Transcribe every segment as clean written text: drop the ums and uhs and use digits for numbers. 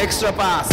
Extra Pass。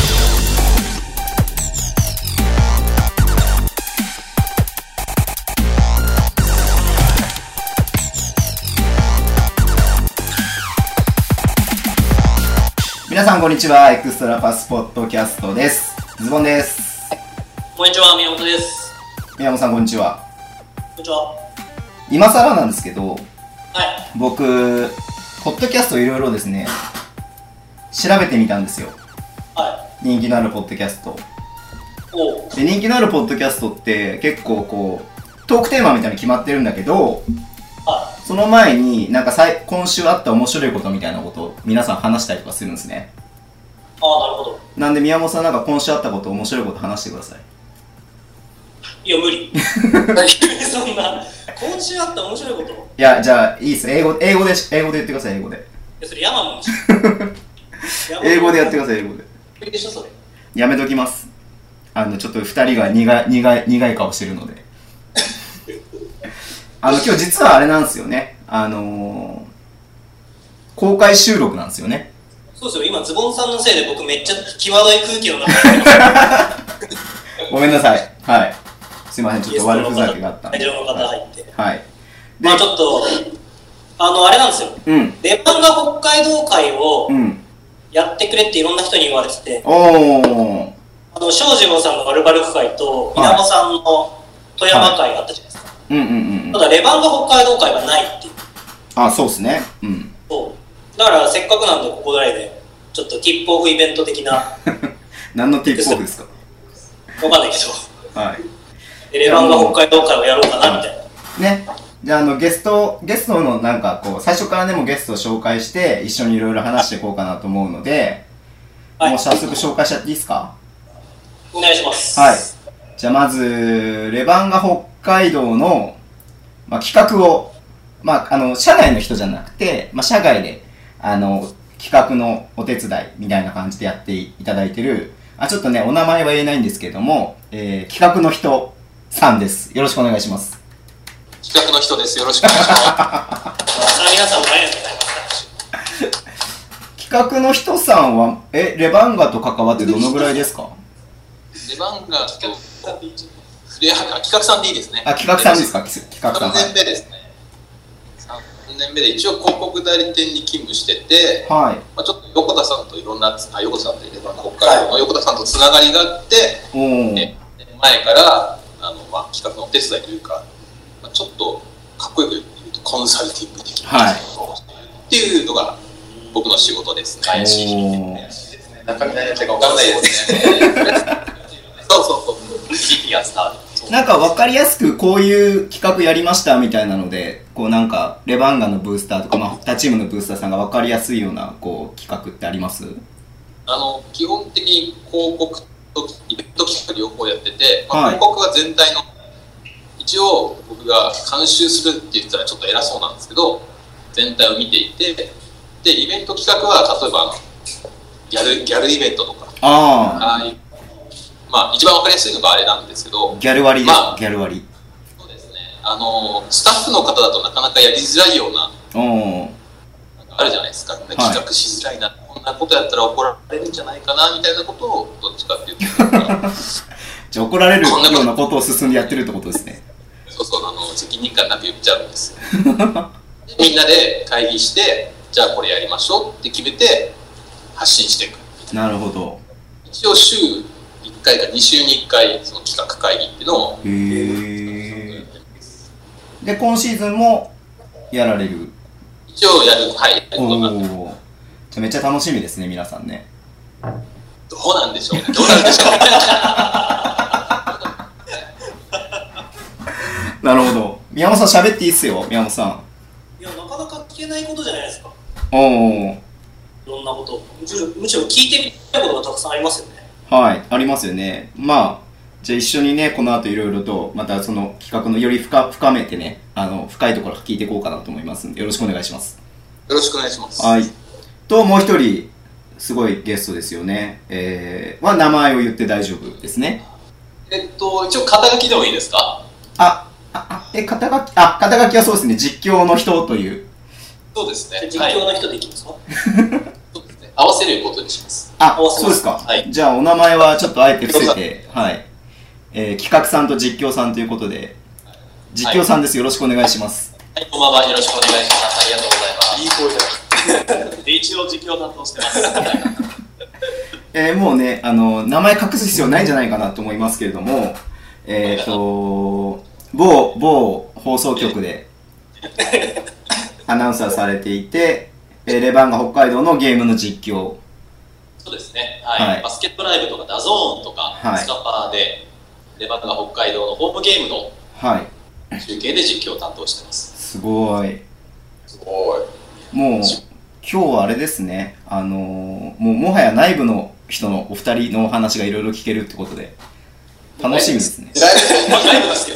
皆さんこんにちは。エクストラパスポッドキャストです。ズボンです。 こんにちは、宮本です。 宮本さんこんにちは。 こんにちは。 今更なんですけど、 はい。 僕ポッドキャストいろいろですね調べてみたんですよ。 は人気のあるポッドキャストおで、人気のあるポッドキャストって結構こうトークテーマみたいなの決まってるんだけど、 はその前になんか今週あった面白いことみたいなことを皆さん話したりとかするんですね。 ああ、なるほど。 なんで宮本さんなんか今週あったこと面白いこと話してください。 いや、無理。そんな、今週あった面白いこと。 いや、じゃあいいっす。英語で言ってください。英語で。 いや、それヤマモンでしょ。 英語でやってください。英語で。 無理でしょ、それ。 やめときます。ちょっと二人が苦い顔してるので。今日実はあれなんですよね。公開収録なんですよね。 そうですよ、今ズボンさんのせいで僕めっちゃ際どい空気の中にごめんなさい。はい。すいません、ちょっと悪ふざけがあったんで。 会場の方入って。 はい。 まあちょっと、あれなんですよ。 うん。 レバンガ北海道会をうん。 やってくれっていろんな人に言われてて、 おー。 庄司郎さんのバルバルク会と、稲穂さんの富山会があったじゃないですか。 うんうんうん。 ただレバンガ北海道会はないっていう。 あ、そうっすね。うん。 そうだからせっかくなんでここぐらいでちょっとティップオフイベント的な何のティップオフですか？ わかんないけど、 はい。 レバンガ北海道会をやろうかなみたいな。 ね。じゃあゲストのなんかこう最初からねもうゲストを紹介して一緒にいろいろ話していこうかなと思うので、 はい、 もう早速紹介しちゃっていいですか？ お願いします。 はい。じゃあまずレバンガ北海道の、企画を、社内の人じゃなくて、社外で企画のお手伝いみたいな感じでやっていただいてる、ちょっとねお名前は言えないんですけども、企画の人さんです。よろしくお願いします。 企画の人です。よろしくお願いします。 皆さんもありがとうございます。 企画の人さんはレバンガと関わってどのぐらいですか？ レバンガと企画さんでいいですね。 企画さんですか？企画さん。 3年目ですね。3年目で一応広告代理店に勤務してて、 はい。 ちょっと横田さんといろんな横田さんとレバンガ北海道の横田さんとつながりがあって、前から企画のお手伝いというか、ちょっとかっこよく言うとコンサルティング的なっていうのが僕の仕事ですね。 はい。 中身何やったか分かんないですね。そう。 なんか分かりやすくこういう企画やりましたみたいなので、こうなんかレバンガのブースターとか他チームのブースターさんが分かりやすいようなこう企画ってあります？ 基本的に広告とイベント企画両方やってて、広告は全体の一応僕が監修するって言ったらちょっと偉そうなんですけど、全体を見ていて、でイベント企画は例えばギャルイベントとか、一番わかりやすいのがあれなんですけど、 ギャル割です、ギャル割。 そうですね。スタッフの方だとなかなかやりづらいような、あるじゃないですか。企画しづらいな、こんなことやったら怒られるんじゃないかなみたいなことをどっちかっていうとじゃあ怒られるようなことを進んでやってるってことですね。 そう、責任感なく言っちゃうんですよ。みんなで会議して、じゃあこれやりましょうって決めて発信していく。 なるほど。 一応週1回か2週に1回その企画会議っていうのをで今シーズンもやられる？ 一応やることになってる。 じゃあめっちゃ楽しみですね、皆さんね。 どうなんでしょうね。 なるほど。宮本さん喋っていいっすよ、宮本さん。 いや、なかなか聞けないことじゃないですか。いろんなことむしろ聞いてみたいことがたくさんありますよね。はい、 ありますよね。じゃあ一緒にね、この後いろいろとまたその企画のより深めてね、深いところ聞いていこうかなと思いますんで、よろしくお願いします。 よろしくお願いします。 はい。ともう一人すごいゲストですよね。名前を言って大丈夫ですね。 一応肩書きでもいいですか？ 肩書きはそうですね。実況の人という。 そうですね。 実況の人でいきますか？ そうですね。合わせることにします。 あ、そうですか。 はい。 じゃあ、お名前はちょっとあえて伏せて、はい。企画さんと実況さんということで、実況さんです。よろしくお願いします。 はい、こんばんは。よろしくお願いします。ありがとうございます。いい声だ。で、一応実況担当してます。 もうね、名前隠す必要ないんじゃないかなと思いますけれども、某放送局でアナウンサーされていて、レバンガ北海道のゲームの実況。 そうですね。はい。バスケットライブとかダゾーンとか、スカパーで、レバンガ北海道のホームゲームの中継で実況を担当してます。 すごい。 すごい。 もう、今日はあれですね、もはや内部の人のお二人のお話がいろいろ聞けるってことで、楽しみですね。 ライブですけ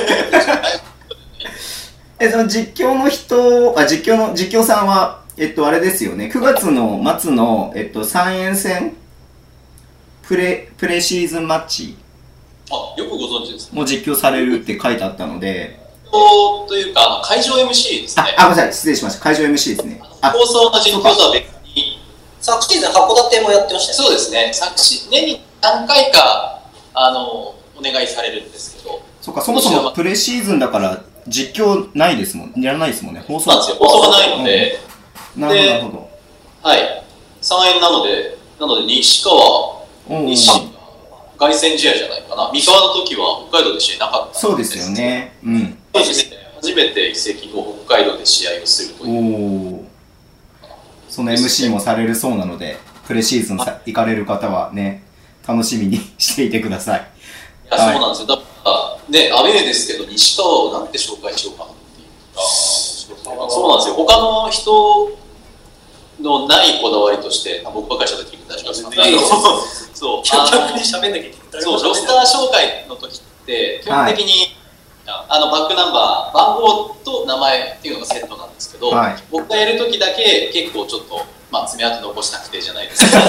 ど。 その実況の実況さんは、あれですよね、9月の末の、3円戦プレシーズンマッチ。 あ、よくご存知ですね。 もう実況されるって書いてあったので。 というか、会場 MC ですね。 ごめんなさい、失礼しました。会場 MC ですね。 放送の実況とは別に、昨シーズン函館もやってましたね。そうですね。年に何回か、お願いされるんですけど。 そうか、そもそもプレシーズンだから実況ないですもん。やらないですもんね。放送なんですよ。放送がないので。 なるほど。 はい。3円なので西川、凱旋試合じゃないかな。三河の時は北海道で試合なかった。 そうですよね。うん。 初めて移籍後、北海道で試合をするという。 その MC もされるそうなので、プレシーズン行かれる方はね、楽しみにしていてください。 いや、そうなんですよ。だからね、アウェーですけど、西川をなんて紹介しようかなっていうか、そうなんですよ。他の人のないこだわりとして、僕ばっかりした時に大丈夫ですか？そう、逆に喋んなきゃいけない。そう、ロスター紹介の時って、基本的に、バックナンバー、番号と名前っていうのがセットなんですけど、僕がやる時だけ結構ちょっと、爪痕残したくてじゃないですけど、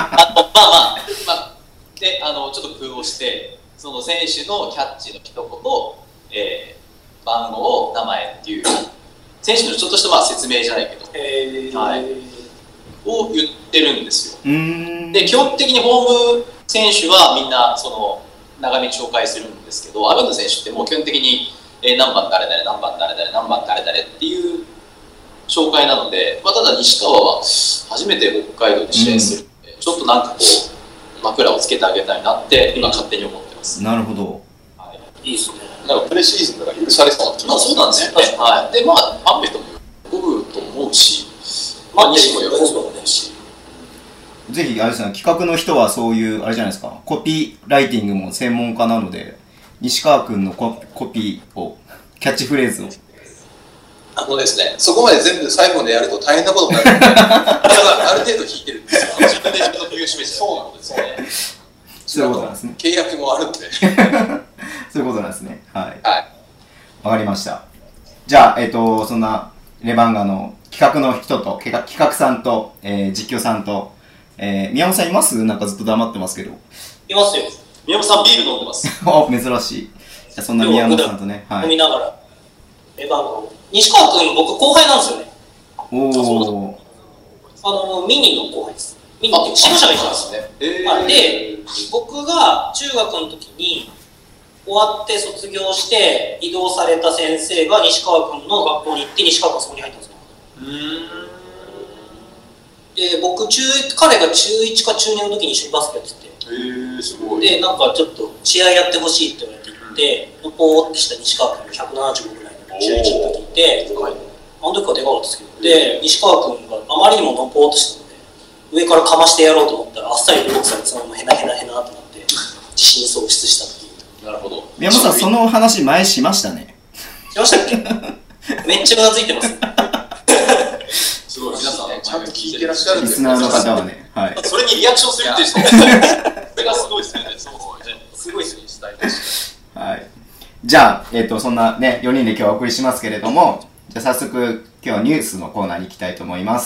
で、ちょっと工夫をして、その選手のキャッチの一言、番号、名前っていう、選手のちょっとした説明じゃないけど、を言ってるんですよ。で、基本的にホーム選手はみんな長めに紹介するんですけど、アウェーの選手ってもう基本的に、何番誰々、何番誰々、何番誰々っていう紹介なので、ただ西川は初めて北海道で試合するので、ちょっとなんかこう、枕をつけてあげたいなって今勝手に思ってます。 なるほど。 いいですね。 なんかプレシーズンだから許されそうな気がする。 そうなんですよね。はい。で、ファンの人も喜ぶと思うし、西も喜ぶと思うし。 ぜひ、あれですね、企画の人はそういう、あれじゃないですか、コピーライティングも専門家なので、西川君のコピーを、キャッチフレーズを。 ですね、そこまで全部最後までやると大変なことになるので、ある程度引いてるんですよ。自分で自分の首を絞めちゃう。そうなんですね。 そういうことなんですね。 契約もあるんで。 そういうことなんですね。はい。わかりました。じゃあ、そんな、レバンガの企画の人と、企画さんと、実況さんと、宮本さんいます？なんかずっと黙ってますけど。 いますよ。宮本さんビール飲んでます。 珍しい。じゃあそんな宮本さんとね、 飲みながら。レバンガの。西川君、僕後輩なんですよね。ミニの後輩です。ミニって指導者が一緒なんですね。で、僕が中学の時に終わって卒業して移動された先生が西川君の学校に行って西川君がそこに入ったんですよ。で、彼が中1か中2の時に一緒にバスケやってて、 すごい。 で、なんかちょっと試合やってほしいって言われて行って、ポーってした西川君が175ぐらいの中1の時にいて、あの時はでかかったですけど、で、西川君があまりにものぽーっとしたので、上からかましてやろうと思ったら、あっさりブロックされて、そのままヘナとなって、自信喪失したっていう。なるほど。 宮本さん、その話前しましたね。 しましたっけ？めっちゃうなずいてます。 すごい、皆さん、ちゃんと聞いてらっしゃるんですね。リスナーの方はね。はい。 それにリアクションするっていう人。それがすごいですよね。すごいですね、スタイルとして。 はい。じゃあ、そんなね、4人で今日はお送りしますけれども、じゃあ早速、今日はニュースのコーナーに行きたいと思います。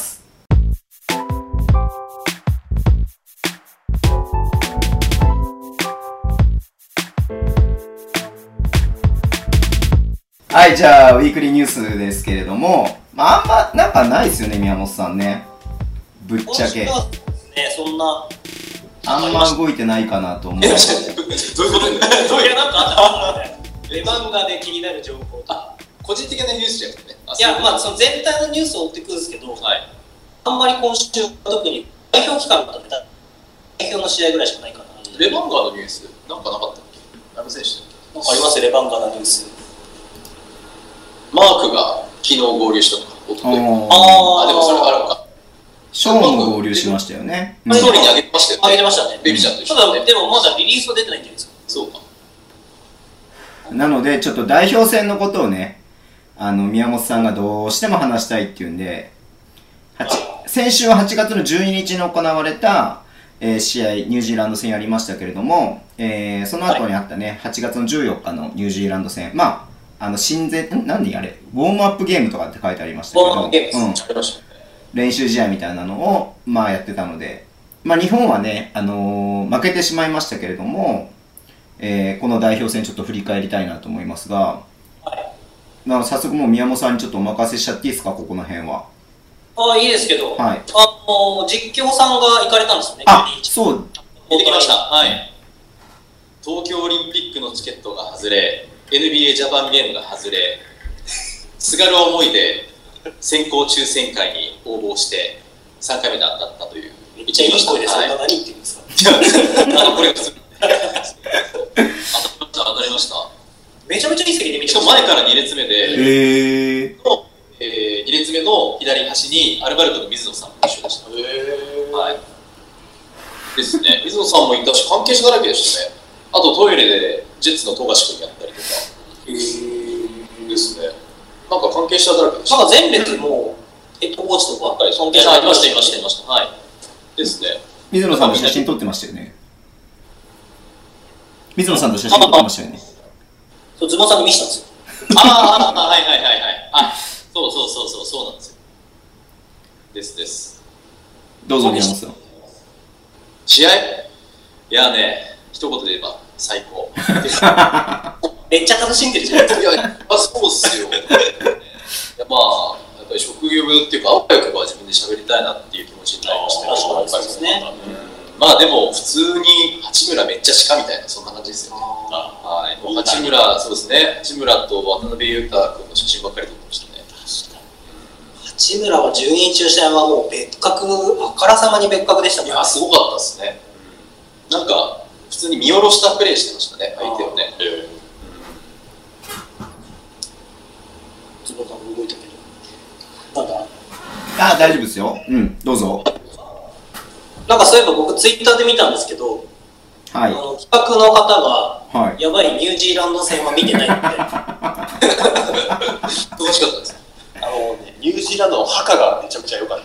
はい、じゃあ、ウィークリーニュースですけれども、あんま、なんかないですよね、宮本さんね。ぶっちゃけ。 ね、そんな。 あんま動いてないかなと思う。 どういうことどういうなんかあったレバンガで気になる情報。 個人的なニュースじゃなくてね。 いや、まあ、その全体のニュースを追っていくんですけど、あんまり今週は特に代表期間だったら代表の試合ぐらいしかないかな。 レバンガのニュースなんかなかったっけ？何の選手だっけ？ なんかありますよ、レバンガのニュース。 マークが昨日合流したとか、おととい。でもそれあるのか。 ショーンも合流しましたよね。 ストーリーに上げてましたよね。 上げてましたね。 ベビちゃんと一緒ただ、でもまだリリースは出てないんじゃないですか。 そうか。 なので、ちょっと代表戦のことをね、宮本さんがどうしても話したいっていうんで、先週は8月の12日に行われた、試合、ニュージーランド戦やりましたけれども、その後にあったね、8月の14日のニュージーランド戦、まあ、何あれ、ウォームアップゲームとかって書いてありましたけど、 ウォームアップゲームです。 練習試合みたいなのを、まあ、やってたので、まあ、日本はね、負けてしまいましたけれども、この代表戦ちょっと振り返りたいなと思いますが、早速もう宮本さんにちょっとお任せしちゃっていいですか、ここの辺は。 いいですけど、 はい、 実況さんが行かれたんですよね。 そう。 行ってきました。はい。東京オリンピックのチケットが外れ、NBA ジャパンゲームが外れ、すがる思いで先行抽選会に応募して3回目で当たったという。 めっちゃいい声でそんな何言ってるんですか？ これが普通。当たりました。 めちゃめちゃいい席で見てました。 しかも前から2列目で、2列目の左端にアルバルクの水野さんも一緒でした。はい。ですね。水野さんもいたし、関係者だらけでしたね。あとトイレでジェッツの富樫君やったりとか。ですね。なんか関係者だらけでした。 なんか全列もヘッドコーチとか関係者いました。はい。ですね。 水野さんと写真撮ってましたよね。水野さんと写真撮ってましたよね。 そう、ズボンさんに見せたんですよ。 はい。そうなんですよ。です。 どうぞ宮本さん。 試合？いやね、一言で言えば最高。 めっちゃ楽しんでるじゃないですか。 いや、そうっすよ。やっぱり職業病っていうか、あわよくば自分で喋りたいなっていう気持ちになりましたよ。 そうですね。 まあでも普通に八村めっちゃ鹿みたいなそんな感じですよね。はい。八村、そうですね。八村と渡辺裕太君の写真ばっかり撮ってましたね。 八村は12日の試合はもう別格、あからさまに別格でしたもんね。 いや、すごかったですね。なんか普通に見下ろしたプレーしてましたね、相手をね。 ズボンさん動いたけど。なんか大丈夫ですよ。どうぞ。 なんかそういえば僕ツイッターで見たんですけど、 はい、 企画の方が、 はい、 やばいニュージーランド戦は見てないって楽しかったです。 ニュージーランドのハカがめちゃくちゃ良かった。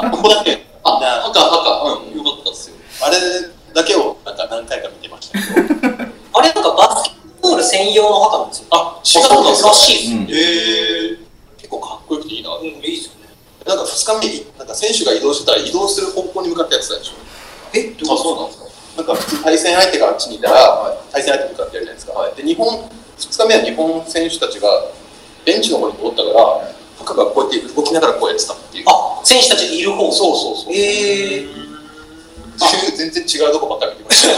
ここだけ。ハカ、良かったですよ。 あれだけをなんか何回か見てましたけど。 あれなんかバスケットボール専用のハカなんですよ。 違うんですらしいです。 結構かっこよくていいな。 いいですよね。 なんか2日目になんか選手が移動してたら移動する方向に向かってやってたでしょ。 そうなんですか。 なんか普通対戦相手があっちにいたら、対戦相手に向かってやるじゃないですか。で2日目は日本選手たちがベンチの方に戻ったから、ハカがこうやって動きながらこうやってたっていう。 選手たちがいる方。 そう。全然違うとこばっかり見てました。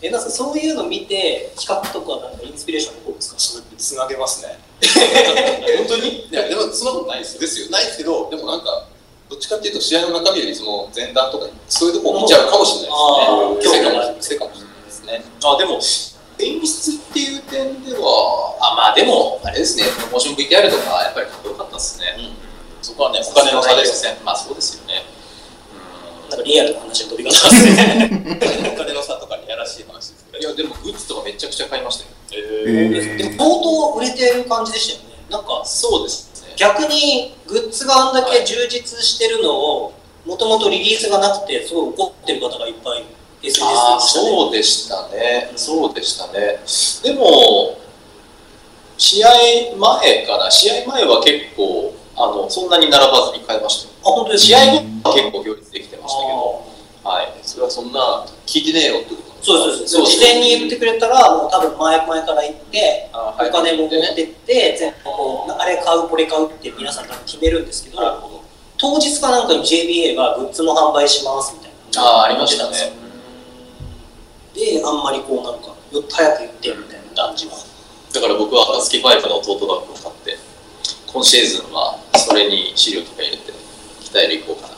なんかそういうの見て企画とかなんかインスピレーションの方ですか？ つなげますね。本当に？いやでもそんなことないですよ。ないですけど、でもなんかどっちかっていうと試合の中身よりその前段とかそういうとこを見ちゃうかもしれないですね。癖かもしれないですね。 でも演出っていう点では、でもあれですね。モーション VTR とかやっぱりかっこよかったですね。 そこはね、お金の差ですね。 そうですよね。 なんかリアルな話が飛び交ってますね。 お金の差とかにやらしい話ですけど。 いやでもグッズとかめちゃくちゃ買いましたよ。 でも相当売れてる感じでしたよね。なんかそうですね。 逆にグッズがあんだけ充実してるのをもともとリリースがなくてすごい怒ってる方がいっぱい SNS でしたね。 そうでしたね。でも試合前は結構そんなに並ばずに買いましたよ。 本当です試合後は結構行列できてましたけど、 それはそんな聞いてねえよってこと。 そう事前に言ってくれたらもう多分前から行ってお金も持ってって全部こうあれ買うこれ買うって皆さん多分決めるんですけど、 当日かなんかに JBA がグッズも販売しますみたいな。 ありましたね。 で、あんまりこうなんか、早く言ってみたいな感じは。 だから僕はアスキファイブのトートバッグを買って、今シーズンはそれに資料とか入れて、鍛える行こうかな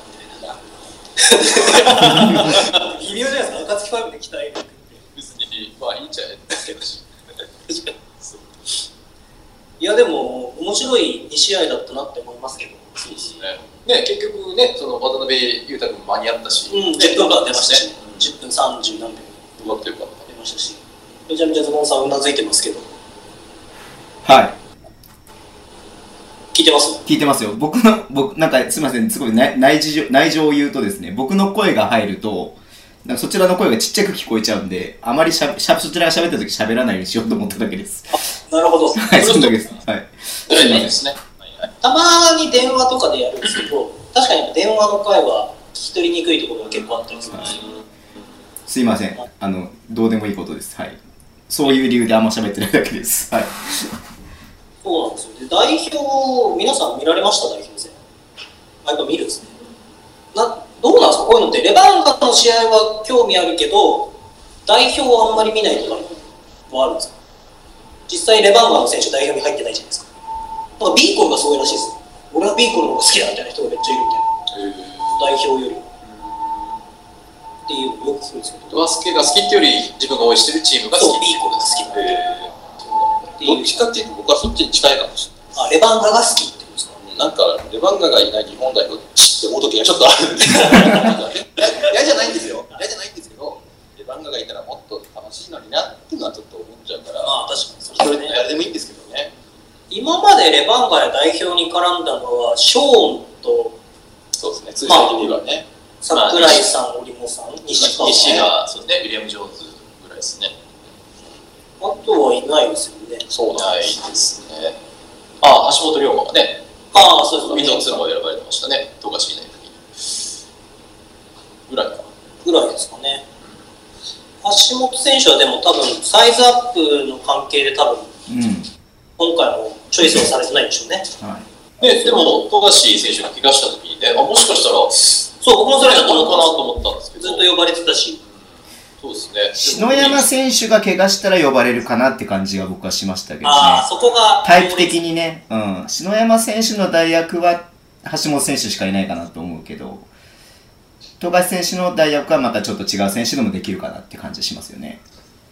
みたいな。 微妙じゃないですか、暁ファイブで鍛えるって。 別に、まあいいんじゃないですけど。確かに。 いやでも面白い2試合だったなって思いますけど。 そうですね。ね、結局ね、その渡辺裕太君も間に合ったし、 10分間出ましたし、10分30何秒。 よかったよかった。 出ましたし、めちゃめちゃズボンさんうなずいてますけど。 はい。 聞いてます？ 聞いてますよ。僕、なんかすみません、すごい内情を言うとですね、僕の声が入ると、なんかそちらの声がちっちゃく聞こえちゃうんで、あまりそちらが喋った時喋らないようにしようと思っただけです。 なるほど。 はい、そのだけです。はい。 ですね。 たまに電話とかでやるんですけど、確かに電話の声は聞き取りにくいところが結構あったりするんですよ。 すいません。どうでもいいことです。はい。そういう理由であんま喋ってないだけです。はい。 そうなんですよ。で、代表、皆さん見られました代表戦。やっぱ見るんですね。どうなんですかこういうのって、レバンガの試合は興味あるけど、代表はあんまり見ないとかはあるんですか？実際レバンガの選手代表に入ってないじゃないですか。なんかビーコルがすごいらしいです。俺はビーコルの方が好きだみたいな人がめっちゃいるみたいな。代表よりも。っていうのよく聞くんですけど。 バスケが好きっていうより自分が応援してるチームが好き。 そう、ビーコルが好きだっていう。 どっちかっていうと僕はそっちに近いかもしれない。 レバンガが好きってことですか？ なんかレバンガがいない日本代表って思う時がちょっとあるんで嫌じゃないんですよ。嫌じゃないんですけど、レバンガがいたらもっと楽しいのになっていうのはちょっと思っちゃうから。 確かに一人で誰でもいいんですけどね。 今までレバンガや代表に絡んだのはショーンと、 そうですね、通常的にはね、 櫻井さん、織茂さん、西がそうですね、ウィリアム・ジョーンズぐらいですね。 あとはいないですよね。 そうなんですね。橋本龍馬がね、 そうです。 ミドツーも選ばれてましたね、富樫いない時に。ぐらいかな。 ぐらいですかね。橋本選手はでも多分サイズアップの関係で多分、今回もチョイスをされてないんでしょうね。 でも富樫選手が怪我した時にね、もしかしたらそう僕もそれだと思かなと思ったんですけど、 ずっと呼ばれてたし。 そうですね。 篠山選手が怪我したら呼ばれるかなって感じが僕はしましたけどね。 そこがタイプ的にね、篠山選手の代役は橋本選手しかいないかなと思うけど、富樫選手の代役はまたちょっと違う選手でもできるかなって感じしますよね。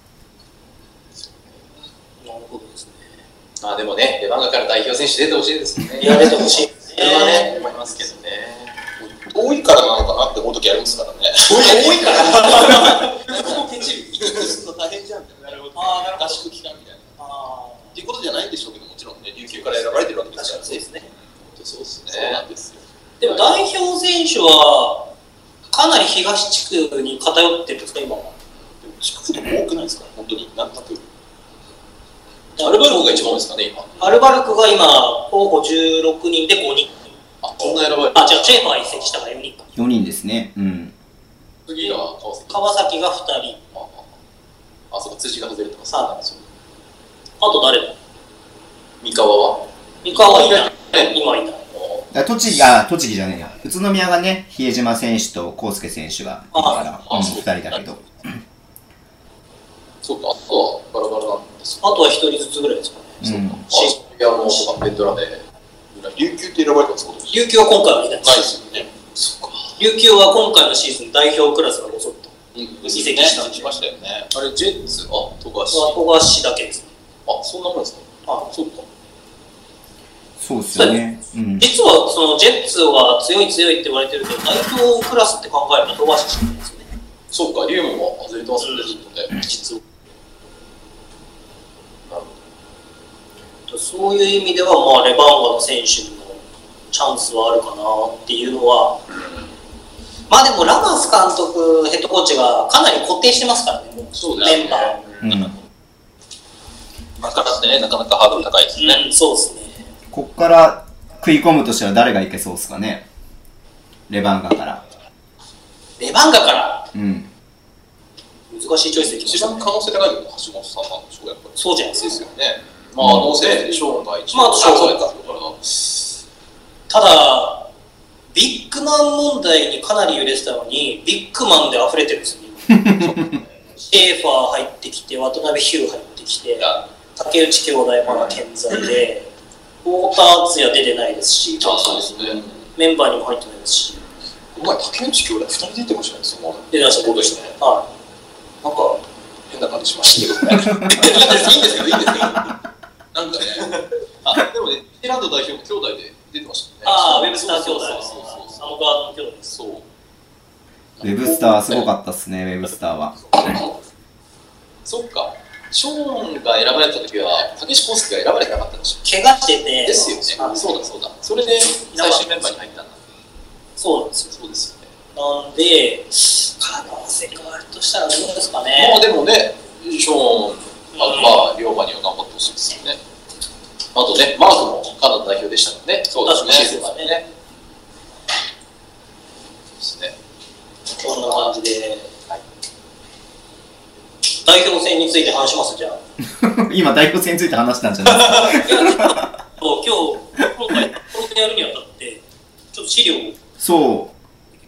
なるほどですね。 でもね、レバンガから代表選手出てほしいですよね。 いや、出てほしい。 それはね、思いますけどね。 遠いからなのかなって思う時ありますからね。 遠いからケチる。行き来するの大変じゃんみたいな。なるほど。合宿期間みたいな。っていうことじゃないんでしょうけど、もちろんね、琉球から選ばれてるわけですから。 そうですね。 そうですね。そうなんですよ。 でも代表選手はかなり東地区に偏ってるんですか今は。 地区でも多くないですか本当に。なんとなく。 アルバルクが一番多いですかね今。 アルバルクが今候補16人で5人。 そんな選ばれる。 じゃあチェーファー移籍したから4人か。 4人ですね。 次が川崎が2人。 そうか、辻が外れてます。 あと誰だ？ 三河は？ 三河はいない。今いない。 栃木じゃねえや。宇都宮がね、比江島選手と康介選手がいるから2人だけど。 そうか、あとはバラバラなんですあとは1人ずつぐらいですかね。 そうか。いやもうベトナムで。 琉球って選ばれたんですか？ 琉球は今回はいないですよね。 そうか。 琉球は今回のシーズン代表クラスがごそっと移籍しましたよね。 あれジェッツは富樫だけですね。 そんなもんですか？そうか。 そうですよね。 実はそのジェッツは強いって言われてるけど、代表クラスって考えれば富樫しかないですよね。 そうか、リュウモも外れてますね、ずっとね。実は。 そういう意味では、レバンガの選手にもチャンスはあるかなっていうのは、でもラマス監督、ヘッドコーチがかなり固定してますからね、もうメンバー。 だからってね、なかなかハードル高いですね。 そうですね。 こっから食い込むとしたら誰がいけそうですかね。レバンガから。 レバンガから。難しいチョイスできました。 一番可能性高いのは橋本さんなんでしょう、やっぱり。 そうじゃないですよね。ノーセーフでショーンが一番ただ、 ビッグマン問題にかなり揺れてたのに、ビッグマンで溢れてるんですよ。シェーファー入ってきて、渡辺ヒュー入ってきて、竹内兄弟まだ健在で、太田敦也出てないですし、メンバーにも入ってないですし。 お前、竹内兄弟2人出てましたね、その出てました、 そうですね。 はなんか、変な感じしましたけどね。いいんですけど。なんかね、 でもね、ニュージーランド代表も兄弟で出てましたね。ウェブスター兄弟。あのガードの兄弟です。 そう。 ウェブスターすごかったっすね、ウェブスターは。 そっか。ショーンが選ばれた時は、竹志康介が選ばれてなかったんでしょ。 怪我してて。 ですよね。そうだ。それで最終メンバーに入ったんだ。 そうなんですよ。 そうですよね。 なんで、可能性があるとしたらどうですかね。 まあでもね、ショーン、まあ、龍馬には頑張ってほしいですよね。あとね、マークもカナダ代表でしたからね。 そうですね。 シーズンはね。ですね。 こんな感じで。代表戦について話します、じゃあ。 今、代表戦について話したんじゃないですか。 今回、このやるにあたって、ちょっと資料を。 そう。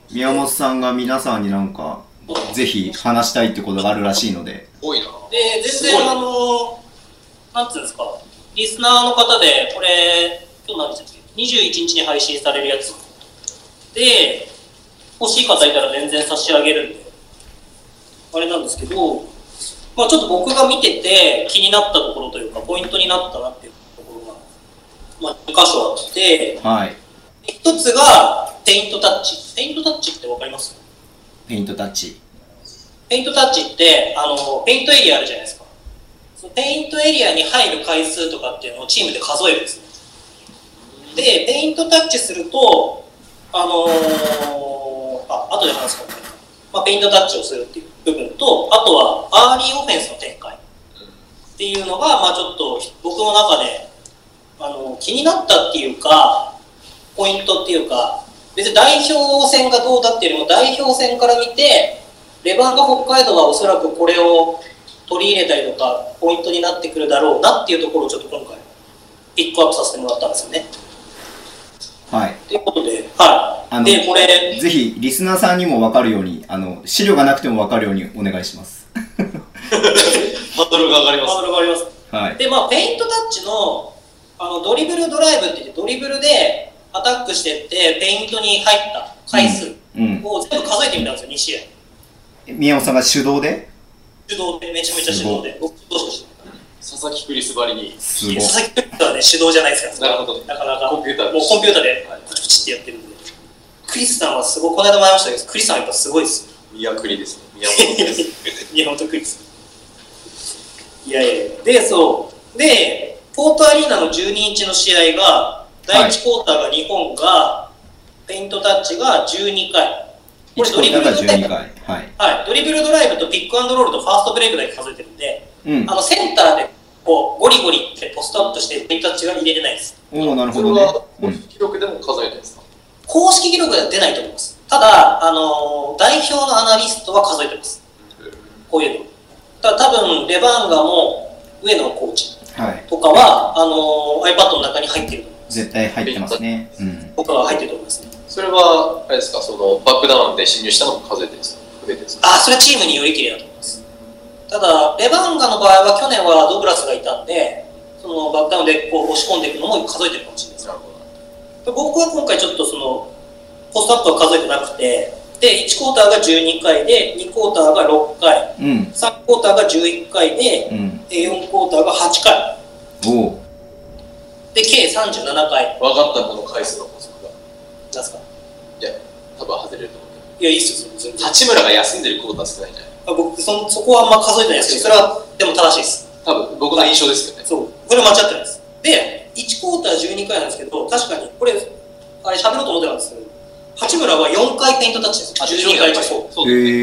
宮本さんが皆さんになんか、ぜひ話したいってことがあるらしいので。 多いな。 で、全然なんつうんですか、リスナーの方で、これ、今日何日だっけ ?21 日に配信されるやつ。で、欲しい方いたら全然差し上げるんで、あれなんですけど、まあちょっと僕が見てて気になったところというか、ポイントになったなっていうところが、まあ2箇所あって、 はい。 一つが、ペイントタッチ。ペイントタッチってわかります？ ペイントタッチ。 ペイントタッチって、ペイントエリアあるじゃないですか。そのペイントエリアに入る回数とかっていうのをチームで数えるんですね。で、ペイントタッチすると、後で話すかもね。まあ、ペイントタッチをするっていう部分と、あとは、アーリーオフェンスの展開っていうのが、まあちょっと僕の中で、気になったっていうか、ポイントっていうか、別に代表戦がどうだっていうよりも、代表戦から見て、レバンガ北海道はおそらくこれを取り入れたりとか、ポイントになってくるだろうなっていうところをちょっと今回、ピックアップさせてもらったんですよね。 はい。 ということで、はい。で、これ。 ぜひ、リスナーさんにも分かるように、資料がなくても分かるようにお願いします。 ハードルが上がります。 ハードルが上がります。はい。で、まあ、ペイントタッチの、ドリブルドライブって言って、ドリブルでアタックしてって、ペイントに入った回数を全部数えてみたんですよ、2試合。 宮本さんが手動で？ 手動で、めちゃめちゃ手動で。僕、どうしました？ 佐々木クリスばりに。 佐々木クリスはね、手動じゃないですから。 なるほど。 なかなか。 コンピューターで。 もうコンピューターで、プチプチってやってるんで。クリスさんはすごい、この間も会いましたけど、クリスさんはやっぱすごいですよ。 宮クリですね。宮本クリス。 宮本クリス。いやいやで、そう。で、ポートアリーナの12日の試合が、第1クォーターが日本が、ペイントタッチが12回。 これドリブルドライブ。はい。 はい。ドリブルドライブとピックアンドロールとファーストブレイクだけ数えてるんで、センターでこうゴリゴリってポストアップしてペイントタッチが入れれないです。 おお、なるほどね。 公式記録でも数えないですか？ 公式記録では出ないと思います。ただ、代表のアナリストは数えてます。こういうの。ただ多分、レバンガも上野コーチとかは、iPad の中に入ってると思います。 絶対入ってますね。 僕は入ってると思いますね。 それは、あれですか、そのバックダウンで侵入したのも数えてるんですか？含めてるんですか？ それはチームによりきりだと思います。ただ、レバンガの場合は去年はドグラスがいたんで、そのバックダウンでこう押し込んでいくのも数えてるかもしれないです。なるほど。僕は今回ちょっとそのポストアップは数えてなくて、で、1クォーターが12回で、2クォーターが6回、3クォーターが11回で、4クォーターが8回。で、計37回。 分かった、この回数の法則が。 何すか？ いや、多分外れると思うけど。 いや、いいっすよ、 八村が休んでるクォーター少ないんじゃない？ 僕、そこはあんま数えてないですけど、それはでも正しいです。 多分、僕の印象ですよね。 そう。これ間違ってないです。で、1クォーター12回なんですけど、確かに、これ、あれ喋ろうと思ってたんですけど、八村は4回ペイントタッチです。12回中。そう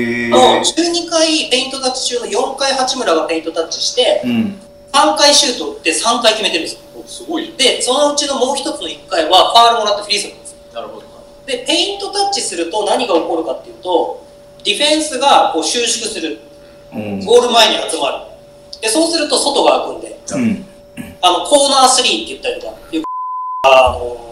。12回ペイントタッチ中の4回八村がペイントタッチして、3回シュートって3回決めてるんですよ。 すごい。 で、そのうちのもう一つの1回はファールもらってフリースローなんですよ。 なるほど。 で、ペイントタッチすると何が起こるかっていうと、ディフェンスがこう収縮する。ゴール前に集まる。で、そうすると外が開くんで、コーナー3って言ったりとか、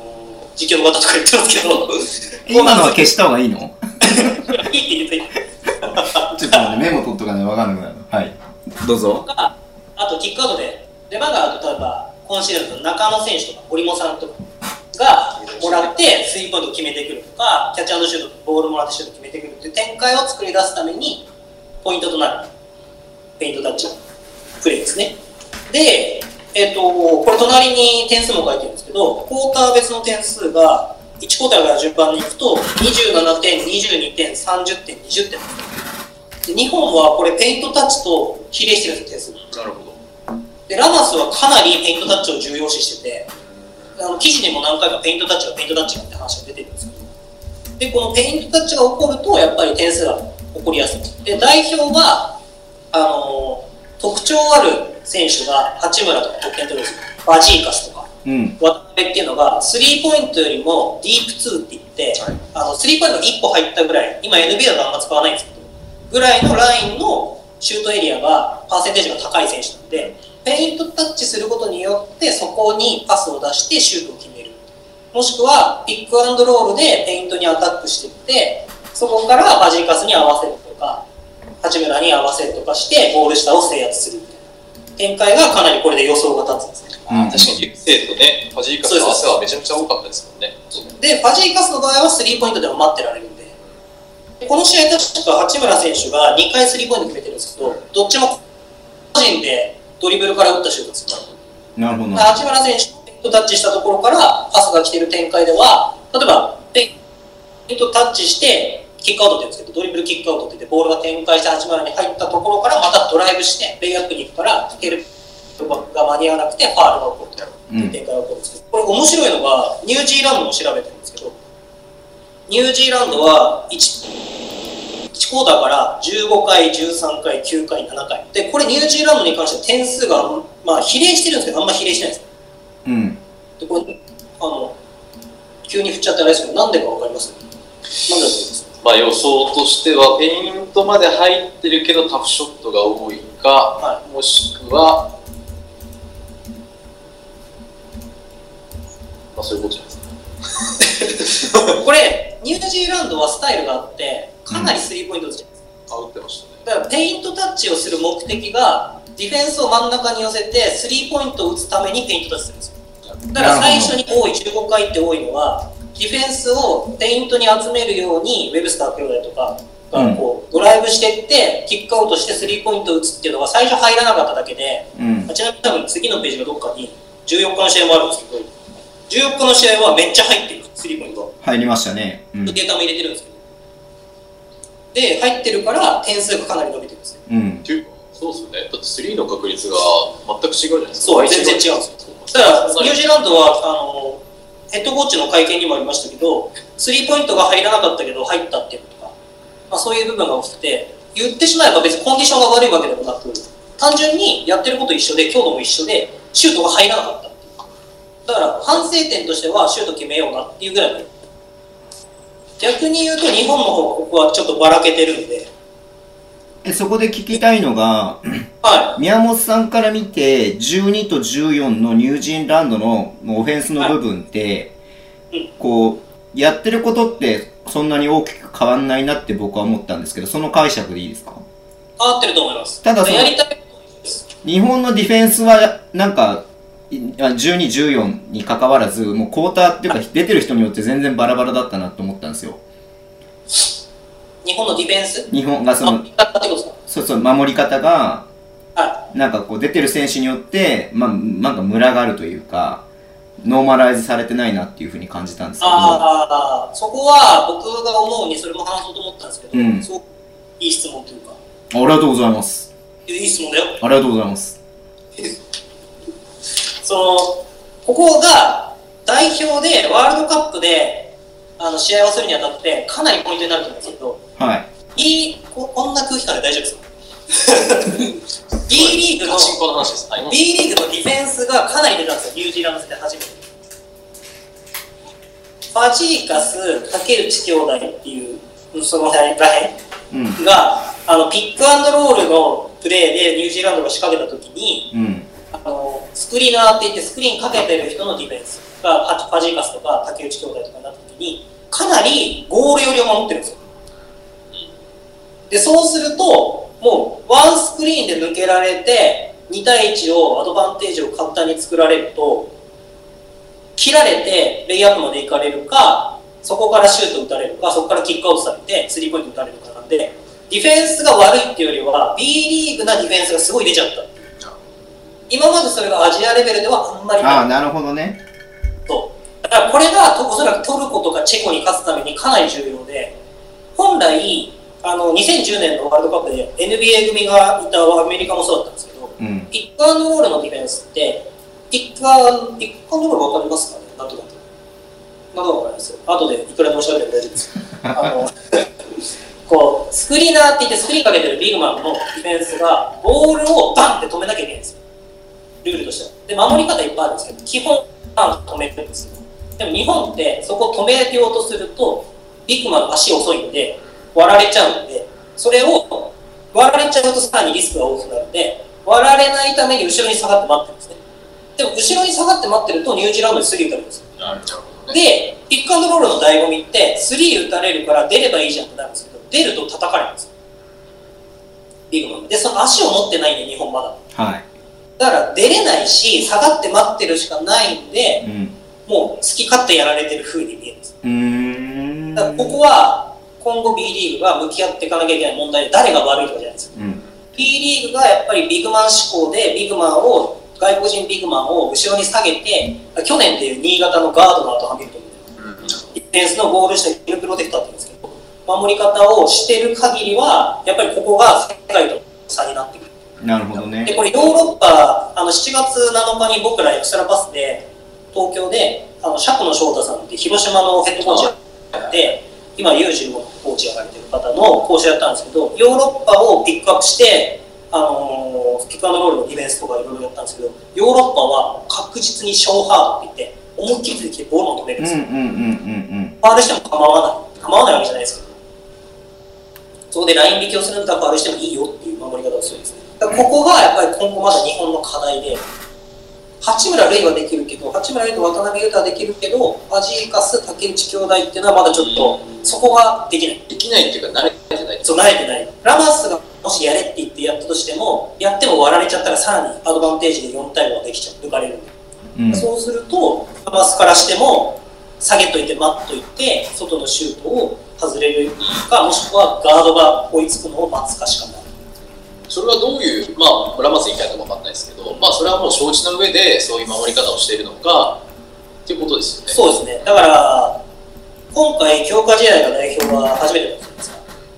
実況の方とか言ってますけど今のは消した方がいいの？ いいって言ってちょっと待って、メモ取っとかないと分かんなくなる。はい、どうぞ。 あとキックアウトでレバンガ例えば今シーズンの中野選手とか堀茂さんとかがもらってスリーポイントを決めてくるとか、キャッチ&シュートボールもらってシュート決めてくるっていう展開を作り出すためにポイントとなるペイントタッチのプレーですね。で、これ隣に点数も書いてるんですけど、クォーター別の点数が1クォーターから順番にいくと27点、22点、30点、20点で、日本はこれペイントタッチと比例してるんですよ、点数。 なるほど。 でラマスはかなりペイントタッチを重要視してて、記事にも何回かペイントタッチがって話が出てるんですけど、でこのペイントタッチが起こるとやっぱり点数が起こりやすい。で代表は特徴ある選手が八村とか得点取るんですよ。バジーカスとか、渡辺っていうのがスリーポイントよりもディープツーって言って、スリーポイントが1歩入ったぐらい、今 NBA だとあんま使わないんですけどぐらいのラインのシュートエリアがパーセンテージが高い選手なので、ペイントタッチすることによってそこにパスを出してシュートを決める、もしくはピックアンドロールでペイントにアタックしていって、そこからバジーカスに合わせるとか八村に合わせるとかしてゴール下を制圧するみたいな展開がかなりこれで予想が立つんですね。 確かに流星とね、ファジーカスの合わせはめちゃめちゃ多かったですもんね。 でファジーカスの場合はスリーポイントでも待ってられるんで、この試合確か八村選手が2回スリーポイント決めてるんですけど、どっちも個人でドリブルから打ったシュートですよ。 なるほど。 八村選手のペイントタッチしたところからパスが来てる展開では、例えばペイントタッチしてキックアウトって言うんですけど、ドリブルキックアウトって言ってボールが展開して八村に入ったところからまたドライブしてレイアップに行くからヘルプが間に合わなくてファールが起こるという展開が起こるんですけど、これ面白いのがニュージーランドも調べてるんですけど、ニュージーランドは1クォーターから15回、13回、9回、7回で、これニュージーランドに関しては点数が比例してるんですけどあんま比例してないんですよ。でこれ急に振っちゃってあれですけど、なんでかわかります？なんでだと思います？ 予想としてはペイントまで入ってるけどタフショットが多いか、もしくは、そういうことじゃないですか。 これニュージーランドはスタイルがあってかなりスリーポイント打つじゃないですか。 打ってましたね。 だからペイントタッチをする目的がディフェンスを真ん中に寄せてスリーポイントを打つためにペイントタッチするんですよ。だから最初に多い15回って多いのはディフェンスをペイントに集めるようにウェブスター兄弟とかがこうドライブしていってキックアウトしてスリーポイントを打つっていうのが最初入らなかっただけで、ちなみに多分次のページがどっかに14日の試合もあるんですけど、14日の試合はめっちゃ入ってるスリーポイント入りましたね。 データも入れてるんですけど、で入ってるから点数がかなり伸びてるんですね。 っていうかそうですよね。だって3の確率が全く違うじゃないですか。 そう、全然違うんですよ。だからニュージーランドはヘッドコーチの会見にもありましたけど、スリーポイントが入らなかったけど入ったっていうのとか、そういう部分が多くて、言ってしまえば別にコンディションが悪いわけでもなく、単純にやってること一緒で強度も一緒でシュートが入らなかったっていう。だから反省点としてはシュート決めようなっていうぐらいの。逆に言うと日本の方がここはちょっとばらけてるんで。 そこで聞きたいのが、宮本さんから見て12と14のニュージーランドのオフェンスの部分って、こうやってることってそんなに大きく変わんないなって僕は思ったんですけど、その解釈でいいですか？ 変わってると思います。 ただやりたいことです。 日本のディフェンスはなんか12、14に関わらず、もうクォーターっていうか出てる人によって全然バラバラだったなと思ったんですよ。 日本のディフェンス？ 日本がその守り方ってことですか？そうそう、守り方が、なんかこう出てる選手によって、なんかムラがあるというか、ノーマライズされてないなっていうふうに感じたんですけど。 そこは僕が思うにそれも話そうと思ったんですけど、すごくいい質問というか。 ありがとうございます。 いい質問だよ。 ありがとうございます。 ここが代表でワールドカップで試合をするにあたってかなりポイントになると思うんですけど、こんな空気感で大丈夫ですか？ B リーグのディフェンスがかなり出たんですよ、ニュージーランド戦で初めて。ファジーカス、竹内兄弟っていうその辺らへんが、ピックアンドロールのプレーでニュージーランドが仕掛けたときに、スクリーナーって言ってスクリーンかけてる人のディフェンスがファジーカスとか竹内兄弟とかになった時にかなりゴール寄りを守ってるんですよ。でそうするともうワンスクリーンで抜けられて2対1をアドバンテージを簡単に作られると切られてレイアップまで行かれるかそこからシュート打たれるかそこからキックアウトされてスリーポイント打たれるかなんでディフェンスが悪いっていうよりは B リーグなディフェンスがすごい出ちゃった。今までそれがアジアレベルではあんまりない。 ああ、なるほどね。 そうだからこれがおそらくトルコとかチェコに勝つためにかなり重要で本来2010年のワールドカップで NBA 組がいたアメリカもそうだったんですけど、ピックアンドロールのディフェンスってピックアンドロール分かりますかね。なんとか分かりますよ。後でいくらでも調べて大丈夫ですこうスクリーナーって言ってスクリーンかけてるビッグマンのディフェンスがボールをバンって止めなきゃいけないんですよルールとしては。で守り方いっぱいあるんですけど基本バンと止めるんですよ。でも日本ってそこを止めようとするとビッグマンの足遅いんで割られちゃうんでそれを割られちゃうとさらにリスクが大きくなるんで割られないために後ろに下がって待ってるんですね。でも後ろに下がって待ってるとニュージーランドにスリー打たれるんですよ。でピックアンドロールの醍醐味ってスリー打たれるから出ればいいじゃんってなるんですけど出ると叩かれるんですよビッグマンで。その足を持ってないんで日本まだ、はい、だから出れないし下がって待ってるしかないんで、もう好き勝手やられてる風に見えるんです。だからここは今後 B リーグが向き合っていかなきゃいけない問題で誰が悪いとかじゃないですよ、B リーグがやっぱりビッグマン志向で外国人ビッグマンを後ろに下げて去年でいう新潟のガードナーとハミルトンディフェンスのゴール下ヒルプロテクターって言うんですけど守り方をしてる限りはやっぱりここが世界との差になってくる。 なるほどね。 でこれヨーロッパ7月7日に僕らエクストラパスで東京で釈野翔太さんって広島のヘッドコーチやって今 U15 のコーチやられてる方の講師やったんですけどヨーロッパをピックアップしてピックアンドロールのディフェンスとかいろいろやったんですけどヨーロッパは確実にショーハードって言って思いっきり出てきてボールを止めるんですよ。ファウルしても構わないわけじゃないですけどそこでライン引きをするんだったらファウルしてもいいよっていう守り方をするんですね。だからここがやっぱり今後まだ日本の課題で八村塁はできるけど八村塁と渡辺裕太はできるけどファジーカス竹内兄弟っていうのはまだちょっとそこができないっていうか慣れてない。 そう慣れてない。ラマスがもしやれって言ってやったとしてもやっても割られちゃったらさらにアドバンテージで4対5ができちゃう抜かれるんで、そうするとラマスからしても下げといて待っといて外のシュートを外れるかもしくはガードが追いつくのを待つかしかない。 それはどういう、ラマスにいかないと分かんないですけど、それはもう承知の上でそういう守り方をしているのかっていうことですよね。 そうですね。だから今回強化試合が代表は初めてだったんですが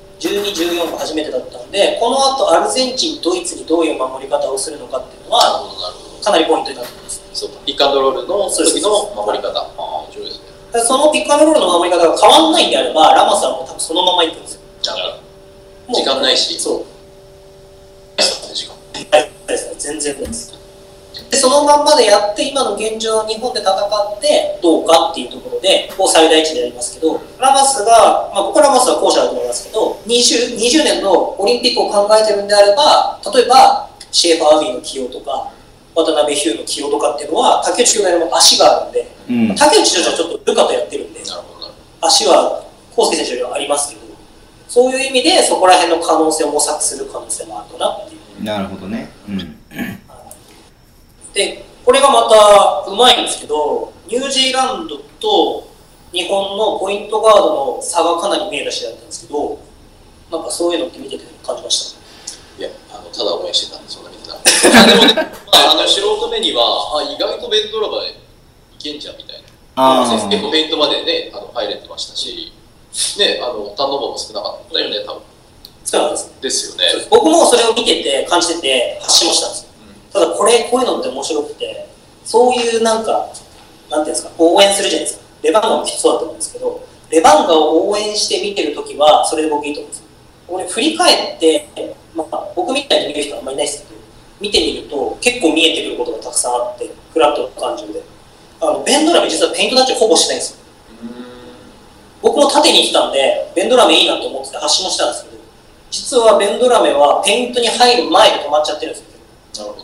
12、14が初めてだったんでこの後アルゼンチン、ドイツにどういう守り方をするのかっていうのはかなりポイントになってきます。 そうピックアンドロールの時の守り方、面白いですね。 そのピックアンドロールの守り方が変わらないんであればラマスはもう多分そのままいくんですよ。 だから時間ないしそう時間全然ないです。でそのまんまでやって今の現状日本で戦ってどうかっていうところでこう最大値でやりますけどラマスが、僕はラマスは後者だと思いますけど 20年のオリンピックを考えてるんであれば例えばシェーファー・アビーの起用とか渡辺ヒューの起用とかっていうのは竹内兄弟も足があるんで、竹内選手はちょっとルカとやってるんで足は康介選手よりはありますけどそういう意味でそこら辺の可能性を模索する可能性もあるかなっていう。 なるほどね。 でこれがまたうまいんですけどニュージーランドと日本のポイントガードの差がかなり見えた試合だったんですけどなんかそういうのって見てて感じました。 いやただ応援してたんでそんな見てたでもね、素人目には意外とベンドラバいけんじゃんみたいな結構ペイントまでね入れてましたしねターンオーバーも少なかったよね多分少なかったですよね。 僕もそれを見てて感じてて発信もしたんですよ。ただこういうのって面白くてそういうなんていうんですか応援するじゃないですか。レバンガもきつそうだと思うんですけどレバンガを応援して見てるときはそれで僕いいと思うんですよ。俺振り返って、僕みたいに見る人はあんまりいないですけど見てみると結構見えてくることがたくさんあってフラットな感情でベンドラメ実はペイントタッチほぼしてないんですよ。僕も縦に来たんでベンドラメいいなと思ってて発信もしたんですけど実はベンドラメはペイントに入る前で止まっちゃってるんですよ。 なるほど。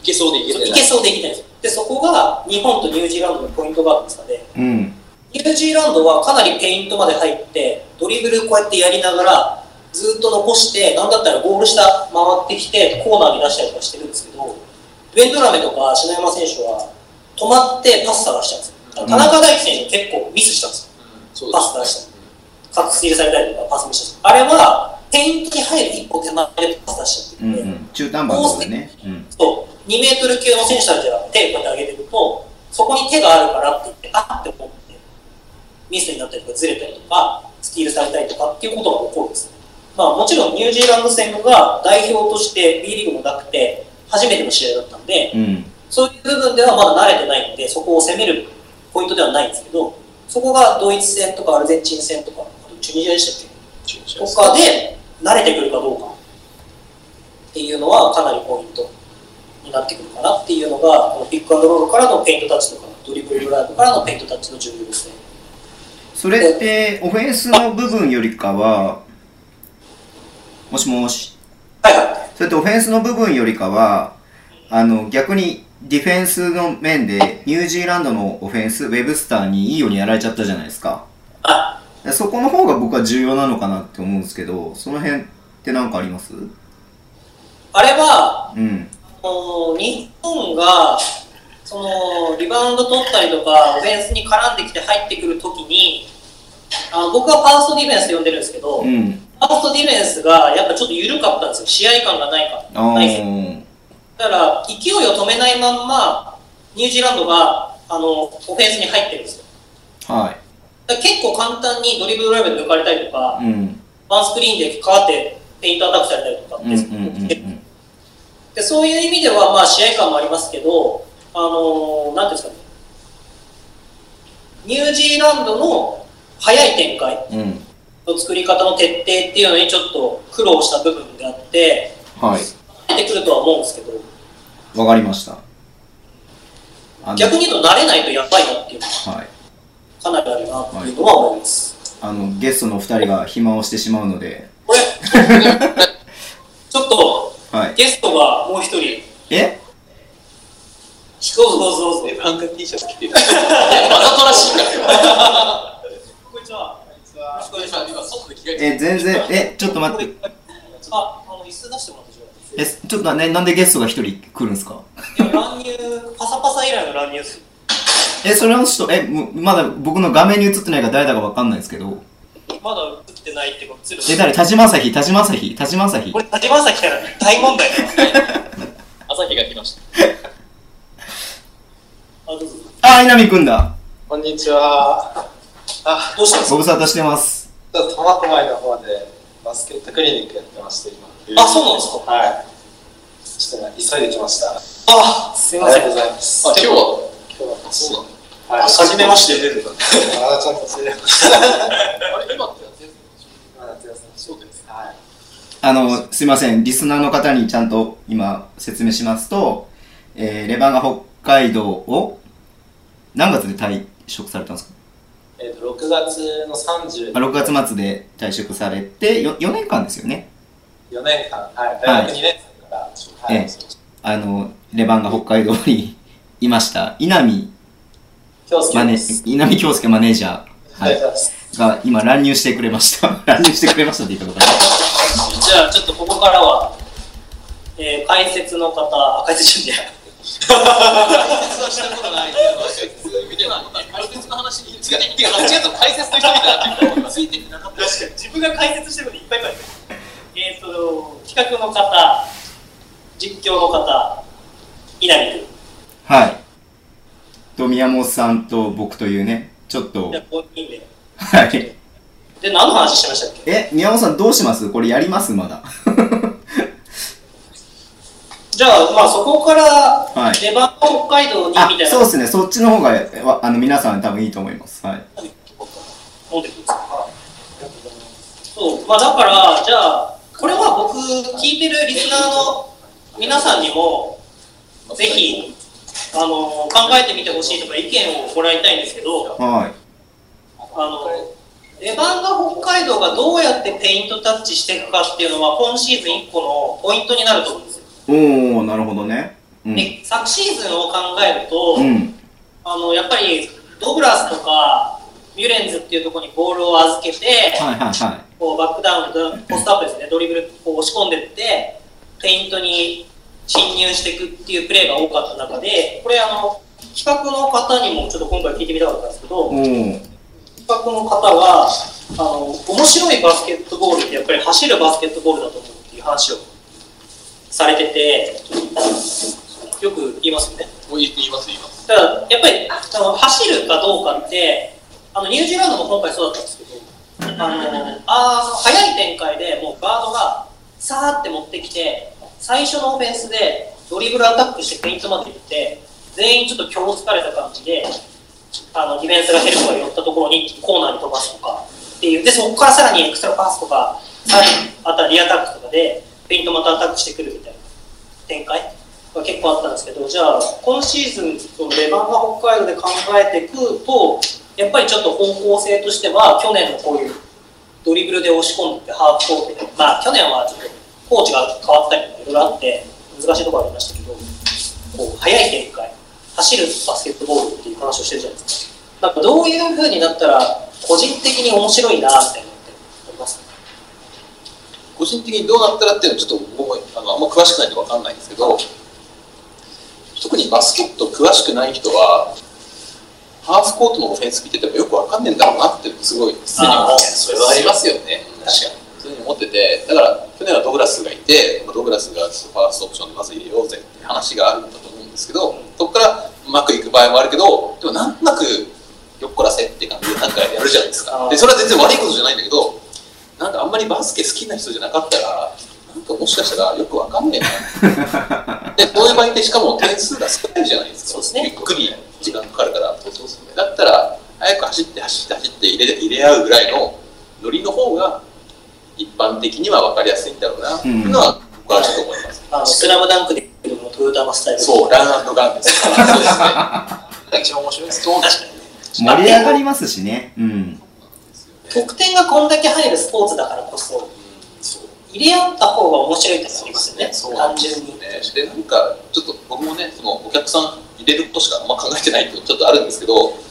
けそうでいけない。 いけそうでいけないです。で、そこが日本とニュージーランドのポイントガードですかね。 うん。 ニュージーランドはかなりペイントまで入って、ドリブルこうやってやりながら、ずっと残して、なんだったらゴール下回ってきて、コーナーに出したりとかしてるんですけど、ウェンドラメとか篠山選手は止まってパス探しちゃうんですよ。田中大輝選手結構ミスしたんですよ。パス出した。スチールされたりとかパスミスした。あれは、ペイントに入る一歩手前でパス出しちゃってるんで、 中途半端なところでね。 そう、2メートル級の選手たちが手をこうやって上げてると、そこに手があるからって言って、あって思って、ミスになったりとかずれたりとか、スティールされたりとかっていうことが起こるんですね。まあもちろんニュージーランド戦が代表として B リーグもなくて、初めての試合だったんで、そういう部分ではまだ慣れてないので、そこを攻めるポイントではないんですけど、そこがドイツ戦とかアルゼンチン戦とか、チュニジアでしたっけとかで慣れてくるかどうかっていうのはかなりポイントになってくるかなっていうのが、このピックアンドロールからのペイントタッチとか、ドリブルドライブからのペイントタッチの重要ですね。 それってオフェンスの部分よりかは、もしもし。 はいはい。 それってオフェンスの部分よりかは、逆にディフェンスの面でニュージーランドのオフェンス、ウェブスターにいいようにやられちゃったじゃないですか。そこの方が僕は重要なのかなって思うんですけど、その辺って何かあります？ あれは、日本がそのリバウンド取ったりとかオフェンスに絡んできて入ってくるときに、僕はファーストディフェンスと呼んでるんですけど、ファーストディフェンスがやっぱちょっと緩かったんですよ。試合感がないだから勢いを止めないまんまニュージーランドがオフェンスに入ってるんですよ。だから結構簡単にドリブルドライブで抜かれたりとか、ワンスクリーンで変わってペイントアタックされたりとかで、そういう意味ではまあ試合感もありますけど、なんていうんですかね、ニュージーランドの速い展開の作り方の徹底っていうのにちょっと苦労した部分であって、出てくるとは思うんですけど。 わかりました。 逆に言うと慣れないとやばいなっていうのは、かなりあるなっていうのは思います。 ゲストのお二人が暇をしてしまうので。 これちょっと、ゲストがもう一人。どうぞどうぞどうぞ。 ファンカ T シャツ着てる。わざとらしいから。 こんにちは。 今外で着替えて全然、ちょっと待って。 椅子出してもらっていいですか？ ちょっとなんでゲストが一人来るんですか？ 乱入、パサパサ以来の乱入です。 それの人、まだ僕の画面に映ってないから誰だかわかんないですけど。 まだ映ってないってこと。 誰？田島朝日。 これ田島朝日から大問題だ。 朝日が来ました。 稲見くんだ。 こんにちは。 どうしたんですか？ ご無沙汰してます。 苫小牧の方でバスケットクリニックやってまして、今。 そうなんですか？ はい。ちょっと急いできました。 すいません。 ありがとうございます。 今日はそうだ。 初めまして出るんだ。 ちゃんと知りました。 今って夏休み？ そうです。 すいません。リスナーの方にちゃんと今説明しますと、レバンが北海道を何月で退職されたんですか ？6月の30日。 6月末で退職されて、4年間ですよね。 4年間、大学2年生から、 レバンが北海道にいました稲見京介マネージャー、が今乱入してくれました乱入してくれましたって言い方だ。 じゃあちょっとここからは、解説の方、解説じゃない解説はしたことない解説の話に違う解説の人みたいなついてなかった。 確かに自分が解説してることいっぱい書いてある。企画の方、実況の方、稲見君。 と宮本さんと僕というね、ちょっと。 じゃあ5人で。 で、 何の話してましたっけ？ 宮本さんどうします？これやりますまだ。 じゃあ、まあそこから、レバン北海道にみたいな。 そうですね、そっちの方が皆さん多分いいと思います。 飲んでくるんですか？そう、まあだから、じゃあ、これは僕、聞いてるリスナーの皆さんにも、ぜひ、考えてみてほしいとか意見をもらいたいんですけど、レバンガ北海道がどうやってペイントタッチしていくかっていうのは、今シーズン1個のポイントになると思うんですよ。 なるほどね。 で昨シーズンを考えると、やっぱりドグラスとかミュレンズっていうところにボールを預けて、こうバックダウン、ポストアップですね、ドリブルこう押し込んでいって、ペイントに侵入していくっていうプレーが多かった中で、これ企画の方にもちょっと今回聞いてみたかったんですけど、企画の方は面白いバスケットボールってやっぱり走るバスケットボールだと思うっていう話をされてて、よく言いますよね。 言います。 ただやっぱり走るかどうかってニュージーランドも今回そうだったんですけど、速い展開でもうガードがさーって持ってきて、最初のオフェンスでドリブルアタックしてペイントまで行って、全員ちょっと今日疲れた感じで、ディフェンスがヘルプが寄ったところにコーナーに飛ばすとかっていう、でそこからさらにエクストラパスとか、さらにあとはリアタックとかでペイントまたアタックしてくるみたいな展開が結構あったんですけど、じゃあ今シーズンそのレバンガ北海道で考えていくと、やっぱりちょっと方向性としては去年のこういうドリブルで押し込んでハーフコートで、まあ去年はちょっとコーチが変わったりとかいろいろあって難しいところありましたけど、こう速い展開、走るバスケットボールっていう話をしてるじゃないですか。なんかどういう風になったら個人的に面白いなみたいなって思いますか？ 個人的にどうなったらっていうのはちょっと僕もあんま詳しくないと分かんないんですけど、特にバスケット詳しくない人はハーフコートのオフェンス見ててもよく分かんねえんだろうなってすごい常に思って、それはありますよね。確かにそういうふうに思ってて、だから去年はドグラスがいて、ドグラスがファーストオプションでまず入れようぜって話があるんだと思うんですけど、そこからうまくいく場合もあるけど、でもなんとなくよっこらせって感じでなんかやるじゃないですか。でそれは全然悪いことじゃないんだけど、なんかあんまりバスケ好きな人じゃなかったらなんかもしかしたらよくわかんねえなでこういう場合ってしかも点数が少ないじゃないですか。そうですね、ゆっくり時間かかるから、だったら早く走って入れ合うぐらいのノリの方が一般的には分かりやすいんだろうなっていうのは僕はちょっと思います。 スラムダンクでいうとトヨタマスタイル、 そう、ラン&ガンです。そうですね。一番面白いです。確かに盛り上がりますしね。 得点がこんだけ入るスポーツだからこそ、入れ合った方が面白いってありますよね。単純に。 でなんかちょっと僕もね、そのお客さん入れることしかあんま考えてないってちょっとあるんですけど、なんか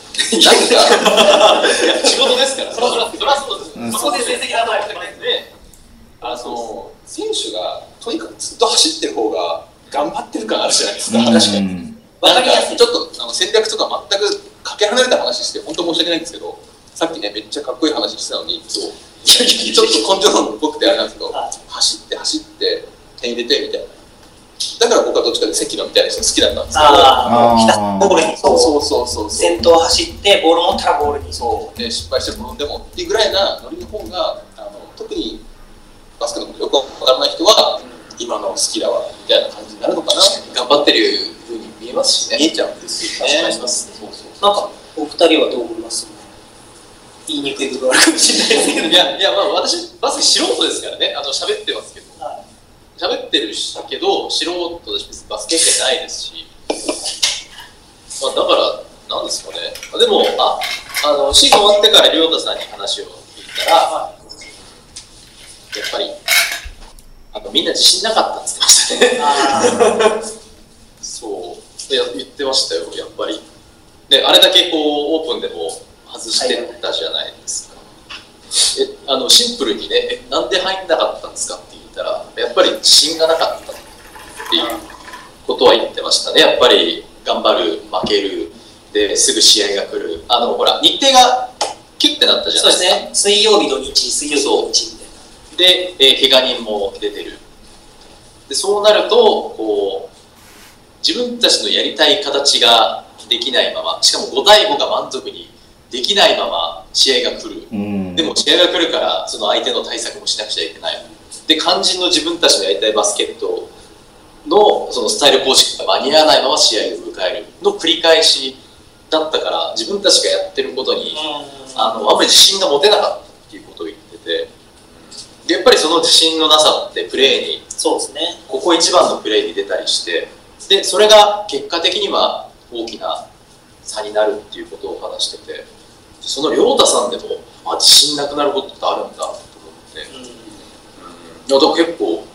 仕事ですから。そりゃそうです。そこで成績が上がってないんで、選手がとにかくずっと走ってる方が頑張ってる感あるじゃないですか。確かに。わかりやすい。ちょっと戦略とか全くかけ離れた話して本当申し訳ないんですけど、さっきねめっちゃかっこいい話してたのに、ちょっと根性論っぽくてあれなんですけど、走って点入れてみたいな。だから僕はどっちかで関野みたいな人好きだったんですけど、 ボールにそう先頭走ってボール持ったらボールにそうで失敗して転んでもっていうぐらいなノリの方が特にバスケのことよくわからない人は今の好きだわみたいな感じになるのかな。頑張ってるふうに見えますしね。見えちゃうんですよね。 なんかお二人はどう思います？言いにくい部分あるかもしれないですけど、 いやまあ私バスケ素人ですからね。喋ってますけど、喋ってるけど素人だしバスケ経験ないですし、だからなんですかね。でもシーズン終わってから亮太さんに話を聞いたら、やっぱりみんな自信なかったって言ってましたね。そう言ってましたよ、やっぱり。であれだけこうオープンでも外してたじゃないですか。シンプルにね、なんで入んなかったんですかって言ったら、やっぱり自信がなかったっていうことは言ってましたね。やっぱり頑張る、負ける、ですぐ試合が来る。ほら、日程がキュッてなったじゃないですか。 そうですね、水曜日土日、水曜日土日みたいな。 で、怪我人も出てる。で、そうなると、こう、自分たちのやりたい形ができないまま、しかも5対5が満足にできないまま試合が来る。でも試合が来るからその相手の対策もしなくちゃいけない。で肝心の自分たちのやりたいバスケットのそのスタイル構築が間に合わないまま試合を迎えるの繰り返しだったから、自分たちがやってることにあんまり自信が持てなかったっていうことを言ってて、でやっぱりその自信のなさってプレーに、 そうですね、 ここ一番のプレーに出たりして、でそれが結果的には大きな差になるっていうことを話してて、その亮太さんでも自信なくなることってあるんだと思って、だから結構深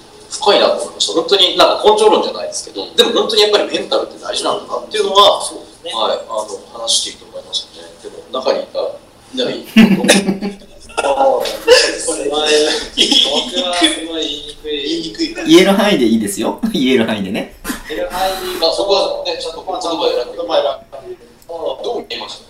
深いなと思いました。本当になんか根性論じゃないですけど、でも本当にやっぱりメンタルって大事なんだなっていうのは、そうですね、はい、話していいと思いましたね。でも中にいた言いにくい。 言える範囲でいいですよ。言える範囲でね。 言える範囲で、まあそこはね、ちゃんと言葉選んで。どう見えました？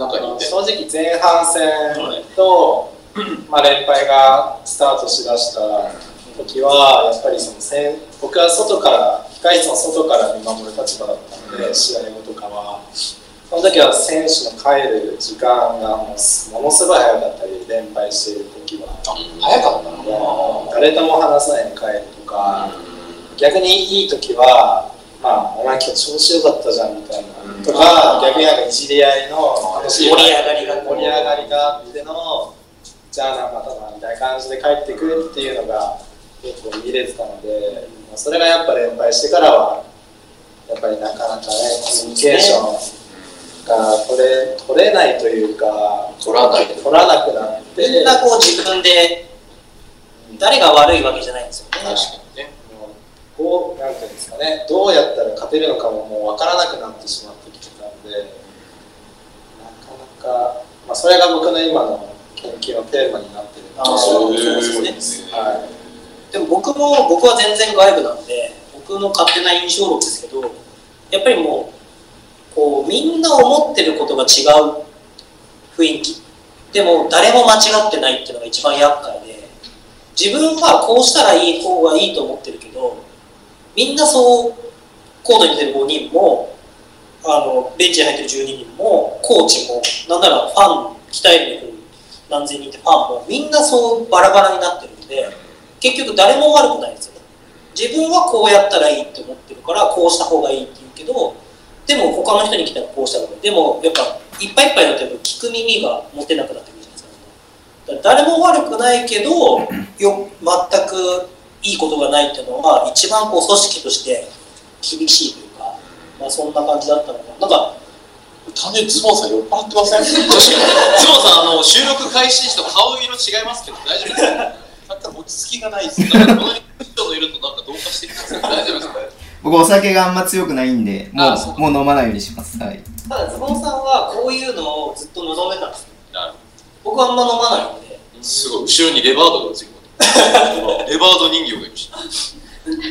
中にいて。 正直前半戦と、まあ連敗がスタートしだした時はやっぱり僕は外から控室の外から見守る立場だったので、試合後とかはその時は選手の帰る時間がものすごい早かったり、連敗している時は早かったの？ 誰とも話さないで帰るとか、逆にいい時はまあお前今日調子良かったじゃんみたいなとか、逆になんかいじり合いの楽しい盛り上がりがあっての、じゃあまたなみたいな感じで帰ってくるっていうのが結構見れてたので、それがやっぱ連敗してからはやっぱりなかなかね、コミュニケーションが取れないというか、取らなくなって、 みんなこう自分で誰が悪いわけじゃないんですよね。 確かにね。 なんていうんですかね、どうやったら勝てるのかももう分からなくなってしまってきてたんで、なかなか、まあ、それが僕の今の研究のテーマになってるんですけど、 でも僕は全然外部なんで、僕の勝手な印象論ですけど、やっぱりもうこうみんな思ってることが違う雰囲気でも誰も間違ってないっていうのが一番厄介で、自分はこうしたらいい方がいいと思ってるけど、みんなそうコートに出てる5人もベンチに入ってる12人もコーチもなんならファン鍛える何千人ってファンもみんなそうバラバラになってるんで、結局誰も悪くないんですよ。自分はこうやったらいいって思ってるからこうした方がいいって言うけど、でも他の人に来たらこうした方がいい。でもやっぱいっぱいいっぱいになってると聞く耳が持てなくなってくるじゃないですか。だから誰も悪くないけど全くいいことがないっていうのは一番こう組織として厳しいというか、まあそんな感じだったのかな。なんか単純にズボンさん酔っ払ってません？確かに。ズボンさん収録開始時と顔色違いますけど大丈夫ですか？さっきから落ち着きがないです。この人のいるとなんか同化してきますけど大丈夫ですか？ 僕お酒があんま強くないんで、もう飲まないようにします。はい。 ただズボンさんはこういうのをずっと望んでたんですよ。僕はあんま飲まないんで。すごい後ろにレバードがついてる。レバード人形がいました。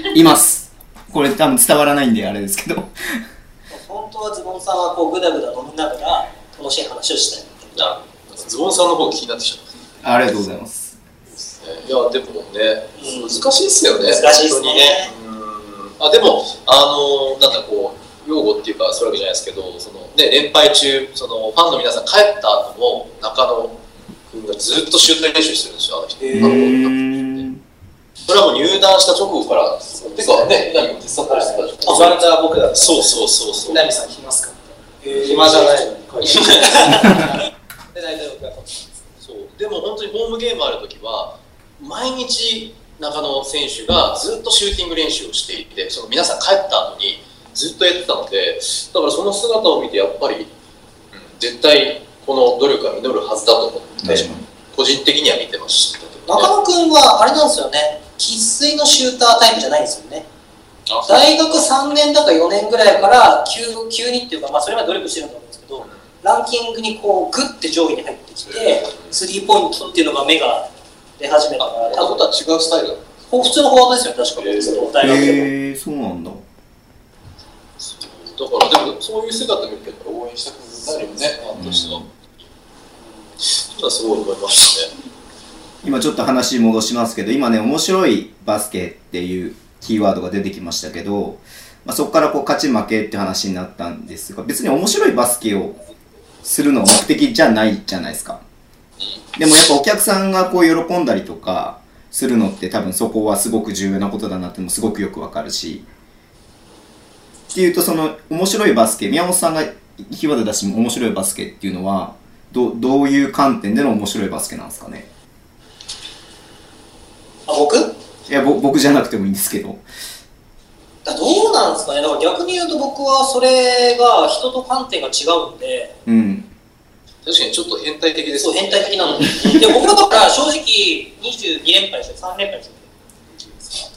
います。これ多分伝わらないんであれですけど。 本当はズボンさんはこうグダグダ飲みながら楽しい話をしたいみたいな。 ズボンさんの方気になってきちゃった。 ありがとうございます。 いやでもね、難しいですよね。 難しいですね。 でもなんかこう用語っていうかそういうわけじゃないですけど、そのね連敗中ファンの皆さん帰った後も中野君がずっとシュート練習してるんですよ、あの人。それはもう入団した直後から。てかね、稲見も手伝ったりしてたじゃん。 バンザー僕だった。 そう。 稲見さん来ますか？暇じゃないのに声で大体僕がそう。でも本当にホームゲームある時は毎日中野選手がずっとシューティング練習をしていて、その皆さん帰った後にずっとやってたので、だからその姿を見てやっぱり、絶対この努力が実るはずだと思って、個人的には見てましたけど、ね。 中野君はあれなんですよね、生粋のシュータータイプじゃないんですよね。大学3年だか4年ぐらいから急にっていうか、まあ、それまで努力してると思うんですけど、ランキングにこうグッて上位に入ってきて、スリーポイントっていうのが目が出始めたから、 多分とは違うスタイルだった。 普通のフォワードですよね、確か大学でも。 そうなんだ。 だからでもそういう姿見ると応援したくなるよね、ファンとしては。それはすごい思いましたね。 今ちょっと話戻しますけど、今ね、面白いバスケっていうキーワードが出てきましたけど、まあ、そこからこう勝ち負けって話になったんですが、別に面白いバスケをするのが目的じゃないじゃないですか。でもやっぱお客さんがこう喜んだりとかするのって多分そこはすごく重要なことだなってもすごくよくわかるし、っていうとその面白いバスケ、宮本さんがキーワード出し面白いバスケっていうのはどういう観点での面白いバスケなんですかね。 僕？ いや僕じゃなくてもいいんですけど。 どうなんですかね。だから逆に言うと僕はそれが人と観点が違うんで。 確かにちょっと変態的です。 そう、変態的なので。で僕はだから正直22連敗して3連敗してる。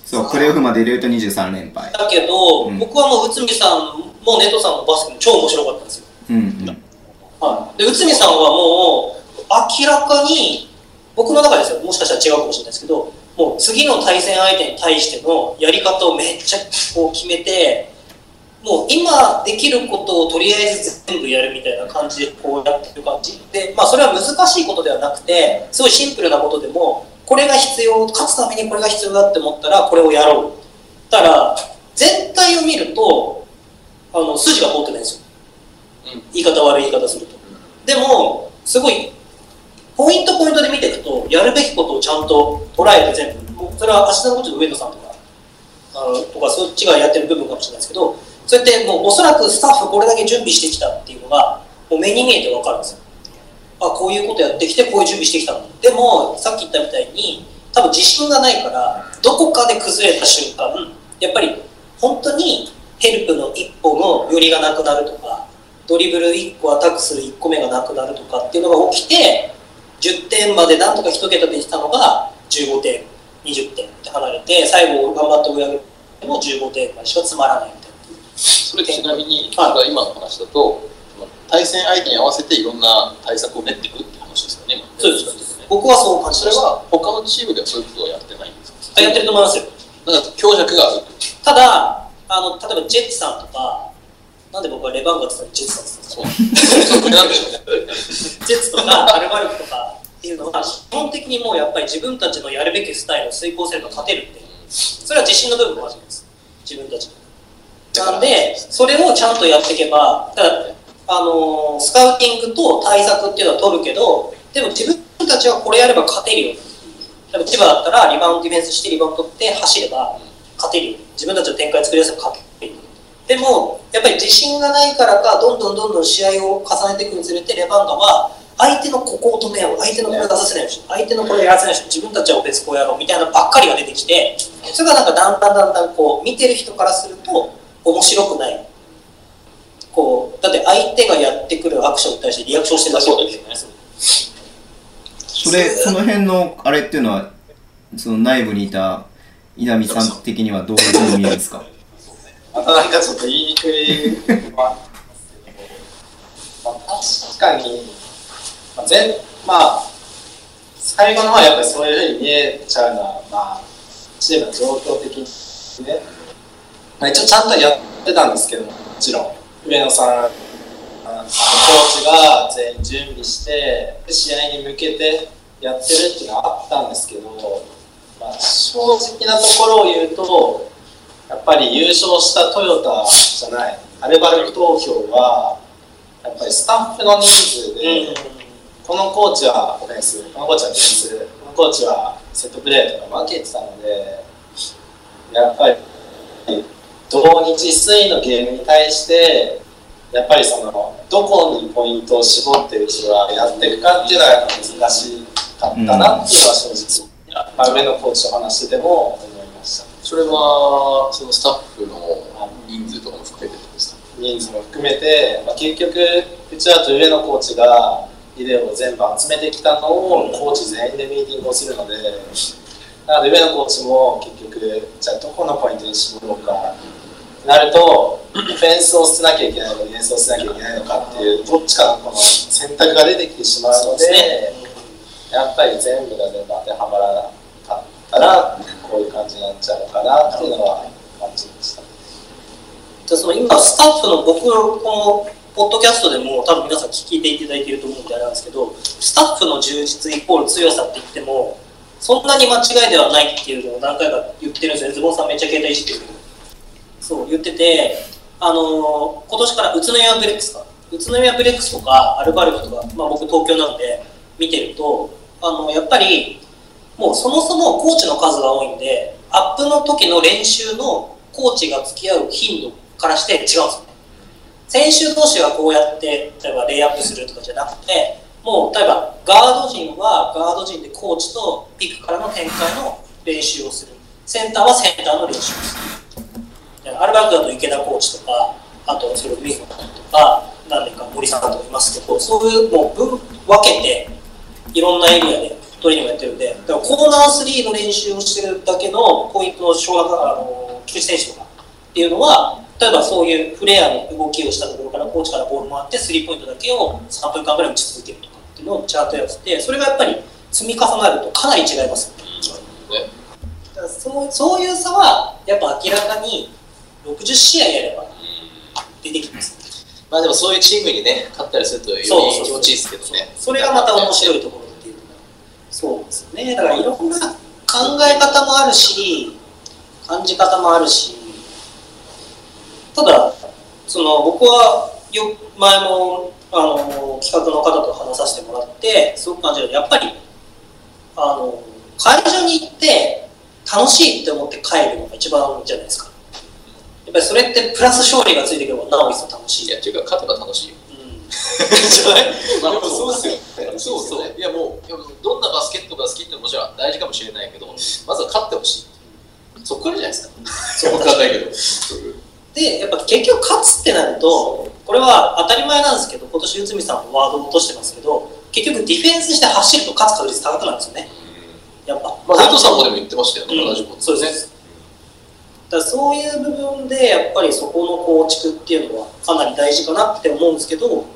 そう、プレーオフまで入れると23連敗。 だけど、僕はもう内海さんもネトさんのバスケも超面白かったんですよ。はい、で内海さんはもう明らかに僕の中ですよ、もしかしたら違うかもしれないですけど、もう次の対戦相手に対してのやり方をめっちゃこう決めて、もう今できることをとりあえず全部やるみたいな感じでこうやってる感じで、それは難しいことではなくて、すごいシンプルなことでも、これが必要、勝つためにこれが必要だって思ったらこれをやろう。だから全体を見ると筋が通ってないんですよ、言い方悪い言い方すると。でもすごいポイントで見ていくと、やるべきことをちゃんと捉えて全部、それは芦田のコーチの上野さんとかそっちがやってる部分かもしれないですけど、そうやってもうおそらくスタッフこれだけ準備してきたっていうのがもう目に見えて分かるんですよ。こういうことやってきてこういう準備してきたの。でもさっき言ったみたいに多分自信がないから、どこかで崩れた瞬間やっぱり本当にヘルプの一歩の寄りがなくなるとか、ドリブル1個アタックする1個目がなくなるとかっていうのが起きて、10点までなんとか1桁できたのが15点20点って離れて、最後頑張って追い上げても15点までしかつまらないみたいな。 それちなみに今の話だと、対戦相手に合わせていろんな対策を練っていくって話ですよね。 そうです。僕はそう感じました。 それは他のチームではそういうことはやってないんですか？ やってると思いますよ。 なんか強弱がある。 ただ例えばジェッツさんとか、なんで僕はレバンガって言ったらジェッツさんですか？そうなんでしょうね。ジェッツとかアルバルクとかっていうのは基本的にもうやっぱり自分たちのやるべきスタイルを遂行すれば勝てるんで、それは自信の部分もあるんです。自分たちの。なんでそれをちゃんとやっていけば、だからスカウティングと対策っていうのは取るけど、でも自分たちはこれやれば勝てるよ。例えば千葉だったらリバウンドディフェンスしてリバウンド取って走れば勝てるよ。自分たちの展開作り出せば勝てるよ。でもやっぱり自信がないからか、どんどん試合を重ねていくにつれて、レバンガは相手のここを止めよう、相手のこれ出させないようにしよう、相手のこれやらせないようにしよう、自分たちはオフェンスこうやろうみたいなのばっかりが出てきて、それがなんかだんだんこう見てる人からすると面白くない。こうだって相手がやってくるアクションに対してリアクションしてるだけですよね。 その辺のあれっていうのは、その内部にいた稲見さん的にはどういうふうに見えるんですか？ なんかちょっと言いにくい確かに、最後の方はやっぱりそういうふうに見えちゃうのは、チームの状況的にね、一応ちゃんとやってたんですけどもちろん上野さんコーチが全員準備して試合に向けてやってるっていうのはあったんですけど、正直なところを言うと、やっぱり優勝したトヨタじゃないアルバルク東京はやっぱりスタッフの人数で、このコーチはオフェンス、このコーチはディフェンス、このコーチはセットプレーとか分けてたので、やっぱり同日水のゲームに対してやっぱりどこにポイントを絞ってうちはやってるかっていうのは難しかったなっていうのは正直、上のコーチと話してても思いました。 それはそのスタッフの人数とかも含めてですか？ 人数も含めて、結局うちは上野コーチがビデオを全部集めてきたのをコーチ全員でミーティングをするので、なので上野コーチも結局じゃあどこのポイントに絞ろうかなると、ディフェンスをしなきゃいけないのかディフェンスをしなきゃいけないのかっていうどっちかのこの選択が出てきてしまうので、やっぱり全部が全部当てはまらなかったらこういう感じになっちゃうのかなっていうのは感じました。 じゃあ今スタッフの僕のこのポッドキャストでも多分皆さん聞いていただいていると思うんであれなんですけど、スタッフの充実イコール強さって言ってもそんなに間違いではないっていうのを何回か言ってるんですよね。ズボンさんめっちゃ携帯いじってるけど、そう言ってて、今年から宇都宮ブレックスとかアルバルクとか、僕東京なんで見てると、やっぱりもうそもそもコーチの数が多いんで、アップの時の練習のコーチが付き合う頻度からして違うんですよね。選手同士がこうやって例えばレイアップするとかじゃなくて、もう例えばガード陣はガード陣でコーチとピックからの展開の練習をする、センターはセンターの練習をする。アルバルクだと池田コーチとか、あとそれを水野さんとか何年か森さんとかいますけど、そういうもう分けていろんなエリアでトレーニングやってるんで、だからコーナー3の練習をしてるだけのポイントの菊池選手とかっていうのは、例えばそういうフレアの動きをしたところからコーチからボール回ってスリーポイントだけを3分間ぐらい打ち続けるとかっていうのをチャートやってて、それがやっぱり積み重なるとかなり違いますよね。だからそういう差はやっぱ明らかに60試合やれば出てきます。 まあでもそういうチームにね勝ったりするとより気持ちいいですけどね。 それがまた面白いところっていうのがそうですよね。だからいろんな考え方もあるし感じ方もあるし、ただ僕は前も企画の方と話させてもらってすごく感じるのは、やっぱり会場に行って楽しいって思って帰るのが一番じゃないですか。やっぱりそれってプラス勝利がついてくればなお一層楽しい。 いやっていうか勝てば楽しいよ。 じゃない。 まあでもそうですよね。そうそう。いやもうどんなバスケットが好きってもちろん大事かもしれないけど、まずは勝ってほしい。そこからじゃないですか。そうわかんないけど。 でやっぱ結局勝つってなると、これは当たり前なんですけど、今年内海さんもワードを落としてますけど、結局ディフェンスして走ると勝つ確率高くなるんですよね。やっぱ。 まあ、ネトさんもでも言ってましたよね、同じこと。 そうです。だからそういう部分でやっぱりそこの構築っていうのはかなり大事かなって思うんですけど、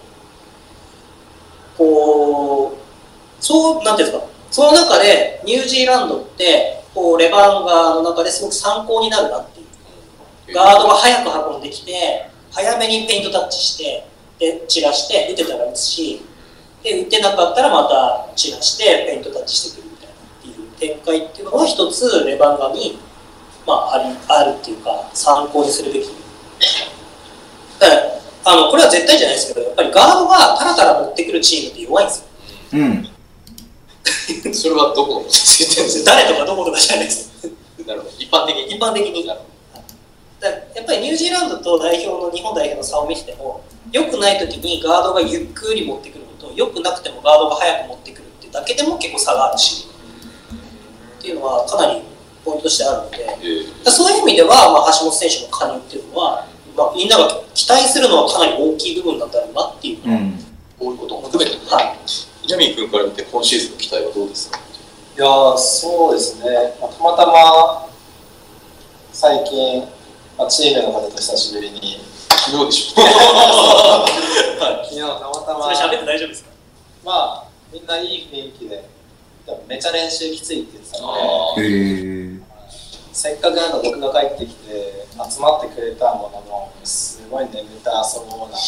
そうなんていうんですか、その中でニュージーランドってレバンガの中ですごく参考になるなっていう。ガードが早く運んできて早めにペイントタッチしてで散らして打てたら打つし、で打てなかったらまた散らしてペイントタッチしてくるみたいなっていう展開っていうのは一つレバンガにあるっていうか参考にするべき。だからこれは絶対じゃないですけど、やっぱりガードがタラタラ持ってくるチームって弱いんですよ。 それはどこの誰とかどことかじゃないです。 なるほど。一般的に。 やっぱりニュージーランドと日本代表の差を見てても、良くない時にガードがゆっくり持ってくるのと、良くなくてもガードが早く持ってくるっていうだけでも結構差があるしっていうのはかなりポイントとしてあるので、そういう意味では、橋本選手の加入っていうのは、みんなが期待するのはかなり大きい部分なんだろうなっていうのは、 こういうことも含めて、ジャミー君から見て今シーズンの期待はどうですか？ いやそうですね、たまたま最近、チームの方と久しぶりに昨日でしょ昨日たまたまそれ喋って大丈夫ですか？ みんないい雰囲気でめっちゃ練習きついって言ってたので、せっかく僕が帰ってきて集まってくれたもののすごい眠た遊ぼうな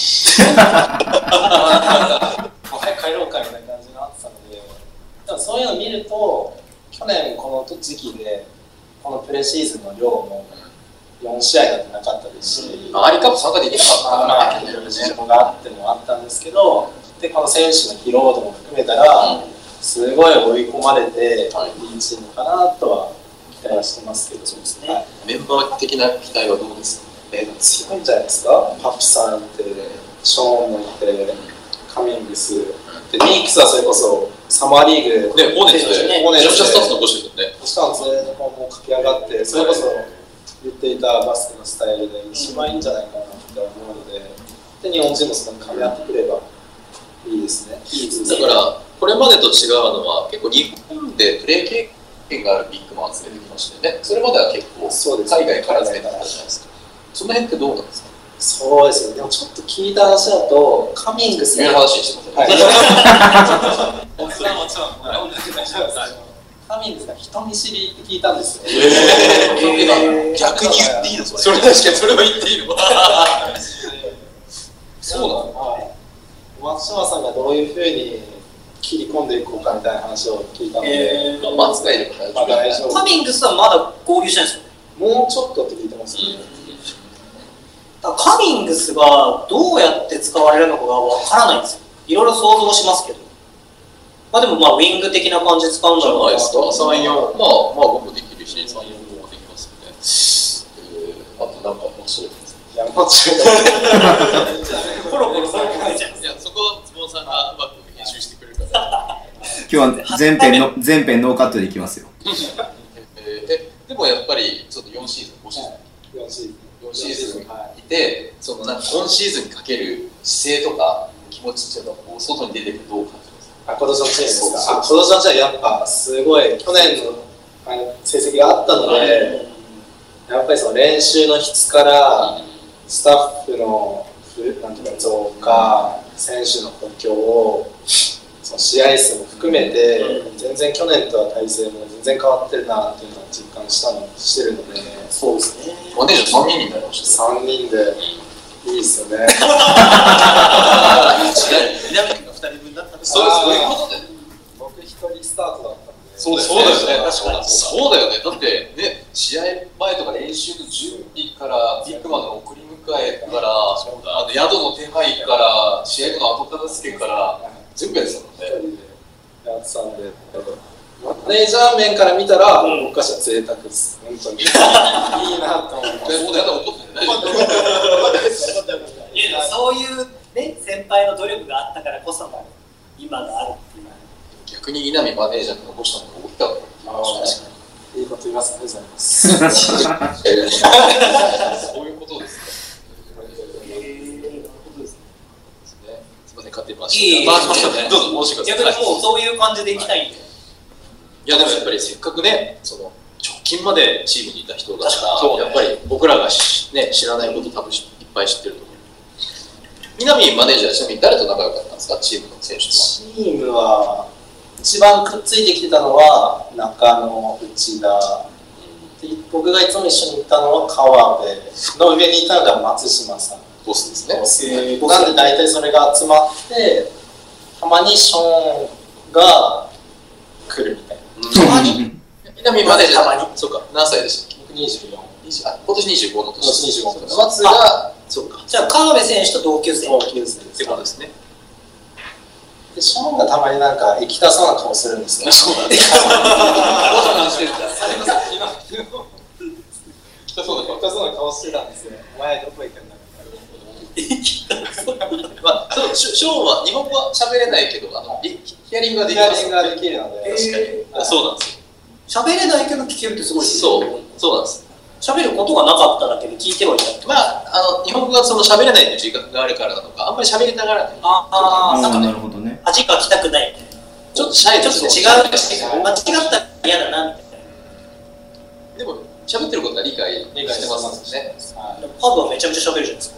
早く帰ろうかみたいな感じになってたので、多分そういうのを見ると去年この時期でこのプレシーズンの量も4試合だってなかったですし、 アリカップ参加できなかったからいろいろ事情があってもあったんですけど、でこの選手の疲労度も含めたら、すごい追い込まれていいチームかなとは期待はしてますけど、そうですね。 メンバー的な期待はどうですか？ 強いんじゃないですか。パプさんいて、ショーンもいて、カミングスで、ミークスはそれこそサマーリーグで、オネットでめちゃくちゃスタッツ残してるよね。 しかもそれの方も駆け上がって、それこそ言っていたバスケのスタイルで一番いいんじゃないかなって思うので、日本人もその噛み合ってくればいいですね。 だからこれまでと違うのは結構日本でプレー経験があるビッグマンを集めてきましたよね。それまでは結構海外から集めてきたじゃないですか。その辺ってどうなんですか？ そうですよ。でもちょっと聞いた話だとカミングスの話にしてますね。もちろんカミングスが人見知りって聞いたんですよ。 逆に言っていいの？それ確かにそれは言っていいの？そうなの？ 松島さんがどういうふうに切り込んでいこうかみたいな話を聞いたので、 松がいれば大丈夫。 カミングスはまだ合流してないんですよ。 もうちょっとって聞いてますね。 カミングスがどうやって使われるのかがわからないんですよ。いろいろ想像しますけど。でもウィング的な感じで使うんだろうな。 じゃないですか。3-4、僕もできるし、3-4もできますよね。あとなんか面白いです。 いや、もちろん。 コロコロそういう感じじゃん。 いや、そこはズボンさんがうまく編集してくれるから。 今日は全編ノーカットでいきますよ。 でもやっぱりちょっと4シーズン、5シーズンいて、そのなんか今シーズンにかける姿勢とか気持ちっていうのはこう外に出てくるとどう感じますか？ 今年のチームですか。今年のチームやっぱすごい去年の成績があったので、やっぱりその練習の質からスタッフのなんていうか増加、選手の補強をその試合数も含めて、全然去年とは体制も全然変わってるなっていうのを実感してるので。 そうですね。 マネージャー3人になりました。 3人でいいですよね。 南君が2人分だったんです。 そういうことで。僕1人スタートだったんで。 そうだよね。そうだよね。だってね、試合前とか練習の準備からビッグマンの送り迎えから、あと宿の手配から試合の後片付けから全部やってたもんね。 やってたんで。マネージャー面から見たら、僕は贅沢です。本当に。いいなと思って。 そういうね、先輩の努力があったからこその今があるっていう。 逆に稲見マネージャーが残したのが大きかった。 いいこと言います。ありがとうございます。 そういうことですね。すみません、勝手に回しましたね。どうぞ、申し訳ない。 逆にもうそういう感じでいきたいんで。 いやでもやっぱりせっかくね、その直近までチームにいた人だから、やっぱり僕らがね、知らないこと多分いっぱい知ってると思う。南マネージャー、ちなみに誰と仲良かったんですか、チームの選手とは。 チームは一番くっついてきてたのは中野、内田、僕がいつも一緒にいたのは川辺の上にいたのが松島さん。 ボスですね。 なんで大体それが集まって、たまにショーンが来るみたいな。 たまに南マネージャー、 たまに。 そうか、何歳でしたっけ？ 僕24。 今年25の年。 今年25。 松が、そうか。 じゃあ川辺選手と同級生。 同級生ってことですね。 で、ショーンがたまになんか行きたそうな顔するんですよ。 そうなんです。行きたそうな顔してたんですよ。お前どこ行くんだまあ、ショーンは日本語は喋れないけど、ヒアリングができます。 ヒアリングができるので。 確かに。そうなんですよ。 喋れないけど聞けるってすごい。 そうなんです。 喋ることがなかっただけで聞いてはいた。 まあ、日本語がその喋れないという自覚があるからなのか、あんまり喋りたがらない。 なんかなるほどね。 恥かきたくないみたいな。 ちょっとシャイちょっと違うですけど、間違ったら嫌だなみたいな。 でも、喋ってることは理解してますね。 パブはめちゃめちゃ喋るじゃないですか。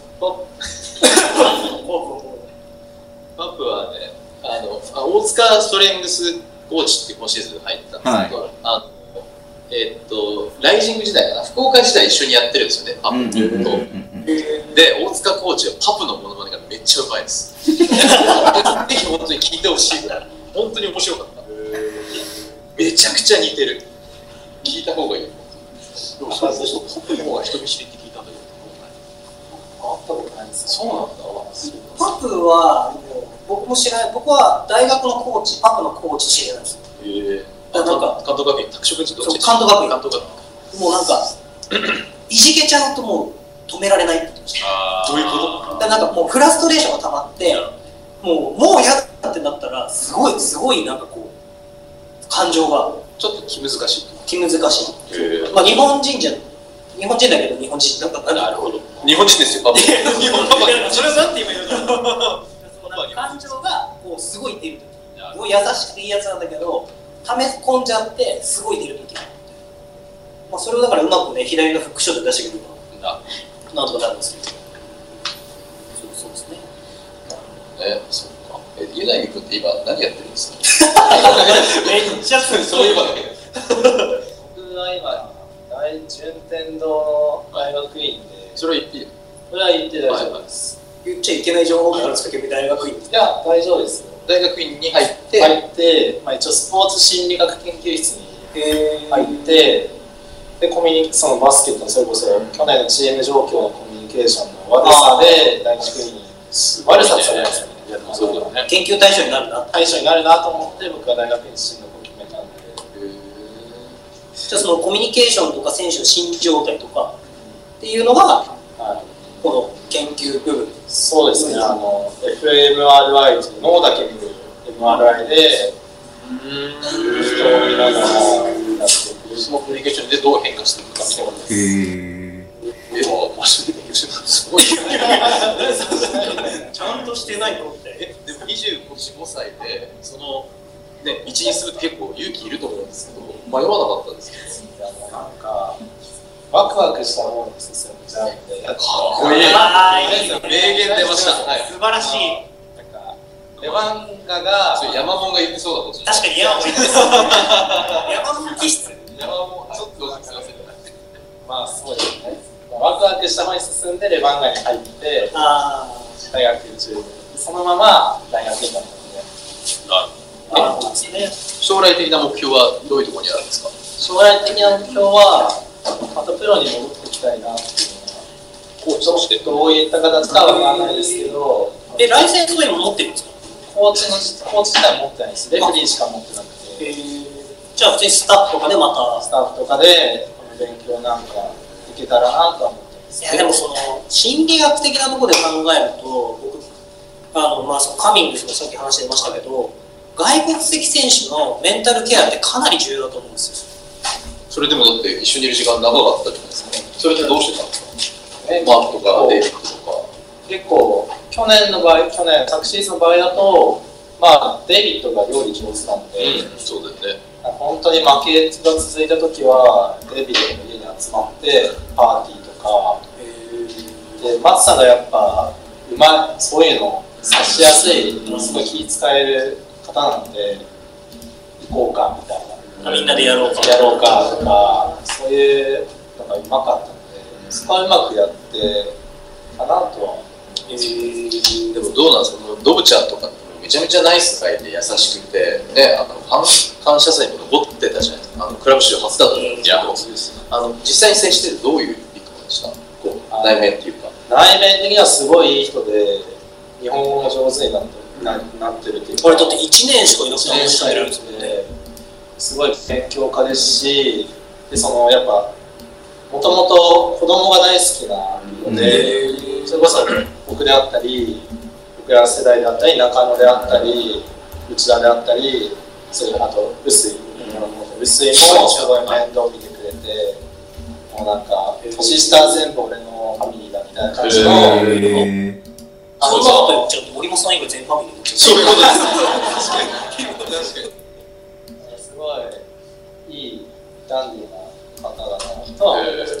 パブはね、大塚ストレングスコーチって今シーズン入ったんですけど、ライジング時代かな、福岡時代一緒にやってるんですよね、パプと。で、大塚コーチはパプのモノマネがめっちゃうまいです。ぜひ本当に聞いてほしいぐらい、本当に面白かった。めちゃくちゃ似てる。聞いた方がいい。でも、パプの方が人見知りって聞いたんだけど、 会ったことないです。 そうなんだ。 パプは、僕も知らない、僕は大学のコーチ、パプのコーチ知らないです。なんか関東学院、拓殖地どっち？ 関東学院。 関東学院。もうなんか、いじけちゃうともう止められないって言ってました。 どういうこと？ なんかもうフラストレーションが溜まって、もう嫌だってなったら、すごいなんかこう、感情が。 ちょっと気難しい。 気難しい。まあ日本人だけど日本人だったから。 なるほど。日本人ですよ、パパ。日本パパ。 それはなんて言えばいいのか。感情がこうすごい出るとき。すごい優しくていいやつなんだけど、溜め込んじゃってすごい出るとき。まあそれをだからうまくね、左のフックショット出してくれるとなんとかなるんですけど。そうですね。 そっか。ユナイ君って今何やってるんですか？ めっちゃそういえばだけど。 僕は今、順天堂大学院で。 それは言っていい？ それは言って大丈夫です。 言っちゃいけない情報からですか、大学院。 いや、大丈夫ですよ。 大学院に入って、 まあ、一応スポーツ心理学研究室に入って、でそのバスケットのそれこそ去年のチーム状況のコミュニケーションの悪さで大学院に悪さされますよね。 そうだね。 研究対象になるなと思って僕は大学院進学を決めたんで。 じゃあそのコミュニケーションとか選手の心理状態とかっていうのが、この研究部分。 そうですね。fMRI という脳だけ見る MRI で人を見ながらやっていく。 そのコミュニケーションでどう変化していくかみたいな。マジで勉強してたんですごい。 ちゃんとしてないのって。 でも25 25歳でそのね一任するって結構勇気いると思うんですけど、迷わなかったんですけど。 いやもうなんかワクワクした方に進んじゃうんで。かっこいい。名言出ました。 素晴らしい。 なんかレバンガが山門が言ってそうだこと。 確かに山門言ってそう。山門気質。 山門ちょっとすみません。 まあそうですね。ワクワクした方に進んでレバンガに入って、大学中そのまま大学に行ったので。 将来的な目標はどういうところにあるんですか？ 将来的な目標はまたプロに戻っていきたいなっていうのは、コーチとしてどういった形かはわからないですけど。 ライセンスは今持ってるんですか？ コーチ自体持ってないです。レフェリーしか持ってなくて。 じゃあ普通にスタッフとかでまたスタッフとかで勉強なんかいけたらなとは思ってます。 いやでもその心理学的なところで考えると、僕そのカミングスもさっき話してましたけど、外国籍選手のメンタルケアってかなり重要だと思うんですよ。 それでもだって一緒にいる時間長かったじゃないですか。それってどうしてたんですか？マークとかデイビッドとか。 結構昨シーズンの場合だと、デイビッドが料理上手なんで、 そうだよね。 本当に負けが続いた時はデイビッドの家に集まってパーティーとかで、松さんがやっぱそういうの察しやすい、すごい気遣える方なんで、行こうかみたいな、 みんなでやろうかとか、そういうのがうまかったので、そこはうまくやってかなとは。 でもどうなんですか？ドブちゃんとかめちゃめちゃナイスガイで優しくて、ね、感謝祭にも残ってたじゃないですか。クラブ史上初だと思うんですけど、実際に接しててどういうビッグマンでした？内面っていうか。内面的にはすごいいい人で、日本語も上手になってるっていうか。 これだって1年しかいなくて話してるんですよね。 すごい勉強家ですし、でやっぱもともと子供が大好きなので、それこそ僕であったり、僕ら世代であったり、中野であったり、内田であったり、あと臼井もすごい面倒見てくれて、もうなんか年下全部俺のファミリーだみたいな感じの。 そんなこと言っちゃうと森本さん以外全ファミリーになっちゃう。 そういうことです。確かに。すごいいいダンディーな方だなとは思って。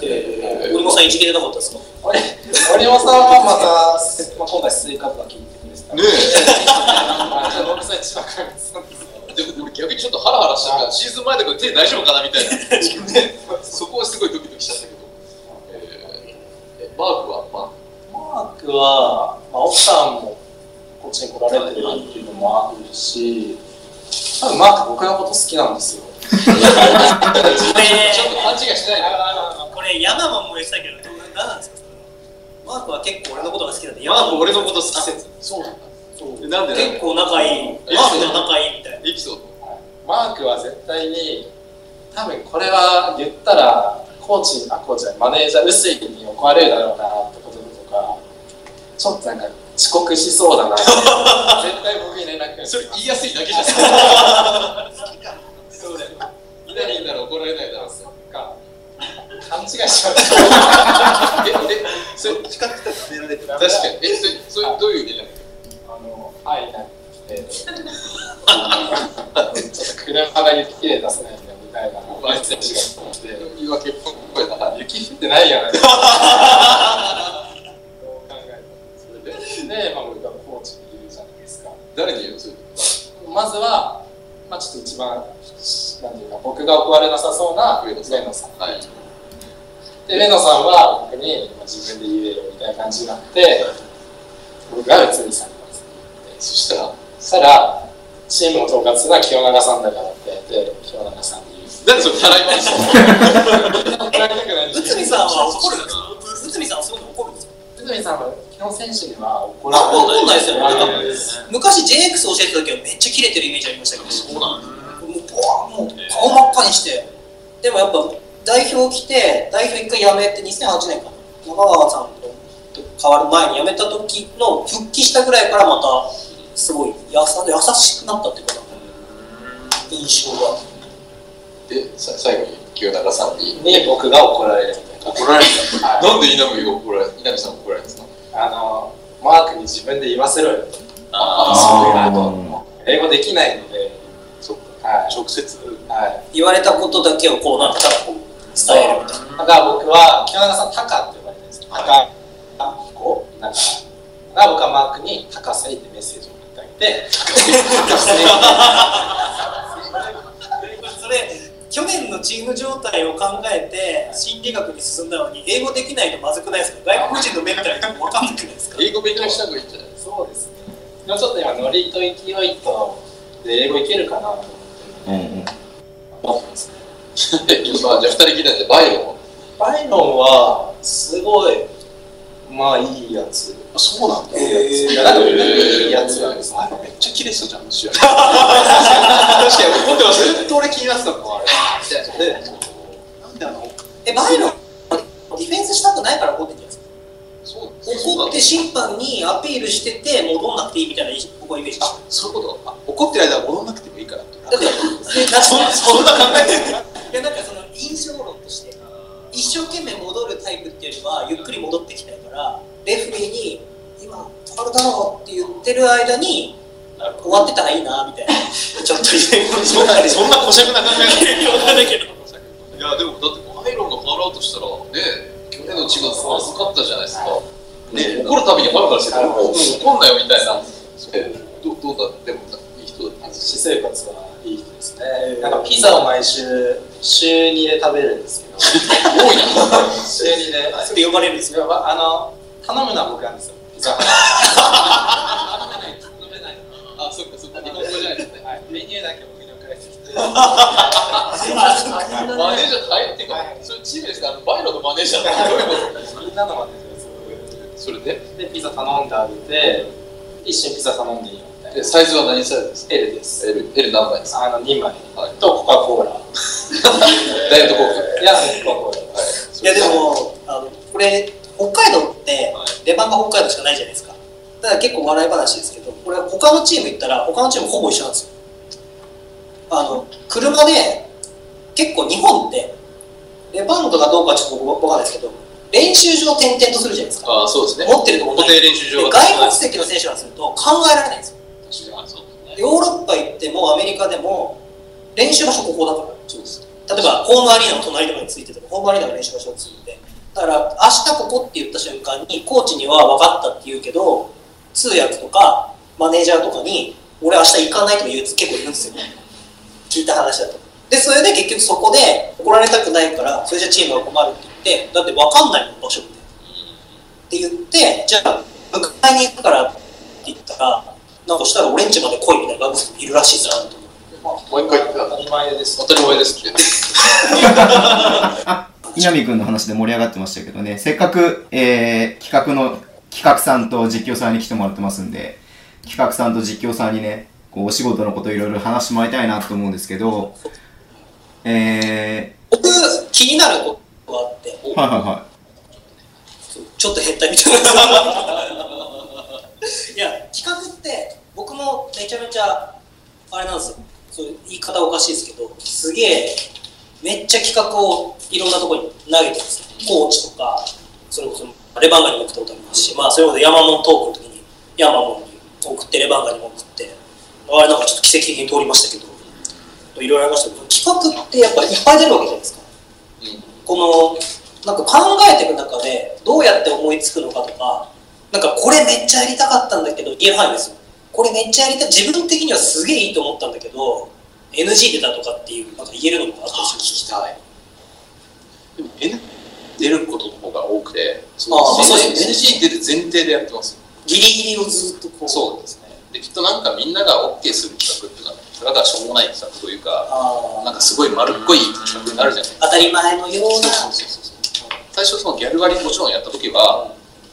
森本さん一撃でなかったですか？ 森本さんはまた、今回スイカとか聞いてくれてた。ねえ。森本さん一番感じたんですよ。 でも俺逆にちょっとハラハラしたから、シーズン前だから手大丈夫かなみたいな。そこはすごいドキドキしちゃったけど。マークは奥さんもこっちに来られてるっていうのもあるし、多分マーク僕のこと好きなんですよ。ちょっと勘違いしないな。 これ山も言ってたけど、何なんですか？マークは結構俺のことが好きなんで。 マーク俺のこと好き説。 そうなんだ。 なんで結構仲いい。マークと仲いいみたいな。 エピソード。 マークは絶対に多分これは言ったらコーチマネージャー臼井に怒られるだろうなってこととか、ちょっとなんか遅刻しそうだな。絶対僕に連絡。 それ言いやすいだけじゃないですか。そうだよ。いないんなら怒られないだろう。 勘違いしちゃう。 それ近くて出られてる。確かに。それどういう意味なの？ はいなってちょっと車が雪で出せないみたいなメッセージが来て、 言い訳っぽいな。 雪降ってないよね。どう考えたらそれで僕がコーチにいるじゃないですか。 誰に言うの？ まずはちょっと一番なんていうか僕が怒られなさそうな上野さん。で上野さんは僕に自分で言えよみたいな感じになって、僕が内海さんにそしたらチームを統括するのは清永さんだからって言って清永さんに言う。 なんでそれたらい回し内海さんは怒るんですか？内海さんはそういうの怒るんですか？ 内海さんは基本選手には怒らないですよね。昔 JX 教えてた時はめっちゃキレてるイメージありましたけど、そうなんだ。もう顔真っ赤にして、でもやっぱ代表来て代表一回辞めて2008年かな、中川さんと変わる前に辞めた時の復帰したぐらいからまたすごい優しくなったってことだった印象が。 で最後に清永さんに僕が怒られるみたいな。 怒られた。なんで稲見さん怒られるんですか？ マークに自分で言わせろよと。 英語できないので、 直接言われたことだけをこうなんか伝えるみたいな。 だから僕は清永さんタカって呼ばれてるんですよ。タカこうなんか僕はマークにタカセイってメッセージを送ってあげて、 それ去年のチーム状態を考えて心理学に進んだのに英語できないとまずくないですか？外国人のメンタルとか分かんなくないですか？ 英語勉強した方がいいんじゃないですか？ そうですね。でもちょっと今ノリと勢いとで英語いけるかなと思ってますね。 今じゃあ2人聞いたんでバイロンはすごいまあいいやつ。 そうなんだ。 いいやつなんです。 めっちゃ綺麗そうじゃん、試合。確かに怒ってます。ずっと俺気になってたのあれ。なんでバイロンディフェンスしたくないから怒ってんじゃないですか？ そう怒って審判にアピールしてて戻んなくていいみたいな僕はイメージ。 そういうこと。怒ってる間は戻んなくてもいいからって。 だってそんな考えてる。いやなんかその印象論として一生懸命戻るタイプっていうよりはゆっくり戻ってきたいからレフェリーに今ファウルだろって言ってる間に終わってたらいいなみたいなちょっとそんな小尺な考え分かんないけど。 いやでもだってバイロンがファウルアウトしたらね、去年のチームはまずかったじゃないですか。ね、怒るたびにファウルからして怒んなよみたいな。どうだでもいい人だ。 私生活はいい人ですね。なんかピザを毎週週2で食べるんですけど多いな。 週2でそれ呼ばれるんですよ。 頼むのは僕なんですよ。ピザ頼めない。 あ、そっかそっか。日本語じゃないですね。 メニューだけ僕に送られてきてマネージャー入ってか、それチームですか？バイロンのマネージャーってどういうこと？ みんなのマネージャーです。 それでピザ頼んであげて、一緒にピザ頼んでいいよみたいな。 サイズは何サイズですか？ L です。 L 何枚ですか？ 2枚とコカ・コーラ。 ダイエットコーク。 いや、コカ・コーラ。 いやでもこれ北海道って出番が北海道しかないじゃないですか。だから結構笑い話ですけど、これ他のチーム行ったら他のチームほぼ一緒なんですよ。車で結構日本ってレバンガかどうかはちょっと僕分かんないですけど練習場転々とするじゃないですか。 あ、そうですね。 持ってるところ固定練習場が外国籍の選手からすると考えられないんですよ。ヨーロッパ行ってもアメリカでも練習場所ここだから。そうです。例えばホームアリーナの隣とかについててもホームアリーナの練習場所についてだから明日ここって言った瞬間にコーチには分かったって言うけど通訳とかマネージャーとかに俺明日行かないとか言うやつ結構いるんですよ。聞いた話だと。でそれで結局そこで怒られたくないからそれじゃチームが困るって言ってだって分かんないもん場所って言ってじゃあ迎えに行くからって言ったらなんかしたら俺ん家まで来いみたいな外国人いるらしいですよ。 もう一回言って当たり前です。 当たり前ですって稲見君の話で盛り上がってましたけどね、せっかく、企画さんと実況さんに来てもらってますんで、企画さんと実況さんにね、こうお仕事のこといろいろ話してもらいたいなと思うんですけど、 僕気になることがあって、 はいはいはい。 ちょっと減ったみたいな。いや企画って僕もめちゃめちゃあれなんですよ。そういう言い方おかしいですけど、すげえめっちゃ企画をいろんなところに投げてるんですよ。コーチとか、それこそレバンガにも送ったことありますし、まあそれこそヤマモントークの時にヤマモンに送ってレバンガにも送って、あれなんかちょっと奇跡的に通りましたけど、いろいろありましたけど、企画ってやっぱりいっぱい出るわけじゃないですか。このなんか考えていく中でどうやって思いつくのかとか、なんかこれめっちゃやりたかったんだけど言える範囲ですよ。これめっちゃやりたい、自分的にはすげえいいと思ったんだけど NG 出たとかっていうなんか言えるのもあったりする。 聞きたい。でも N 出ることの方が多くて、 そうですね。 NG 出る前提でやってます。 ギリギリをずっとこう。 そうですね。できっとなんかみんなが OK する企画っていうのはただしょうもない企画というか、なんかすごい丸っこい企画になるじゃないですか。 当たり前のような。 最初そのギャル割りもちろんやった時は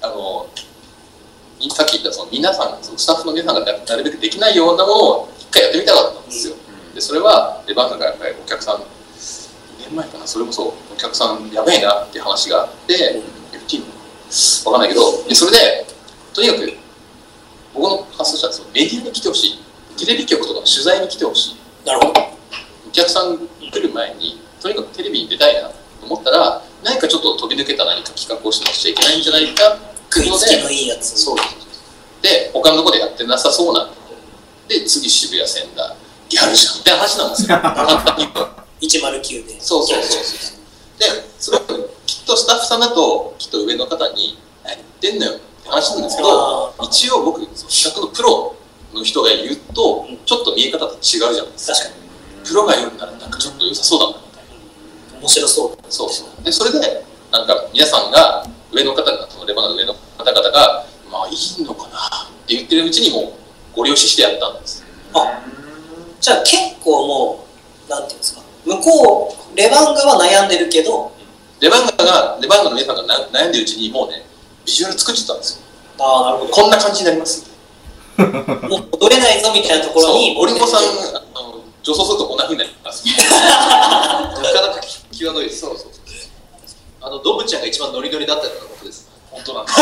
さっき言ったその皆さんそのスタッフの皆さんがなるべくできないようなものを一回やってみたかったんですよ。でそれはレバンガがやっぱりお客さん2年前かな、それこそお客さんやべえなっていう話があって FT わかんないけど、でそれでとにかく僕の発想したらメディアに来てほしい、テレビ局とかの取材に来てほしい。 なるほど。 お客さん来る前にとにかくテレビに出たいなと思ったら何かちょっと飛び抜けた何か企画をしなくちゃいけないんじゃないかっていうので、 食いつきのいいやつ。 そうで他のところでやってなさそうなで次渋谷仙台ギャルじゃんみたいな話なんですよ簡単に言うと 109でそうでそれきっとスタッフさんだときっと上の方に何言ってんのよって話なんですけど、一応僕企画のプロの人が言うとちょっと見え方と違うじゃないですか。確かにプロが言うんならなんかちょっと良さそうだなみたいな。 面白そう。 でそれでなんか皆さんが上の方がそのレバノンの上の方々がまあいいのかなって言ってるうちにもうご了承してやったんです。 じゃあ結構もうなんていうんですか、向こうレバンガは悩んでるけどレバンガの皆さんが悩んでるうちにもうねビジュアル作っちゃったんですよ。 なるほど。 こんな感じになります。 もう踊れないぞみたいなところにオリンゴさん女装するとこんな風になります。なかなか際どいです。そうドブちゃんが一番ノリノリだったようなことです。 本当なん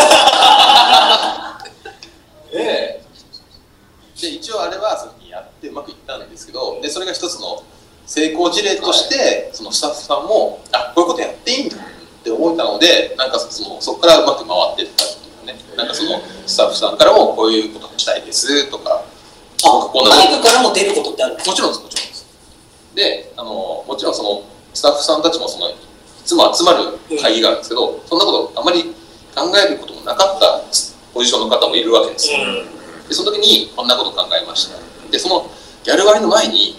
ですで一応あれはそのやってうまくいったんですけど、でそれが一つの成功事例として、そのスタッフさんもこういうことやっていいんだって思えたので、なんかそこからうまく回っていったっていうかね、なんかそのスタッフさんからもこういうことしたいですとか、 外部からも出ることってあるんですか？ もちろんです。でもちろんそのスタッフさんたちもいつも集まる会議があるんですけど、そんなことあまり考えることもなかったポジションの方もいるわけですよ。でその時にこんなこと考えました。でそのギャル割の前に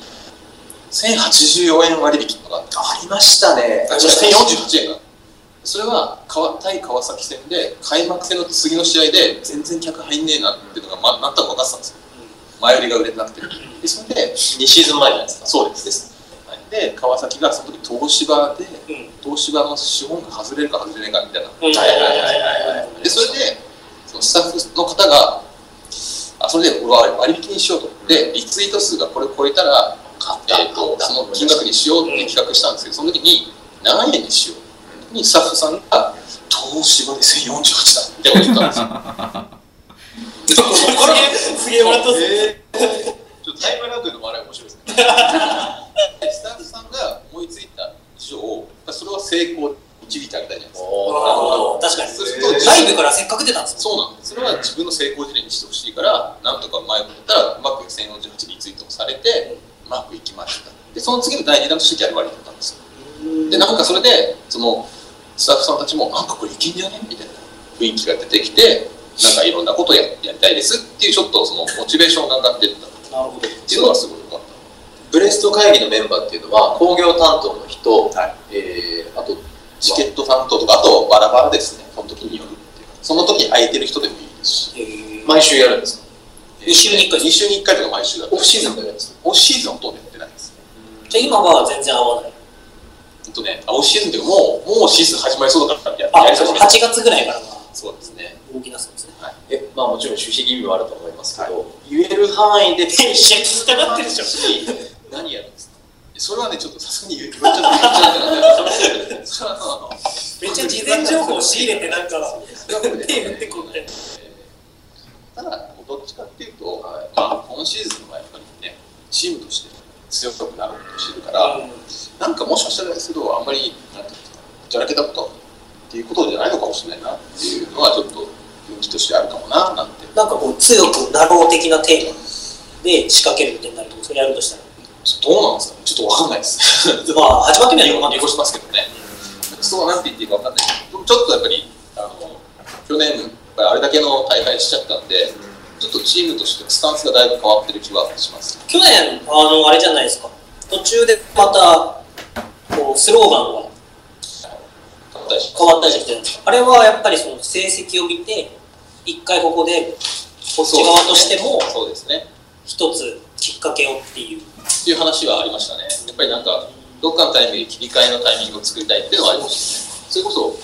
1084円割引がありましたね。 1048円が。それは対川崎戦で開幕戦の次の試合で全然客入んねえなっていうのがなんとなく分かってたんですよ。前売りが売れてなくて。でそれで 2シーズン前じゃないですか。 そうです。で川崎がその時東芝で、東芝の資本が外れるか外れないかみたいな。でそれでそのスタッフの方がそれで割引にしようと。でリツイート数がこれ超えたらその金額にしようって企画したんですけど、その時に何円にしようにスタッフさんが東芝で1048だって言ったんですよ。 すげえ笑ったっす。 ちょっとタイムラグの笑い面白いですね。 スタッフさんが思いついた以上、それは成功導いてあげたいじゃないですか。 確かに。そうすると外部からせっかく出たんですそうなんです。それは自分の成功事例にしてほしいから、なんとか前を向いたらうまく1048リツイートされてうまくいきました。でその次の第2弾としてギャル割りだったんですよ。でなんかそれでそのスタッフさんたちもなんかこれいけんじゃねみたいな雰囲気が出てきて、なんかいろんなことをやりたいですっていうちょっとそのモチベーションが上がっていったっていうのがすごい良かった。 ブレスト会議のメンバーっていうのは工業担当の人、あとチケット担当とか、あとバラバラですね。その時によるっていうか、その時に空いてる人でもいいですし、 毎週やるんですか ？2週に1回 2週に1回とか毎週だった。 オフシーズンでやるんですか？ オフシーズンはほとんどやってないです。 じゃあ今は全然合わない？ オフシーズンっていうかもうシーズン始まりそうだからやり始め 8月ぐらいからはそうですね。 動き出すんですね。 まあもちろん守秘義務はあると思いますけど、言える範囲でテンション聞きたがってるでしょ。 何やるんですか？それはねちょっとさすがに言っちゃった。それはめっちゃ事前情報を仕入れてなんか手打ってこって。 ただどっちかっていうと、今シーズンはやっぱりねチームとして強くなろうとしてるから、なんかもしかしたらですけどあんまりじゃらけたことっていうことじゃないのかもしれないなっていうのはちょっと雰囲気としてあるかもななんて。 なんかこう強くなろう的なテーマで仕掛けるみたいになると、それやるとしたらどうなんですかね。ちょっとわかんないです。 まあ始まってみないとわかんない。 しますけどね。そうなんて言っていいかわかんないけど、ちょっとやっぱり去年あれだけの大会しちゃったんで、ちょっとチームとしてスタンスがだいぶ変わってる気はします。 去年あれじゃないですか。途中でまたこうスローガンが変わったりしてるんですか。あれはやっぱりその成績を見て一回ここでこっち側としてもそうですね。 一つきっかけをっていう話はありましたね。やっぱりなんかどっかのタイミングで切り替えのタイミングを作りたいっていうのはありましたね。それこそ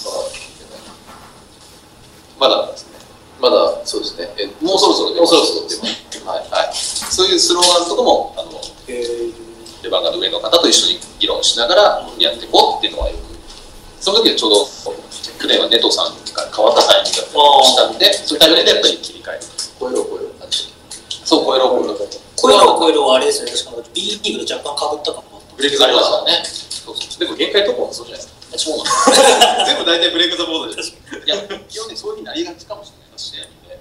まだですね。 まだそうですね。 もうそろそろで。そういうスローガンとかもレバンガの上の方と一緒に議論しながらやっていこうっていうのはよく。その時はちょうど去年はネトさんが変わったタイミングがしたんで、そういうタイミングでやっぱり切り替える。 超えろ。 そう超えろ。 超えろはあれですよね。確か B リーグと若干被ったかも。 ブレイクザボードね。でも限界突破もそうじゃないですか。そうなんです。全部大体ブレイクザボードじゃないですか。いや基本ねそういうふうになりがちかもしれない。試合で普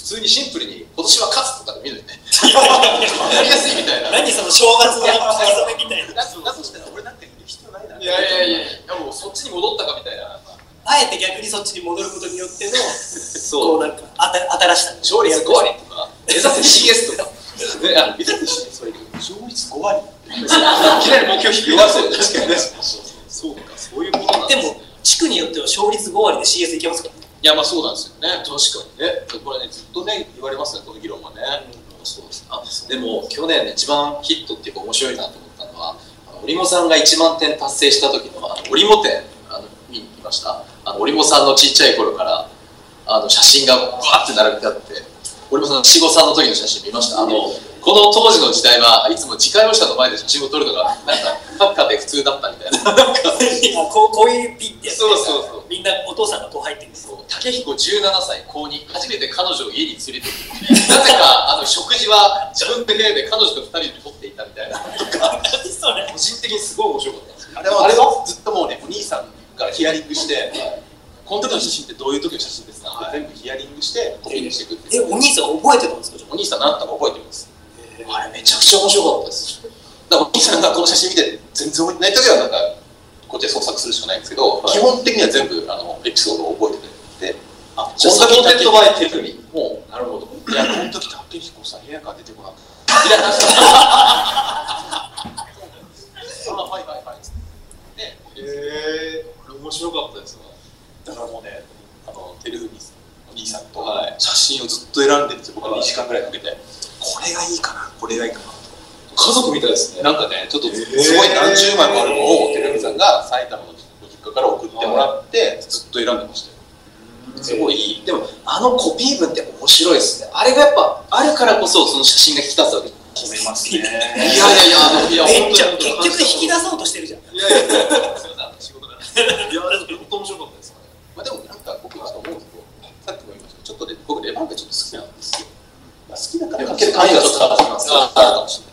通にシンプルに今年は勝つとかで見るよね。やりやすいみたいな。 何その正月の書き初めみたいな。 だとしたら俺なんか言う必要ないな。 いやもうそっちに戻ったかみたいな。 あえて逆にそっちに戻ることによってのそうなんか新しさ勝率5割とか目指せ CS とか目指せ CS それ勝率5割いきなり目標低いますよね。確かにね。そうか、そういうことなんでも地区によっては勝率5割で CS いけますか。 いや、まあそうなんですよね。確かにね。これね、ずっとね、言われますね、この議論はね。 そうです。でも、去年一番ヒットっていうか面白いなと思ったのは、織茂さんが1万点達成した時の織茂店見に行きました。織茂さんのちっちゃい頃から写真がバーって並べてあって、織茂さんの七五三の時の写真見ました。この当時の時代はいつも自家用車の前で写真を撮るのがなんかサッカーで普通だったみたいな。 こういうピッてやつ。 そうみんなお父さんがこう入ってるんです。 武彦17歳高2初めて彼女を家に連れて行ってなぜか食事は自分で部屋で彼女と2人で撮っていたみたいなとか個人的にすごい面白かったんですよ。 あれはずっともうね、お兄さんからヒアリングしてこの時の写真ってどういう時の写真ですかって全部ヒアリングしてコピーしていくっていう。 お兄さん覚えてたんですか。 お兄さんなんとか覚えてます。 あれめちゃくちゃ面白かったです。 だからお兄さんがこの写真見て全然覚えてない時はなんかこっちで創作するしかないんですけど、基本的には全部エピソードを覚えてくれて、 じゃあ先のテッドバイテクニックもなるほど。いや、この時武彦さん部屋から出てこなかった。いや、確かに。はいはいはい。ね、 これ面白かったですわ。 だからもうね、照文お兄さんと写真をずっと選んでるんですよ。僕は2時間ぐらいかけて、これがいいかな、これがいいかな。 家族みたいですね。 なんかね、ちょっとすごい何十枚もあるのを照文さんが埼玉のご実家から送ってもらってずっと選んでましたよ。 すごいいい。でもコピー文って面白いですね。あれがやっぱあるからこそその写真が引き立つわけ。 褒めますね。 いやめっちゃ結局引き出そうとしてるじゃん。 すみません、仕事が。いや本当面白かったです。 まあでもなんか僕は思うけど、さっきも言いましたけど、ちょっとね、僕レバンがちょっと好きなんですよ。好きだからかける感じがちょっとあるかもしれない。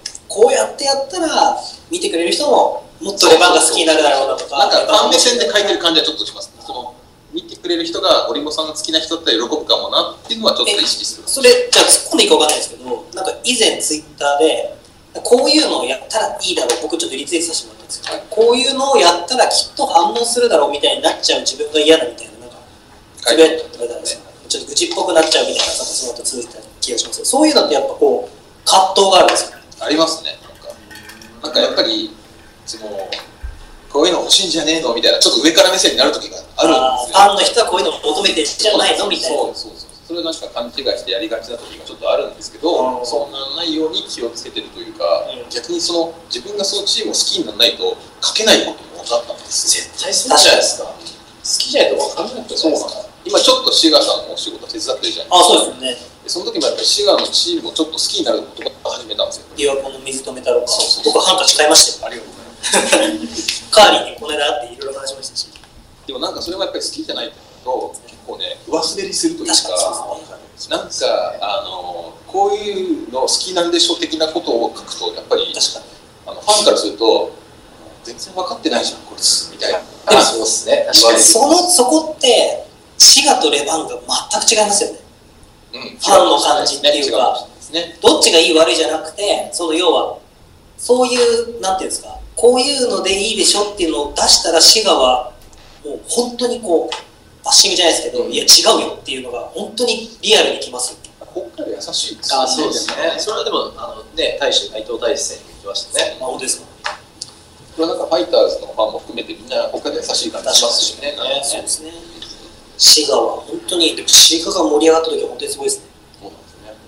こうやってやったら見てくれる人ももっとレバンが好きになるだろうなとか、 なんかファン目線で書いてる感じはちょっとしますね。見てくれる人が織茂さんが好きな人だったら喜ぶかもなっていうのはちょっと意識する。 それじゃあ突っ込んでいいか分かんないですけど、なんか以前ツイッターでこういうのをやったらいいだろう、僕ちょっとリツイートさせてもらったんですけど、こういうのをやったらきっと反応するだろうみたいになっちゃう自分が嫌だみたいな、なんかつぶやいてくれたんですよ。ちょっと愚痴っぽくなっちゃうみたいな、なんかその後続いた気がします。そういうのってやっぱこう葛藤があるんですよ。 ありますね。なんかやっぱりこういうの欲しいんじゃねえのみたいな、ちょっと上から目線になる時があるんですよ。 ファンの人はこういうのを求めてるんじゃないのみたいな。 それをなんか勘違いしてやりがちな時がちょっとあるんですけど、そうならないように気をつけてるというか、逆に自分がそのチームを好きにならないと書けないことも分かったんですよ。 絶対そうじゃないですか。好きじゃないと分かんないと。 そうなんです。今ちょっとシガさんのお仕事手伝ってるじゃないですか。 そうですよね。 その時もやっぱりシガのチームをちょっと好きになることが始めたんですよ。 琵琶湖の水止めたろうか。僕ハンカチ買いましたよ。 ありがとうございます。 カーリーにこれだっていろいろ話しましたし。 でもなんかそれはやっぱり好きじゃないと結構ね上滑りするというか、なんかこういうの好きなんでしょ的なことを書くとやっぱりファンからすると全然分かってないじゃんこいつみたいな。 でもそうですね。確かにそこってシガとレバンが全く違いますよね。ファンの感じっていうか、どっちがいい悪いじゃなくて、要はそういうなんていうんですか、こういうのでいいでしょっていうのを出したらシガはもう本当にこうバッシングじゃないですけど、いや違うよっていうのが本当にリアルにきますよ。 こっから優しいですね。 そうですね。それはでも大使内藤大使選に言ってましたね。 本当ですか。 これはなんかファイターズのファンも含めてみんなこっから優しい感じしますしね。 そうですね。シガは本当にシガが盛り上がった時は本当にすごいですね。 そうなん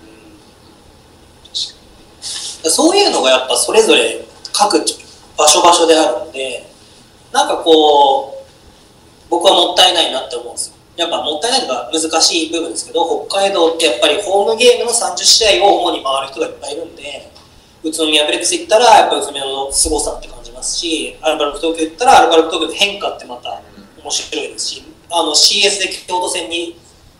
ですね。そういうのがやっぱそれぞれ各場所であるので、なんかこう僕はもったいないなって思うんですよ。やっぱもったいないのが難しい部分ですけど、北海道ってやっぱりホームゲームの30試合を主に回る人がいっぱいいるんで、宇都宮ブレックス行ったらやっぱり宇都宮の凄さって感じますし、アルバルク東京行ったらアルバルク東京の変化ってまた面白いですし、CS で京都戦に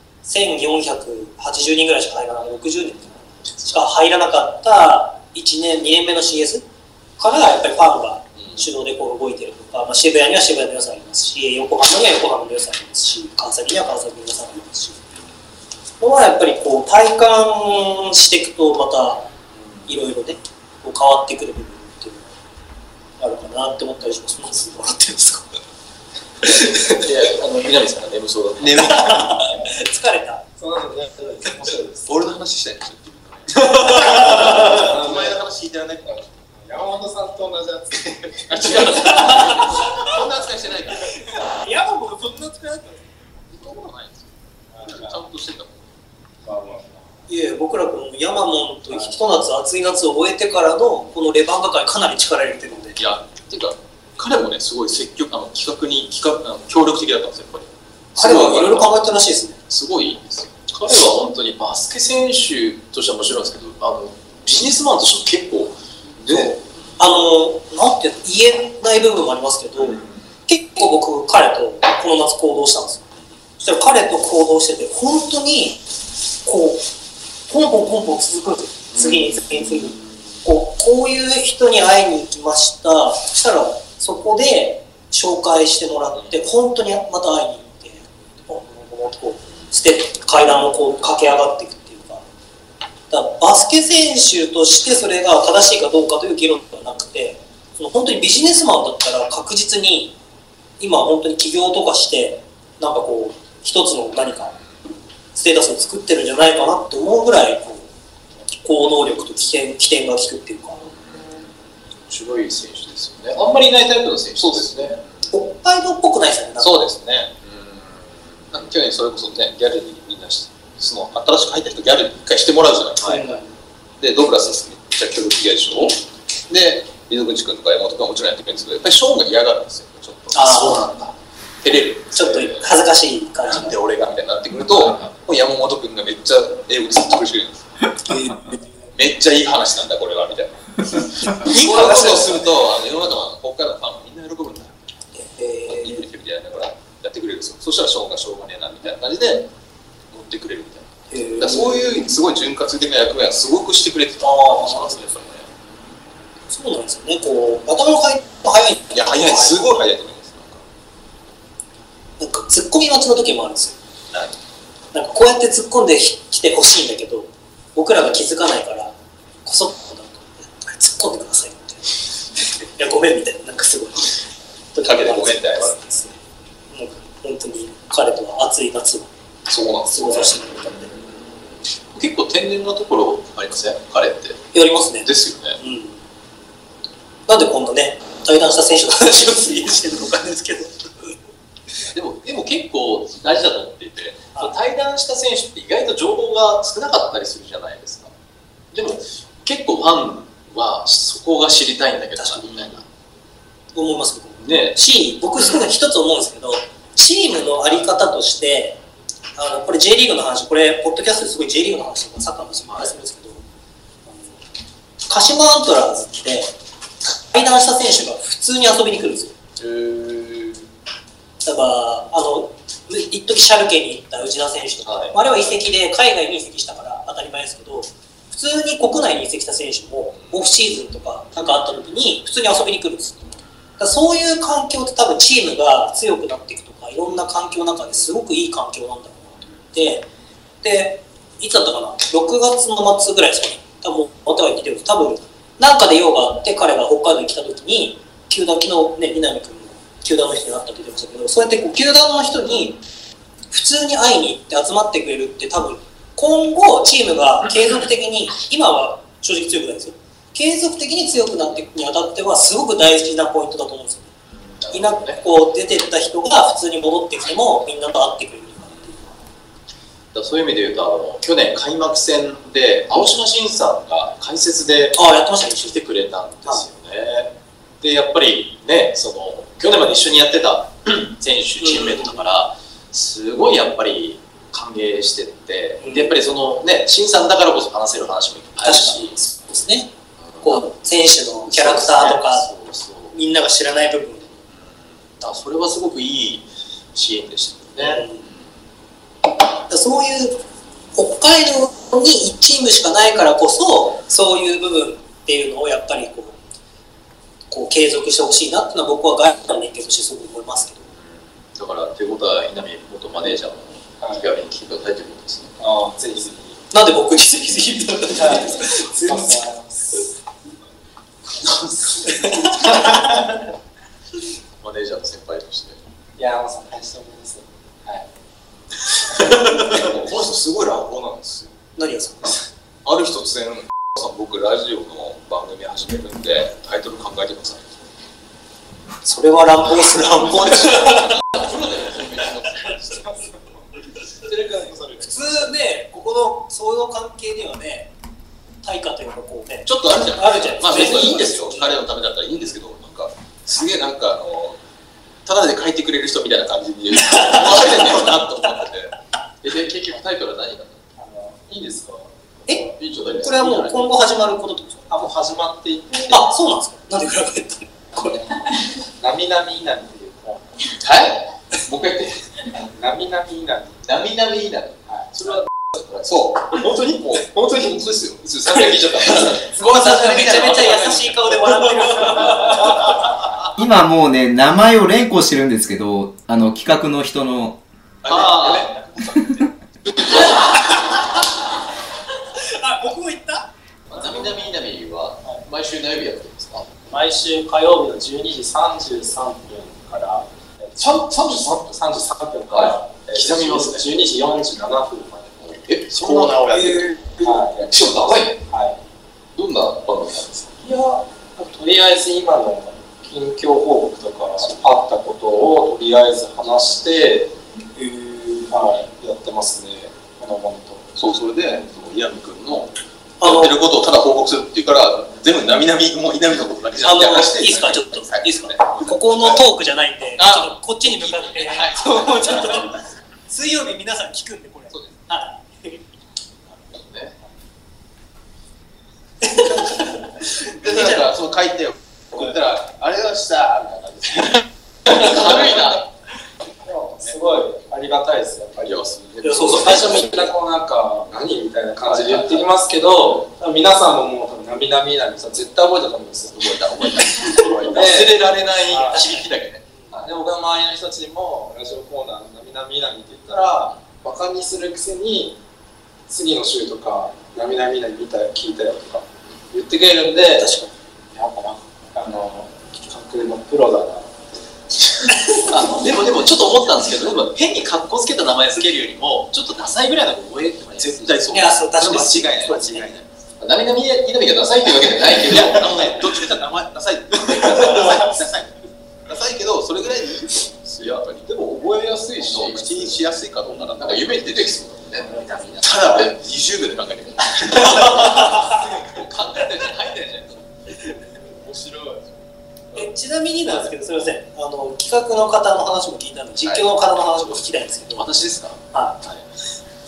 1480人ぐらいしか入らない、60人しか入らなかった1年2年目の CS からやっぱりファンが主導でこう動いてるとか、渋谷には渋谷の良さありますし、横浜には横浜の良さありますし、関西には関西の良さありますし、 ここはやっぱりこう体感していくとまたいろいろねこう変わってくる部分っていうのがあるかなって思ったりします。何で笑ってるんですか？ いや、南さんが眠そうだね。 疲れた。 そうなんですね。面白いです。 俺の話したいんですよ。お前の話聞いてらんないから。 山本さんと同じやつ。 違う。そんな扱いしてないから。 山本そんな扱いだったんですか？ そんなことないんですよ。ちゃんとしてたもん。 いえ、僕らこのヤマモンとひと夏暑い夏を終えてからのこのレバンガ界かなり力入れてるんで。 いや、っていうか彼もねすごい積極企画に協力的だったんですよやっぱり。 彼はいろいろ考えてるらしいですね。 すごいいいんですよ。 彼は本当にバスケ選手としてはもちろんですけど、ビジネスマンとしても結構ね、 なんて言えない部分もありますけど、結構僕彼とこの夏行動したんですよ。そしたら彼と行動してて本当にこうポンポンポンポン続くんですよ。次に次に次にこういう人に会いに行きました。そしたらそこで紹介してもらって本当にまた会いに行ってこう階段をこう駆け上がっていくっていうか、だからバスケ選手としてそれが正しいかどうかという議論ではなくて、その本当にビジネスマンだったら確実に今本当に起業とかしてなんかこう一つの何かステータスを作ってるんじゃないかなと思うぐらいこう行動力と起点が効くっていうか。 面白い選手ですよね。あんまりいないタイプの選手。 そうですね。 北海道っぽくないですよね。 そうですね。去年それこそねギャルにみんなその新しく入った人ギャルに一回してもらうじゃないですか。はいはい、でドグラスですめっちゃ協力的でしょ。でリドグンチ君とか山本君はもちろんやってくれるんですけど、やっぱりショーンが嫌がるんですよ。ちょっと。 そうなんだ。 照れる。 ちょっと恥ずかしい感じ。 なんで俺がみたいになってくると、もう山本君がめっちゃ英語でずっとくれるんです。めっちゃいい話なんだこれはみたいな。そういうことをすると世の中の北海道のファンみんな喜ぶんだよ。いいプリティブでやりながらやってくれるんですよ。そしたらしょうがねえなみたいな感じで乗ってくれるみたいな。だそういうすごい潤滑的な役目はすごくしてくれてた。 そうなんですよね。こう頭の回転早い。 いや早い、すごい早いと思います。 なんか突っ込み待ちの時もあるんですよ。なんかこうやって突っ込んできてほしいんだけど、僕らが気づかないからこそっと突っ込んでくださいって。いやごめんみたいな、なんかすごい。 かけてごめんって謝るんですね。なんか本当に彼とは暑い夏をそうなんですよ、 過ごしてくれたんで。 結構天然なところありません？彼って。 やりますね。 ですよね。 うん。なんで今度ね対談した選手の話をしてるのかですけど。 でも結構大事だと思っていて、対談した選手って意外と情報が少なかったりするじゃないですか。でも結構ファンはそこが知りたいんだけどみたいな。 思いますね。 僕すごい一つ思うんですけど、チームのあり方としてこれ J リーグの話、これポッドキャストですごい J リーグの話とかサッカーの話も話するんですけど、鹿島アントラーズって対談した選手が普通に遊びに来るんですよ。だから一時シャルケに行った内田選手とか、あれは移籍で海外に移籍したから当たり前ですけど、普通に国内に移籍した選手もオフシーズンとかなんかあった時に普通に遊びに来るんですよ。だからそういう環境って多分チームが強くなっていくとかいろんな環境の中ですごくいい環境なんだろうなと思って、でいつだったかな、6月の末ぐらいですかね、多分または言ってるんです。多分なんかで用があって彼が北海道に来た時に球団、昨日ね南君も球団の人に会ったって言ってましたけど、そうやってこう球団の人に普通に会いに行って集まってくれるって多分今後チームが継続的に今は正直強くないですよ、継続的に強くなっていくにあたってはすごく大事なポイントだと思うんですよ。こう出てった人が普通に戻ってきてもみんなと会ってくれるとかっていう。 そういう意味で言うと去年開幕戦で青島慎さんが解説でやってましたね、 来てくれたんですよね。でやっぱりね去年まで一緒にやってた選手チームメイトだからすごいやっぱり歓迎してて、でやっぱり慎さんだからこそ話せる話もいっぱいあるし、 そうですね、こう選手のキャラクターとかみんなが知らない部分で、 それはすごくいいシーンでしたよね。 そういう北海道に1チームしかないからこそそういう部分っていうのをやっぱりこう継続してほしいなっていうのは僕は外部の人間としてすごく思いますけど。 だからということは稲見元マネージャーも気軽に聞いてくださいということですね。 ああ、ぜひぜひ。 なんで僕にぜひぜひ言ってたんですか。全然。 マネージャーの先輩として。 いや、もう大したものですよ。はい。 この人すごい乱暴なんですよ。 何がそうある日突然、さん僕ラジオの番組始めるんでタイトル考えてください。 それは乱暴する乱暴でしょ。普通ね、ここのその関係ではね、対価というかこうね、 ちょっとあるじゃん。 あるじゃん。 まあ別にいいんですよ。彼のためだったらいいんですけど、なんかすげえなんかただで書いてくれる人みたいな感じに思われてんだよなと思って。で結局タイトルは何かいいですか？ え？ いい状態です。 これはもう今後始まることってことですか？ あ、もう始まっていて。 あ、そうなんですか。なんで裏返ったの？これ。 なみなみいなみっていう本。 はい？もう一回言って。 なみなみいなみ。 なみなみいなみ。 はい。 それはそう。本当に？もう本当に本当ですよ。3回聞いちゃった。 すごいさんめちゃめちゃ優しい顔で笑ってる。 今もうね、名前を連呼してるんですけど、企画の人の。 あ、僕も言った？ なみなみいなみは毎週何曜日やってるんですか？ 毎週火曜日の12時33分から33分から、 刻みますね。 12時47分まで。 そんなのをやってる。 はい。 しかも長いね。 はい。 どんな番組なんですか？ いや、とりあえず今の近況報告とかあったことをとりあえず話して、はい、やってますね。このものと。 そう、それで岩見君のやってることをただ報告するっていうから、全部なみなみもいなみのことだけじゃなくて話して。 いいですか、ちょっと、いいですかね。ここのトークじゃないんで、ちょっとこっちに向かって、そうちょっと水曜日皆さん聞くんでこれ。 そうです。 はい。 で、なんかその書いて送ったらあれがしたみたいな感じです。 軽いな。 すごいありがたいですよ。やっぱり。 そう最初みんなこうなんか何みたいな感じで言ってきますけど、皆さんももう多分なみなみなみさ絶対覚えたと思うんですよ。 覚えた。忘れられない響きだけね。 で僕の周りの人たちにもラジオコーナーのなみなみなみって言ったらバカにするくせに次の週とかなみなみなみ見たよ聞いたよとか言ってくれるんで、確かにやっぱ企画のプロだな。 でもちょっと思ったんですけど、今変にカッコつけた名前つけるよりもちょっとダサいぐらいの方が覚えても絶対そう。 いや、そう、確かに間違いない。なみなみいなみがダサいっていうわけじゃないけど、 どっちかというと名前ダサい。ダサいけどそれぐらいでいいですよ。でも覚えやすいし口にしやすいかどうかなんか夢に出てきそうだもんね。ただ20秒で考えてくる。 考えてるじゃないんだよね。 面白い。 ちなみになんですけど、すみません、企画の方の話も聞いたので、実況の方の話も聞きたいんですけど、 私ですか？ はい。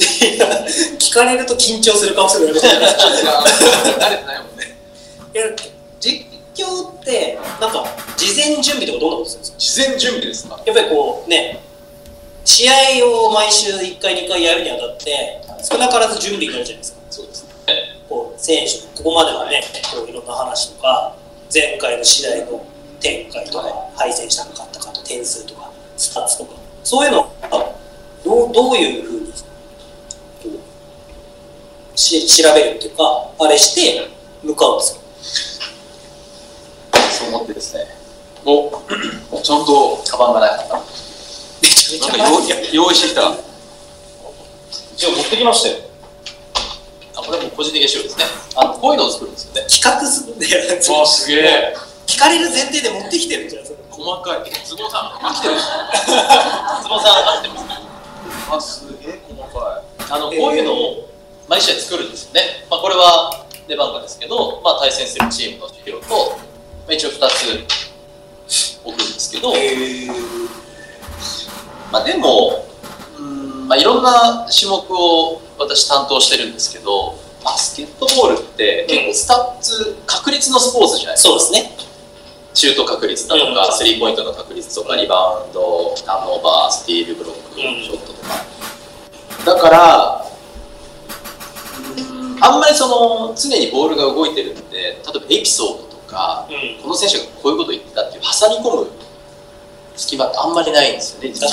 聞かれると緊張する顔するよね。 慣れてないもんね。 いや、実況ってなんか事前準備とかどんなことするんですか？ 事前準備ですか？ やっぱりこうね、試合を毎週1回2回やるにあたって少なからず準備があるじゃないですか。 そうですね。 こう選手ここまではね、こういろんな話とか前回の試合の展開とか、敗戦したのかったかと点数とかスタッツとかそういうのはどういうふうに調べるっていうかあれして向かうんですか？ そう思ってですね。 ちゃんとカバンがなかった。 めちゃめちゃなんか用意してきた。 一応持ってきましたよ。 これはもう個人的な仕事ですね。こういうのを作るんですよね。 企画するんでわすげえ。 聞かれる前提で持ってきてるじゃん。 細かい。ズボンさん飽きてる。 ズボンさん飽きてますね。 すげえ細かい。 こういうのを毎試合作るんですよね。これはレバンガですけど、対戦するチームの指標と、一応2つ置くんですけど、でもいろんな種目を私担当してるんですけど、バスケットボールって結構スタッツ、確率のスポーツじゃないですか。 そうですね。 シュート確率だとか、スリーポイントの確率とか、リバウンド、ターンオーバー、スティール、ブロック、ショットとか。だからあんまり常にボールが動いてるんで、例えばエピソードとか、この選手がこういうことを言ってたっていう挟み込む隙間ってあんまりないんですよね、実は。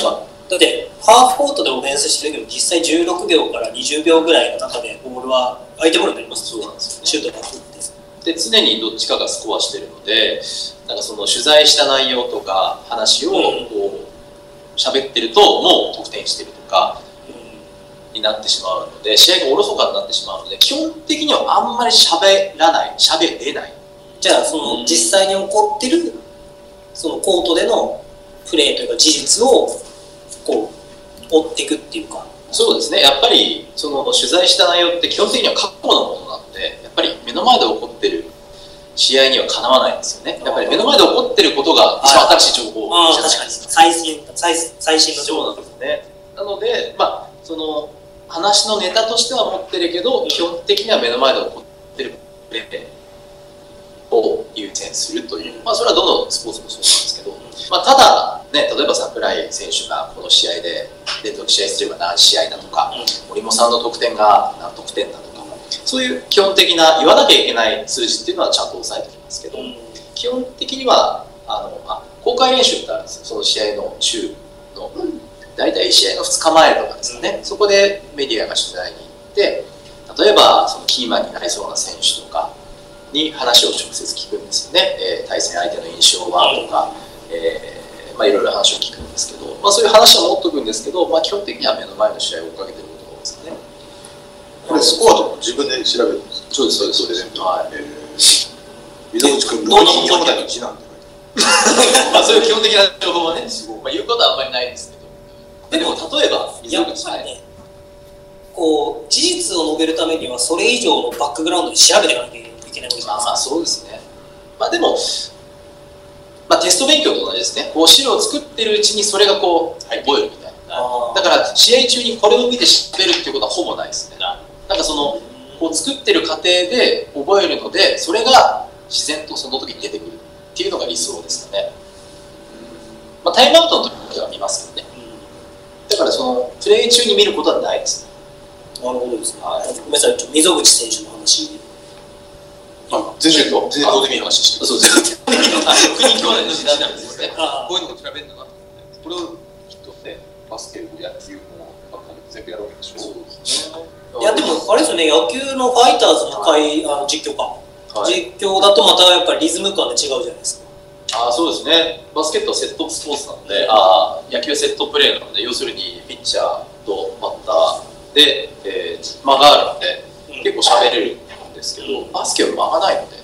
だってハーフコートでオフェンスしてるけど実際16秒から20秒ぐらいの中でボールは相手ボールになります。 そうなんですよね。 シュートが振って。 で常にどっちかがスコアしてるので、なんかその取材した内容とか話をこう喋ってるともう得点してるとかになってしまうので、試合がおろそかになってしまうので、基本的にはあんまり喋れない。 じゃあその実際に起こってるそのコートでのプレーというか事実をこう追っていくっていうか。 そうですね。やっぱりその取材した内容って基本的には過去のものなので、やっぱり目の前で起こってる試合にはかなわないんですよね。やっぱり目の前で起こってることが一番新しい情報じゃないですか。 確かに最新の情報なんですね。なので、まあその話のネタとしては持ってるけど、基本的には目の前で起こってるプレーを優先するという、まあそれはどのスポーツもそうなんですけど、まあただね、例えば櫻井選手がこの試合で連続試合すれば何試合だとか、森本さんの得点が何得点だとか、そういう基本的な言わなきゃいけない数字っていうのはちゃんと抑えておきますけど、基本的には公開練習ってあるんですよ。その試合の週の大体試合の2日前とかですよね。そこでメディアが取材に行って、例えばそのキーマンになりそうな選手とかに話を直接聞くんですよね。対戦相手の印象はとか、まあいろいろ話を聞くんですけど、まあそういう話は持っとくんですけど、まあ基本的には目の前の試合を追っかけてることが多いですかね。 これスコアとか自分で調べるんですか？そうですそうです。はい。溝口君の兄弟の次男ってまあそういう基本的な情報はね、まあ言うことはあんまりないですけど。でも例えば溝口さんね、こう事実を述べるためにはそれ以上のバックグラウンドで調べていかなきゃいけないわけじゃないですか。 まあそうですね。まあでも。まあ、テスト勉強と同じですね。こう資料を作ってるうちにそれがこう覚えるみたいな。だから試合中にこれを見て調べるっていうことはほぼないですね。なんかそのこう作ってる過程で覚えるので、それが自然とその時に出てくるっていうのが理想ですかね。まあ、タイムアウトの時は見ますけどね。だからそのプレー中に見ることはないですね。 なるほどですね。ごめんなさい、溝口選手の話。 全然どうでもいい話してる。 そうですね。国兄弟の時代なんですよね。 こういうのも調べるんだなと思って。これをきっとね、バスケも野球も全部やるわけでしょ。そうですね。 いやでもあれですよね、野球のファイターズの実況か、実況だとまたやっぱりリズム感で違うじゃないですか。 そうですね。バスケットはセットスポーツなので、野球はセットプレーなので、要するにピッチャーとバッターで、間があるので、結構喋れるんですけど、バスケは間がないので。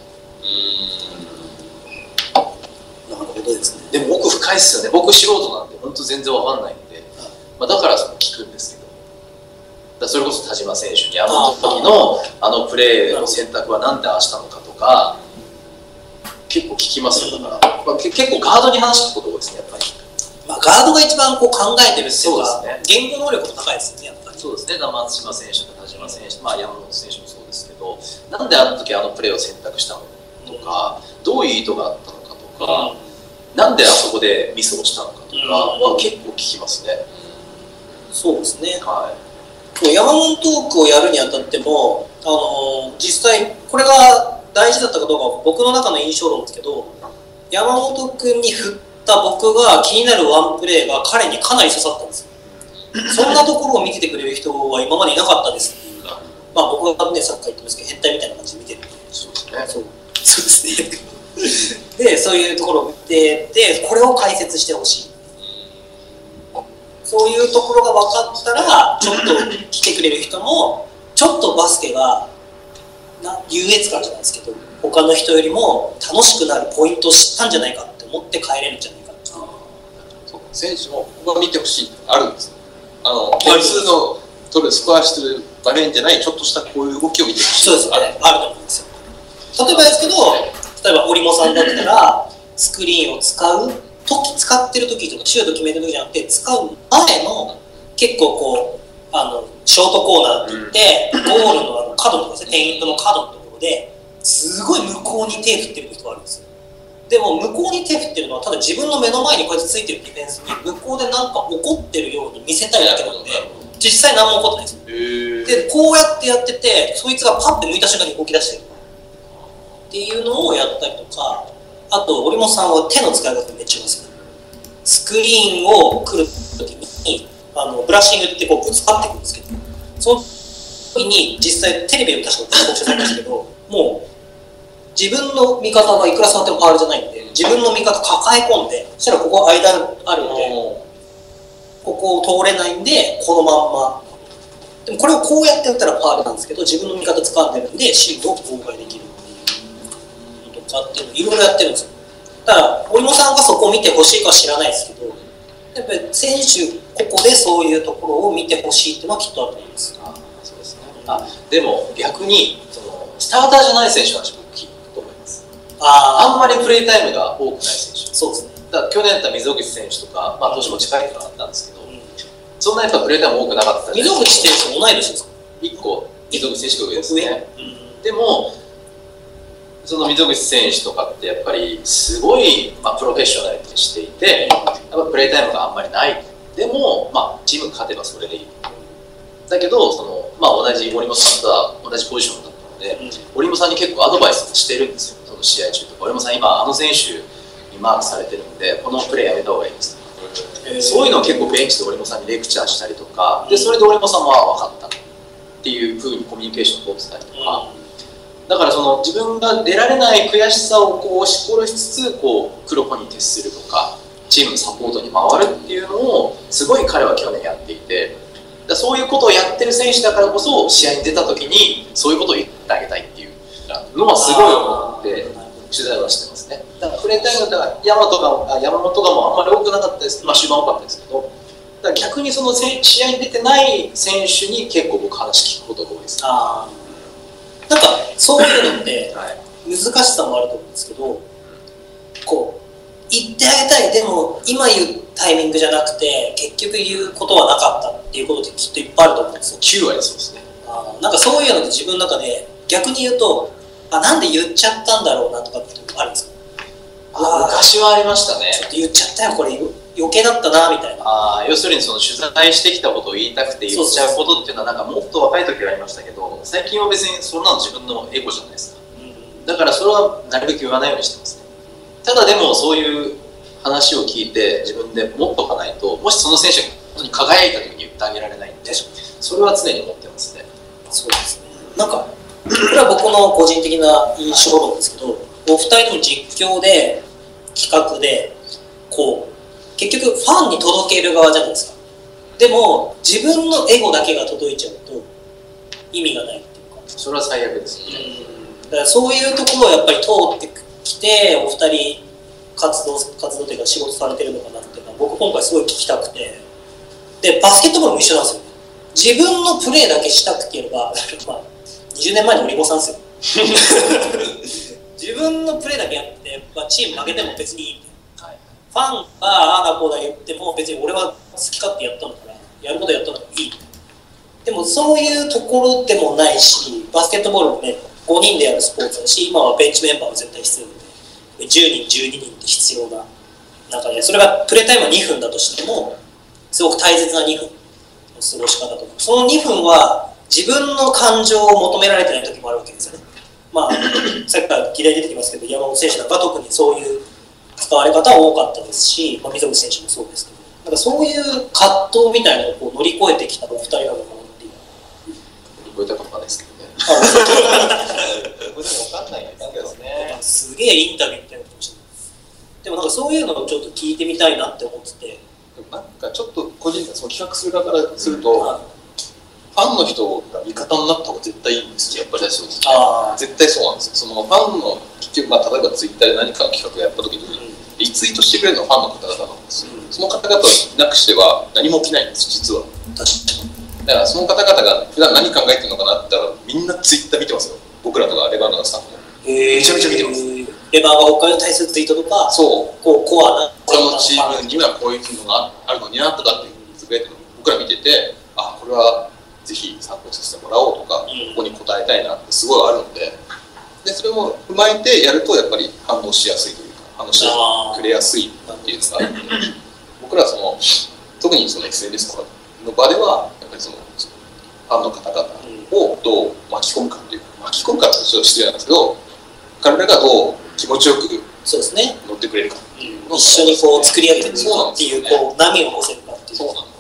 なるほどですね。 でも奥深いですよね。僕素人なんで本当全然わかんないんで、まあ、だから聞くんですけど、それこそ田島選手にの時のプレーの選択はなんでああしたのかとか結構聞きますよ。だから、まあ、結構ガードに話すこと多いですね、やっぱり。 まあ、ガードが一番こう考えてるっていうか、 ね、 言語能力も高いですよね、やっぱり。 そうですね、松島選手と田島選手、まあ、山本選手もそうですけど、なんであの時プレーを選択したのとか、どういう意図があったのかとか、なんであそこでミスをしたのかとかは結構聞きますね。 そうですね。はい。山本トークをやるにあたっても、実際これが大事だったかどうかは僕の中の印象論ですけど、山本君に振った僕が気になるワンプレーが彼にかなり刺さったんですよ。そんなところを見ててくれる人は今までいなかったですっていうか、まあ僕がね、さっき言ってますけど、変態みたいな感じで見てるんで。 そうですね。 そうですね。で、そういうところを見てて、これを解説してほしい。そういうところが分かったら、ちょっと来てくれる人も、ちょっとバスケが優越感じゃないですけど、他の人よりも楽しくなるポイントを知ったんじゃないかって思って帰れるんじゃないかって。 選手もここが見てほしいあるんですよ。点数の取るスコアしてる場面じゃないちょっとしたこういう動きを見てほしい。 そうですね。あると思うんですよ。例えばですけど、例えば織茂さんだったらスクリーンを使ってる時とかシュート決める時じゃなくて、使う前の結構こうショートコーナーって言ってゴールの角とかですね、ペイントの角のところですごい向こうに手振ってる人があるんですよ。でも向こうに手振ってるのはただ自分の目の前にこうやってついてるディフェンスに向こうでなんか怒ってるように見せたいだけなので、実際何も起こってないんですよ。でこうやってやってて、そいつがパッて抜いた瞬間に動き出してるっていうのをやったりとか、あと織茂さんは手の使い方めっちゃいますね。スクリーンを来る時にブラッシングってこうぶつかってくるんですけど、その時に実際テレビで確か特集されましたけど、もう自分の味方はいくら触ってもファウルじゃないんで、自分の味方抱え込んで、そしたらここ間あるんで、ここを通れないんでこのまんま、でもこれをこうやってやったらファウルなんですけど、自分の味方掴んでるんでシュートを妨害できるっていうのとかっていうのをいろいろやってるんですよ。ただ折茂さんがそこを見てほしいかは知らないですけど、やっぱり選手ここでそういうところを見てほしいっていうのはきっとあると思います。 そうですね。でも逆にスターターじゃない選手は僕聞くと思います。あんまりプレータイムが多くない選手。 そうですね。 だから去年やった溝口選手とか、年も近いのがあったんですけど、そんなやっぱプレータイム多くなかった。 溝口選手も同い年ですか ？1個溝口選手が上ですね。でもその溝口選手とかってやっぱりすごい、プロフェッショナルにしていて、やっぱプレータイムがあんまりない。でも、チーム勝てばそれでいい。だけど同じ折茂さんとは同じポジションだったので、折茂さんに結構アドバイスしてるんですよ。その試合中とか、折茂さん今選手にマークされてるんで、このプレーやめた方がいいですとか、そういうのを結構ベンチで折茂さんにレクチャーしたりとか、でそれで折茂さんも分かったっていうふうにコミュニケーションを取ってたりとか。だから自分が出られない悔しさを押し殺しつつ黒子に徹するとかチームのサポートに回るっていうのをすごい彼は去年やっていて、そういうことをやってる選手だからこそ試合に出た時にそういうことを言ってあげたいっていうのはすごい思って取材はしてますね。だからプレータイムだから山本がもあんまり多くなかったです、終盤多かったですけど、だから逆にその試合に出てない選手に結構僕話聞くことが多いです。 なんかそういうのって難しさもあると思うんですけど、言ってあげたい、でも今言うタイミングじゃなくて結局言うことはなかったっていうことってきっといっぱいあると思うんですよ。 9割そうですね。 なんかそういうのって自分の中で逆に言うとなんで言っちゃったんだろうなとかってあるんですか？ 昔はありましたね。 ちょっと言っちゃったよ、これ余計だったなみたいな。 要するに取材してきたことを言いたくて言っちゃうことっていうのはもっと若い時はありましたけど、最近は別にそんなの自分のエゴじゃないですか。だからそれはなるべく言わないようにしてますね。ただでもそういう話を聞いて自分で持っとかないと、もしその選手が本当に輝いた時に言ってあげられないんで、それは常に思ってますね。 そうですね。なんかこれは僕の個人的な印象なんですけど、お二人とも実況で企画で結局ファンに届ける側じゃないですか。でも自分のエゴだけが届いちゃうと意味がないっていうか、 それは最悪ですよね。 だからそういうところをやっぱり通ってきてお二人活動というか仕事されてるのかなっていうのは僕今回すごい聞きたくて、でバスケットボールも一緒なんですよ。自分のプレーだけしたくければ20年前の折茂さんですよ自分のプレーだけやって、チーム負けても別にいい。ファンがああだこうだ言っても別に俺は好き勝手やったのからやることやったのがいい。でもそういうところでもないし、バスケットボールもね5人でやるスポーツだし、今はベンチメンバーは絶対必要で、10人12人って必要な中で、それがプレータイムは2分だとしてもすごく大切な2分の過ごし方とか、その2分は自分の感情を求められてない時もあるわけですよね。さっきから議題出てきますけど、山本選手なんか特にそういう使われ方は多かったですし、溝口選手もそうですけど、なんかそういう葛藤みたいなのを乗り越えてきたお二人なのかなっていう。 乗り越えたかったですけどね。 分かんないですね。 すげえインタビューみたいなかもしれない。でもなんかそういうのをちょっと聞いてみたいなって思ってて。 なんかちょっと個人的に企画する側からすると、ファンの人が味方になった方が絶対いいんですよ。やっぱりそうですね。絶対そうなんですよ。そのファンの結局例えばツイッターで何かの企画をやった時に、リツイートしてくれるのはファンの方々なんですよ。その方々なくしては何も起きないんです実は。だからその方々が普段何考えてるのかなって言ったらみんなツイッター見てますよ。僕らとかレバノンのスタッフもめちゃめちゃ見てます。 レバーが北海道に対するツイートとか、コアなこのチームにはこういうのがあるのになとかっていうふうにつぶやいてるのを僕ら見てて、これはぜひ参考にさせてもらおうとか、ここに応えたいなってすごいあるので、それも踏まえてやるとやっぱり反応しやすいというか、反応してくれやすいっていうのがあるので、僕ら特にSNS とかの場ではやっぱりファンの方々をどう巻き込むかっていう、巻き込むかってちょっと失礼なんですけど、彼らがどう気持ちよく乗ってくれるかっていうのを一緒に作り上げていくっていう波を起こせるかっていう。 そうなんです。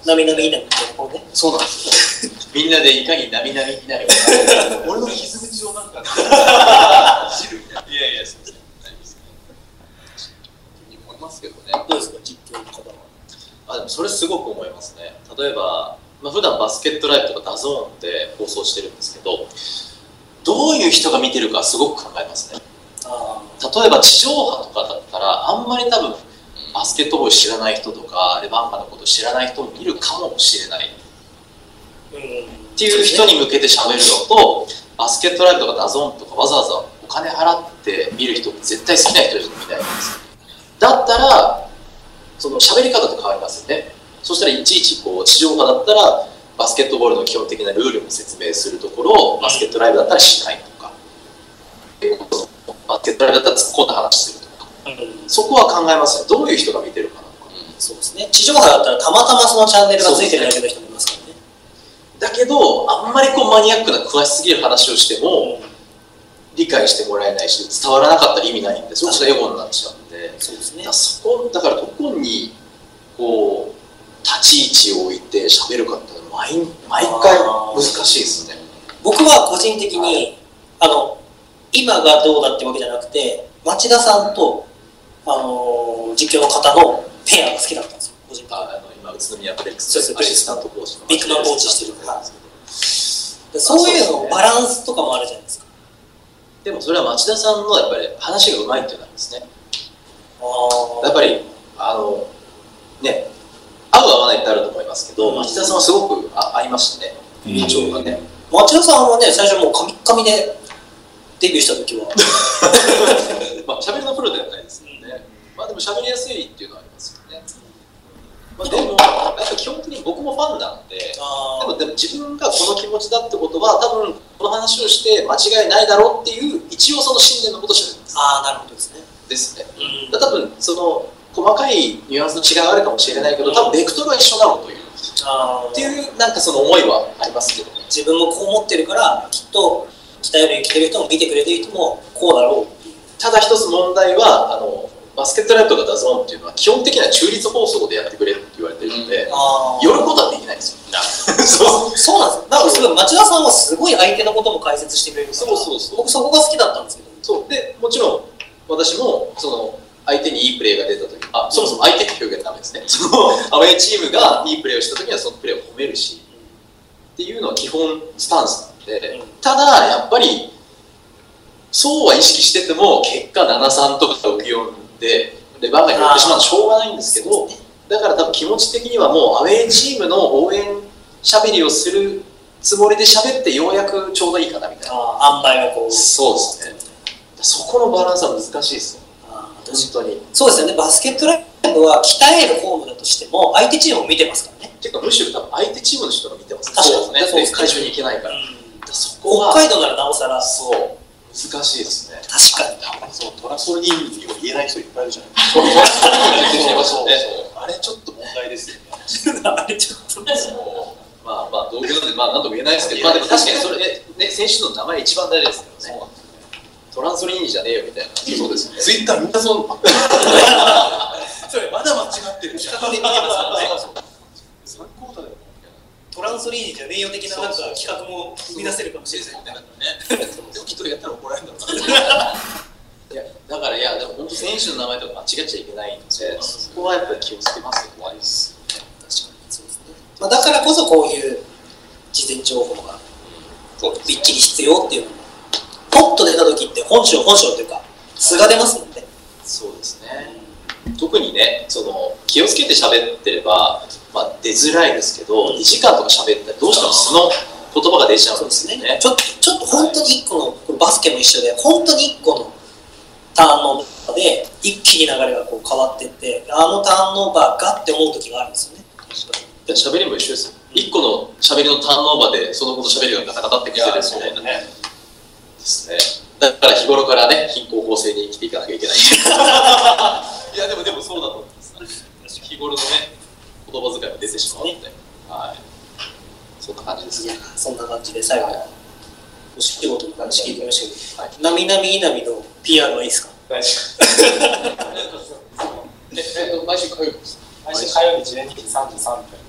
なみなみいなみみたいなこうね。 そうなんですよ。みんなでいかになみなみになるか。 俺の傷口をなんか知るみたいな。いやいや、そうですね。ないですね。思いますけどね。 どうですか、実況の方は。 でもそれすごく思いますね。例えば、普段バスケットライブとかダゾーンで放送してるんですけど、どういう人が見てるかすごく考えますね。例えば地上波とかだったらあんまり多分バスケットボール知らない人とかレバンガのこと知らない人もいるかもしれないっていう人に向けて喋るのと、バスケットライブとかダゾーンとかわざわざお金払って見る人って絶対好きな人じゃ見ないんですよ。だったらその喋り方って変わりますよね。そしたらいちいちこう地上波だったらバスケットボールの基本的なルールも説明するところをバスケットライブだったらしないとか、バスケットライブだったら突っ込んだ話するとか、そこは考えますよ。どういう人が見てるかなとか。 そうですね。地上波だったらたまたまそのチャンネルがついてるだけの人もいますからね。 だけどあんまりこうマニアックな詳しすぎる話をしても、理解してもらえないし伝わらなかったら意味ないんで、それこそエゴになっちゃうんで、 そうですね。 そこだからどこにこう立ち位置を置いて喋るかっていうのは毎回難しいですね。 僕は個人的に今がどうだってわけじゃなくて、町田さんと実況の方のペアが好きだったんですよ。個人的に今宇都宮ブレックスアシスタントコーチのビッグマンコーチしてるから、そういうのバランスとかもあるじゃないですか。 でもそれは町田さんのやっぱり話がうまいっていうのなんですね。やっぱりね、合う合わないってあると思いますけど、町田さんはすごく合いましたね、議長がね。 町田さんはね、最初もうカミッカミでデビューした時は喋りのプロではないですけどね。でも喋りやすいっていうのはありますよね。でもなんか基本的に僕もファンなんで、でも自分がこの気持ちだってことは多分この話をして間違いないだろうっていう一応その信念のことを喋るんです。 なるほどですね。 ですね。多分その細かいニュアンスの違いはあるかもしれないけど、多分ベクトルは一緒だろうというっていうなんかその思いはありますけどね。 自分もこう思ってるからきっと北より生きてる人も見てくれてる人もこうだろうっていう。ただ一つ問題はバスケットライブとかダゾーンっていうのは基本的には中立放送でやってくれって言われてるので、寄ることはできないんですよ。 そうなんですよ。だからすごい町田さんはすごい相手のことも解説してくれるから、僕そこが好きだったんですけど。 そうでもちろん私もその相手にいいプレーが出た時、そもそも相手って表現ダメですね。そのアウェーチームがいいプレーをした時にはそのプレーを褒めるし、っていうのは基本スタンスなんで、ただやっぱりそうは意識してても結果 7-3 とか6-4でレバンガに寄ってしまうのはしょうがないんですけど、だから多分気持ち的にはもうアウェーチームの応援しゃべりをするつもりで喋ってようやくちょうどいいかなみたいな。 塩梅がこう。 そうですね。そこのバランスは難しいですよ。本当に。 そうですよね。バスケットライブは鍛えるフォームだとしても相手チームを見てますからね。 ていうかむしろ多分相手チームの人が見てます。 確かにね。 会場に行けないから。そこは北海道ならなおさら。 そう。難しいですね。 確かに。 そうトラソルニーニを言えない人いっぱいいるじゃないですか。あれちょっと問題ですよね。 あれちょっとね。 同業なんで何とも言えないですけど、でも確かにそれね選手の名前一番大事ですからね。トランソリーニじゃねえよみたいな。 そうですよね。ツイッターみんなそう。それまだ間違ってる。仕方で見てますからね。参考だよ。 トランソリーニじゃねえよ的ななんか企画も生み出せるかもしれないね。 でもきっとやったら怒られるんだろうな。 いやだからでも本当選手の名前とか間違っちゃいけないので、そこはやっぱり気をつけますよ。怖いです。 確かにそうですね。だからこそこういう事前情報がびっちり必要っていうのも。ポッと出た時って本性というか素が出ますもんね。 そうですね。特にね、その気をつけて喋ってれば、出づらいですけど、2時間とか喋ったらどうしてもその言葉が出ちゃうんですよね。ちょっと本当に1個の、これバスケも一緒で、本当に1個のターンオーバーで一気に流れがこう変わっていって、ターンオーバーがって思う時があるんですよね。 喋りも一緒ですよ。1個の喋りのターンオーバーでその後の喋りがガタガタってきてるみたいなね。ですね。だから日頃からね、貧困法制に生きていかなきゃいけない。いやでもそうだと思います。日頃のね、言葉遣いが出てしまうので、はい。そんな感じですね。 そんな感じで最後お仕事の話聞いてみましたけど、なみなみいなみの PR はいいですか？ 大丈夫。 毎週火曜日です。 毎週火曜日12時33分から。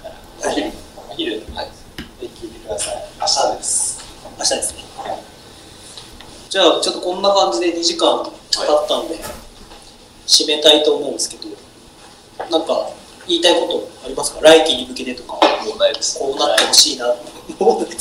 お昼、はい。で、聞いてください。明日です。 明日ですね。じゃあ、ちょっとこんな感じで2時間経ったんで、締めたいと思うんですけど、なんか言いたいことありますか？来季に向けてとか。 もうないです。 こうなってほしいな。もうです。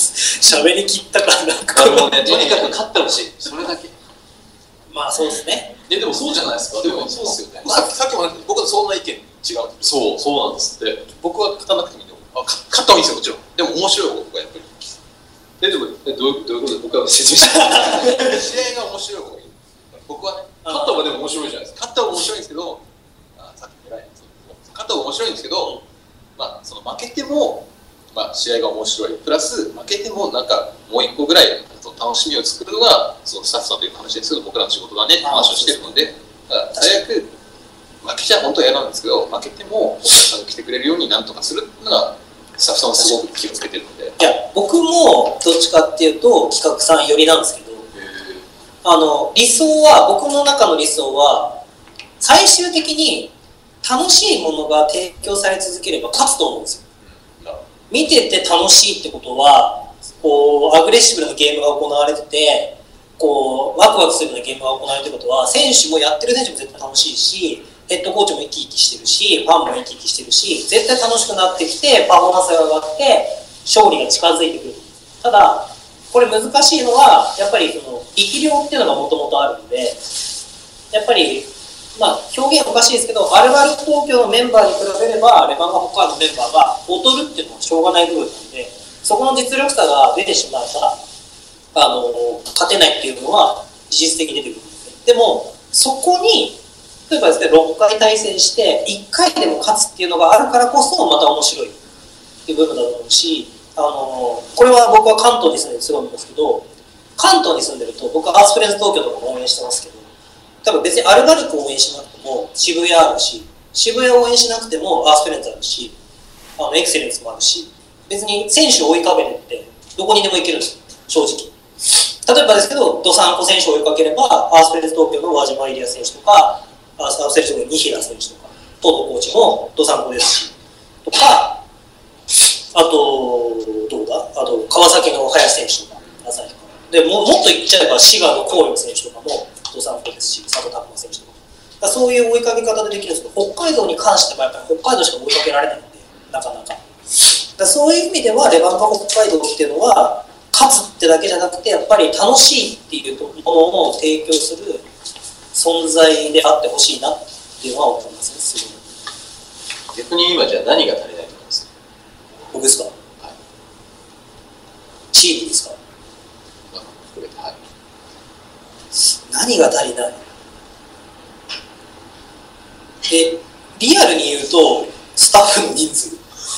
喋りきったからなんか。 もうね、とにかく勝ってほしい。それだけ。 まあそうですね。 でもそうじゃないですか。でもそうですよね。 さっきも僕はそんな意見違う。 そうなんですって。 僕は勝たなくてもいいと思う。勝った方がいいですよ、もちろん。でも面白い方がやっぱり。 でもどういうことで僕は説明して試合が面白い方がいい。僕はね、 勝った方がでも面白いじゃないですか。 勝った方が面白いんですけど、さっき偉いです。勝った方が面白いんですけど、まあその負けても、まあ試合が面白い。プラス負けてもなんかもう一個ぐらい楽しみを作るのがそのスタッフさんという話ですけど、僕らの仕事だねって話をしてるので、最悪負けちゃ本当は嫌なんですけど、負けてもお客さんが来てくれるようになんとかするっていうのがスタッフさんはすごく気をつけてるので。 いや、僕もどっちかっていうと企画さん寄りなんですけど、理想は、僕の中の理想は最終的に楽しいものが提供され続ければ勝つと思うんですよ。見てて楽しいってことは、こうアグレッシブなゲームが行われてて、こうワクワクするようなゲームが行われてることは、選手もやってる選手も絶対楽しいし、ヘッドコーチも生き生きしてるし、ファンも生き生きしてるし、絶対楽しくなってきて、パフォーマンスが上がって勝利が近づいてくる。ただこれ難しいのは、やっぱりその力量っていうのがもともとあるので、やっぱりまあ表現はおかしいですけど、アルバルク東京のメンバーに比べればレバンガ北海道のメンバーが劣るっていうのはしょうがない部分なんで、そこの実力差が出てしまえば勝てないっていうのは事実的に出てくるんですね。でもそこに例えばですね、6回対戦して1回でも勝つっていうのがあるからこそまた面白いっていう部分だと思うし、これは僕は関東に住んでるすごい思うんですけど、関東に住んでると僕はアースフレンズ東京とかも応援してますけど、多分別にアルバルクを応援しなくても渋谷あるし、渋谷を応援しなくてもアースフレンズあるし、エクセレンスもあるし、別に選手を追いかけてってどこにでも行けるんですよ、正直。例えばですけど、ドサンコ選手を追いかければアースフレンズ東京の輪島エリア選手とか、アースフレンズ東京の二平選手とか、東藤コーチもドサンコですしとか、あと川崎の林選手とか、旭川でもっと言っちゃえば滋賀の紅葉選手とかもドサンコですし、佐藤拓磨選手とか、そういう追いかけ方でできるんですけど、北海道に関してはやっぱり北海道しか追いかけられないので、なかなか。そういう意味ではレバンガ北海道っていうのは勝つってだけじゃなくて、やっぱり楽しいっていうものを提供する存在であってほしいなっていうのは思いますね。すごい。 逆に今じゃあ何が足りないと思いますか？ 僕ですか？はい。チームですか？ はい。 何が足りない？リアルに言うとスタッフの人数。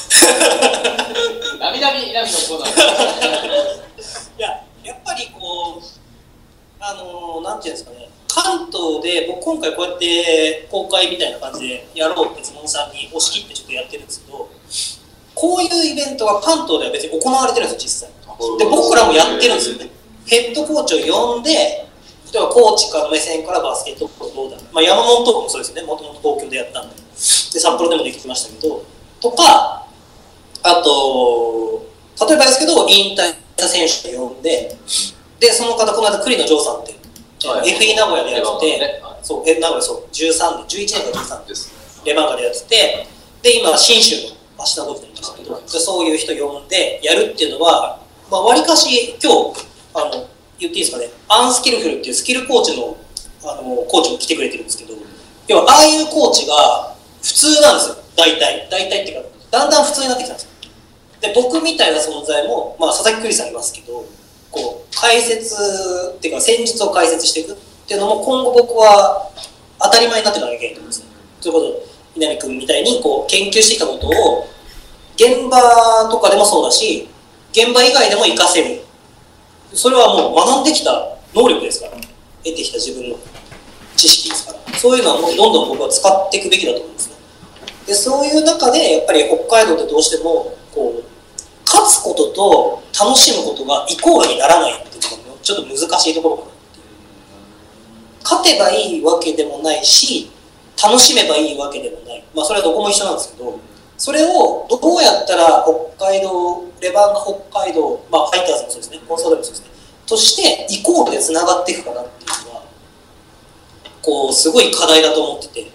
なみなみのコーナー。 いや、やっぱりこうなんていうんですかね、関東で僕今回こうやって公開みたいな感じでやろうってズモンさんに押し切ってちょっとやってるんですけど、こういうイベントが関東では別に行われてるんですよ、実際。で僕らもやってるんですよね。ヘッドコーチを呼んで、例えばコーチからの目線からバスケットボールどうだ、まあ、山本とかもそうですよね、もともと東京でやったんで、札幌でもできてましたけどとか、あと例えばですけど引退した選手を呼んで、でその方この間栗野城さんって、はい、FE 名古屋でやってて、ね、そう名古屋そう13年11年か13年ですレバンガでやってて、で今信州の芦田ゴルフにいますけど、そういう人呼んでやるっていうのは、まあ、割かし今日言っていいですかね、アンスキルフルっていうスキルコーチのコーチも来てくれてるんですけど、要はああいうコーチが普通なんですよ、大体っていうかだんだん普通になってきたんですよ。で僕みたいな存在も、まあ、佐々木栗さんいますけど、こう解説っていうか戦術を解説していくっていうのも今後僕は当たり前になっていかなきゃいけないと思うんですよ。ということで稲見君みたいにこう研究してきたことを現場とかでもそうだし、現場以外でも活かせる、それはもう学んできた能力ですから、得てきた自分の知識ですから、そういうのはもうどんどん僕は使っていくべきだと思うんですね。でそういう中でやっぱり北海道ってどうしてもこう勝つことと楽しむことがイコールにならないっていうのがちょっと難しいところかなっていう。勝てばいいわけでもないし、楽しめばいいわけでもない、まあそれはどこも一緒なんですけど、 それをどうやったら北海道、レバンガ北海道、まあファイターズもそうですね、コンソーダもそうですね、としてイコールで繋がっていくかなっていうのは、こう、すごい課題だと思ってて、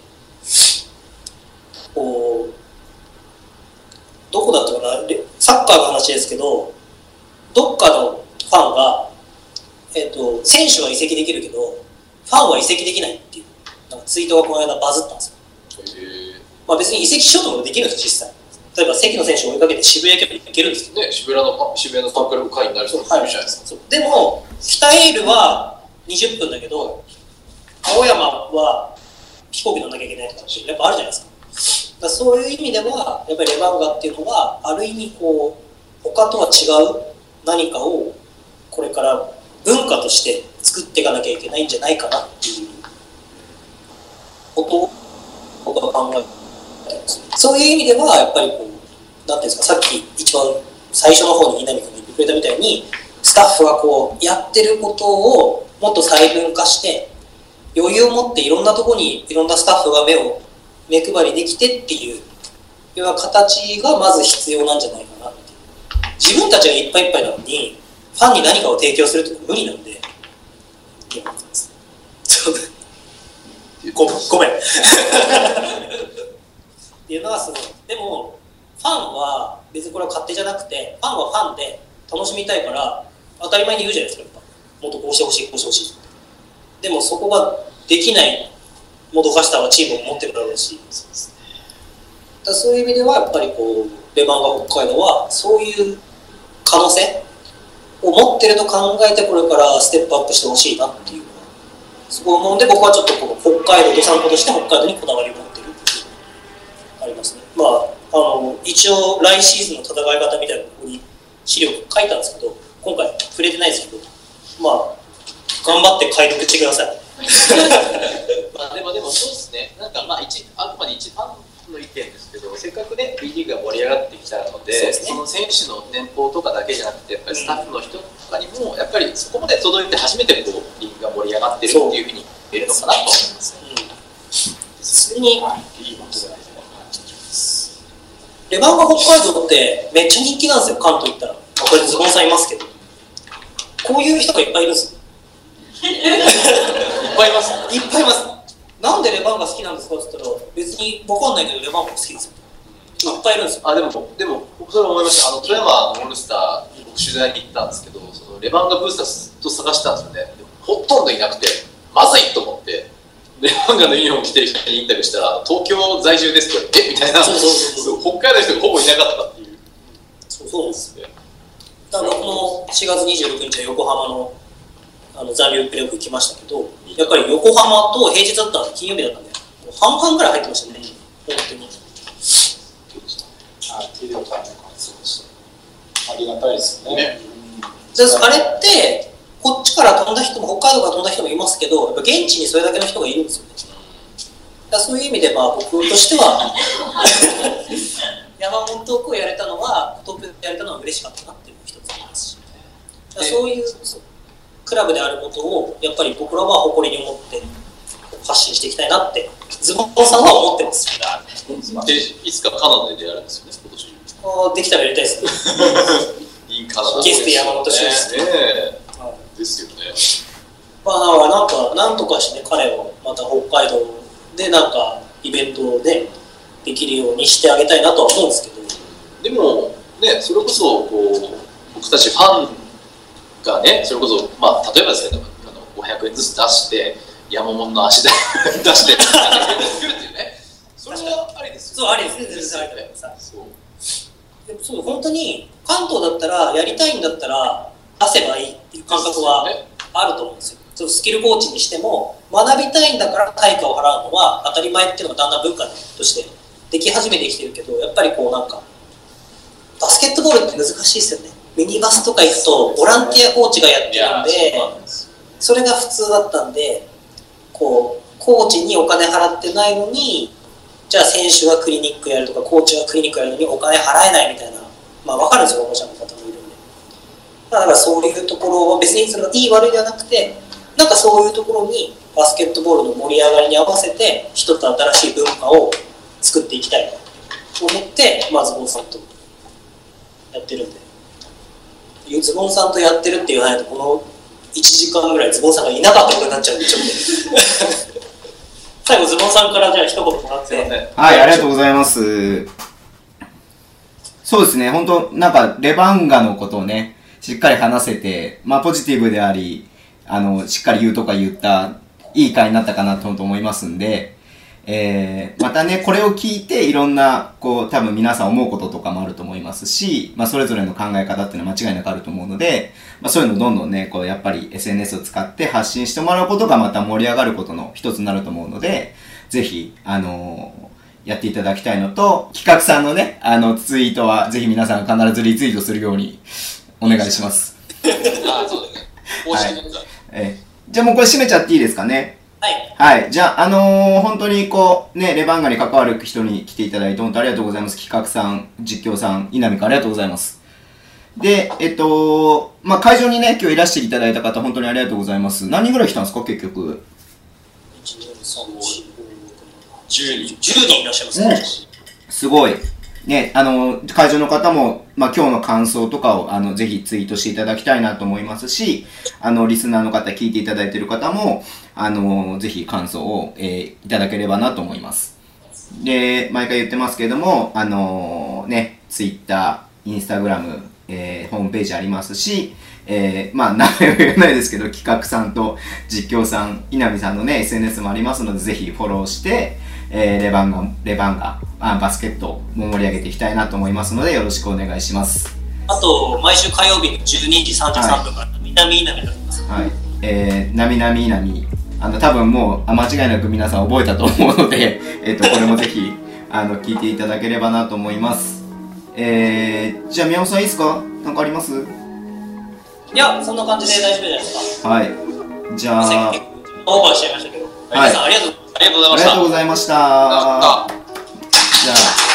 こう、どこだったかな、サッカーの話ですけど、どっかのファンが、選手は移籍できるけど、ファンは移籍できないっていう、なんかツイートがこの間バズったんですよ。まあ別に移籍しようともできるんです実際。例えば関の選手を追いかけて渋谷駅まで行けるんですけどね、 渋谷のサークル会になる人もいるじゃないですか。 でも北エールは20分だけど青山は飛行機乗んなきゃいけないとかやっぱあるじゃないですか。だからそういう意味ではやっぱりレバンガっていうのはある意味こう他とは違う何かをこれから文化として作っていかなきゃいけないんじゃないかなっていうことを僕は考えて。そういう意味ではやっぱりこうなんていうんですか、さっき一番最初の方に稲見君が言ってくれたみたいにスタッフがこうやってることをもっと細分化して余裕を持っていろんなところにいろんなスタッフが目配りできてっていうような形がまず必要なんじゃないかなっていう。自分たちがいっぱいいっぱいなのにファンに何かを提供するって無理なんでごめんっていうのはすごい。でもファンは別にこれは勝手じゃなくてファンはファンで楽しみたいから当たり前に言うじゃないですか。もっとこうしてほしいこうしてほしい。でもそこができないもどかしさはチームを持ってるだろうし、だそういう意味ではやっぱりこうレバンガ北海道はそういう可能性を持ってると考えてこれからステップアップしてほしいなっていうのはすごい思うんで、僕はちょっとこの北海道ドサンコとして北海道にこだわりを持ってるっていうありますね。まあ一応来シーズンの戦い方みたいなところに資料書いたんですけど今回触れてないですけど、まあ頑張って解読してくださいまあでもそうですね。なんかまああくまで一ファンの意見ですけど、せっかくね B リーグが盛り上がってきたので、その選手の年俸とかだけじゃなくてやっぱりスタッフの人とかにもやっぱりそこまで届いて初めてこうリーグが盛り上がってるっていうふうに言えるのかなと思いますね。 それにレバンガ北海道ってめっちゃ人気なんですよ。関東行ったらこれズボンさんいますけどこういう人がいっぱいいるんですよいっぱいいます。いっぱいいます。なんでレバンガ好きなんですかって言ったら別に分かんないけどレバンガ好きですよ。いっぱいいるんですよ。 でもそれは思いました。富山のオールスター僕取材に行ったんですけど、そのレバンガブースターずっと探したんですよね。でもほとんどいなくてまずいと思ってレバンガのユニフォーム着てる人にインタビューしたら東京在住ですって言われてみたいな、そう北海道の人がほぼいなかったっていう。 そうですね。だから僕も4月26日は横浜の残留プレーオフ行きましたけど、やっぱり横浜と平日だったんで金曜日だったんで半々ぐらい入ってましたね。本当にありがたいですね。 あれってこっちから飛んだ人も北海道から飛んだ人もいますけど、やっぱ現地にそれだけの人がいるんですよね。だそういう意味でまあ僕としては山本トークをやれたのはトークやれたのは嬉しかったなっていうのが一つありますし、そういうクラブであることをやっぱり僕らは誇りに思って発信していきたいなってズボンさんは思ってます。 でいつかカナダでやるんですよね今年。 できたらやりたいですねいいカナダゲスト山本修司ですよね。 まあだからなんとかして彼をまた北海道でなんかイベントでできるようにしてあげたいなとは思うんですけど、 でもねそれこそこう僕たちファンがねそれこそまあ例えばですけど500円ずつ出して山本の足で出して作るっていうね、それはありですよ。 そうありですね。全然ありだけどさ。でもそう本当に関東だったらやりたいんだったら出せばいいっていう感覚はあると思うんですよ。そのスキルコーチにしても学びたいんだから対価を払うのは当たり前っていうのがだんだん文化としてでき始めてきてるけど、やっぱりこうなんかバスケットボールって難しいですよね。ミニバスとか行くとボランティアコーチがやってるんで、それが普通だったんで、こうコーチにお金払ってないのにじゃあ選手がクリニックやるとかコーチがクリニックやるのにお金払えないみたいな、まあ分かるんですよ保護者の方もいるんで。だからそういうところは別にそれがいい悪いではなくて、なんかそういうところにバスケットボールの盛り上がりに合わせて一つ新しい文化を作っていきたいな。 思って、まあ、ズボンさんとやってるんで、ズボンさんとやってるって言わないと、この1時間ぐらいズボンさんがいなかったことになっちゃうんで、ちょっと最後ズボンさんからじゃあ一言もらって。 はい、ありがとうございます。そうですね、本当なんかレバンガのことをね、しっかり話せて、まあポジティブであり、しっかり言うとか言った、いい回になったかなと思いますんで、またね、これを聞いていろんな、こう、多分皆さん思うこととかもあると思いますし、まあそれぞれの考え方っていうのは間違いなくあると思うので、まあそういうのをどんどんね、こう、やっぱり SNS を使って発信してもらうことがまた盛り上がることの一つになると思うので、ぜひ、やっていただきたいのと、企画さんのね、ツイートはぜひ皆さん必ずリツイートするようにお願いします。 あ、そうだね。公式のやつ。 じゃあもうこれ締めちゃっていいですかね。 はい。 はい。じゃあ、本当にこう、ね、レバンガに関わる人に来ていただいて、本当ありがとうございます。企画さん、実況さん、稲見くんありがとうございます。で、まあ、会場にね、今日いらしていただいた方、本当にありがとうございます。何人ぐらい来たんですか、結局。 10人いらっしゃいますね。 すごい。ね、会場の方も、まあ、今日の感想とかを、ぜひツイートしていただきたいなと思いますし、リスナーの方、聞いていただいている方も、ぜひ感想を、いただければなと思います。で、毎回言ってますけれども、ね、ツイッター、インスタグラム、ホームページありますし、まあ、名前は言えないですけど、企画さんと実況さん、稲見さんのね、SNS もありますので、ぜひフォローして、レバンガ、バスケットも盛り上げていきたいなと思いますので、よろしくお願いします。 あと、毎週火曜日の12時33分から、南稲見になります。 はい。南稲見。多分もう、間違いなく皆さん覚えたと思うので、これもぜひ、聞いていただければなと思います。じゃあ、宮本さんいいですか？なんかあります？ いや、そんな感じで大丈夫じゃないですか。 はい。じゃあ、 オーバーしちゃいましたけど、 はい。 皆さんありがとうございました。 ありがとうございました。じゃあ。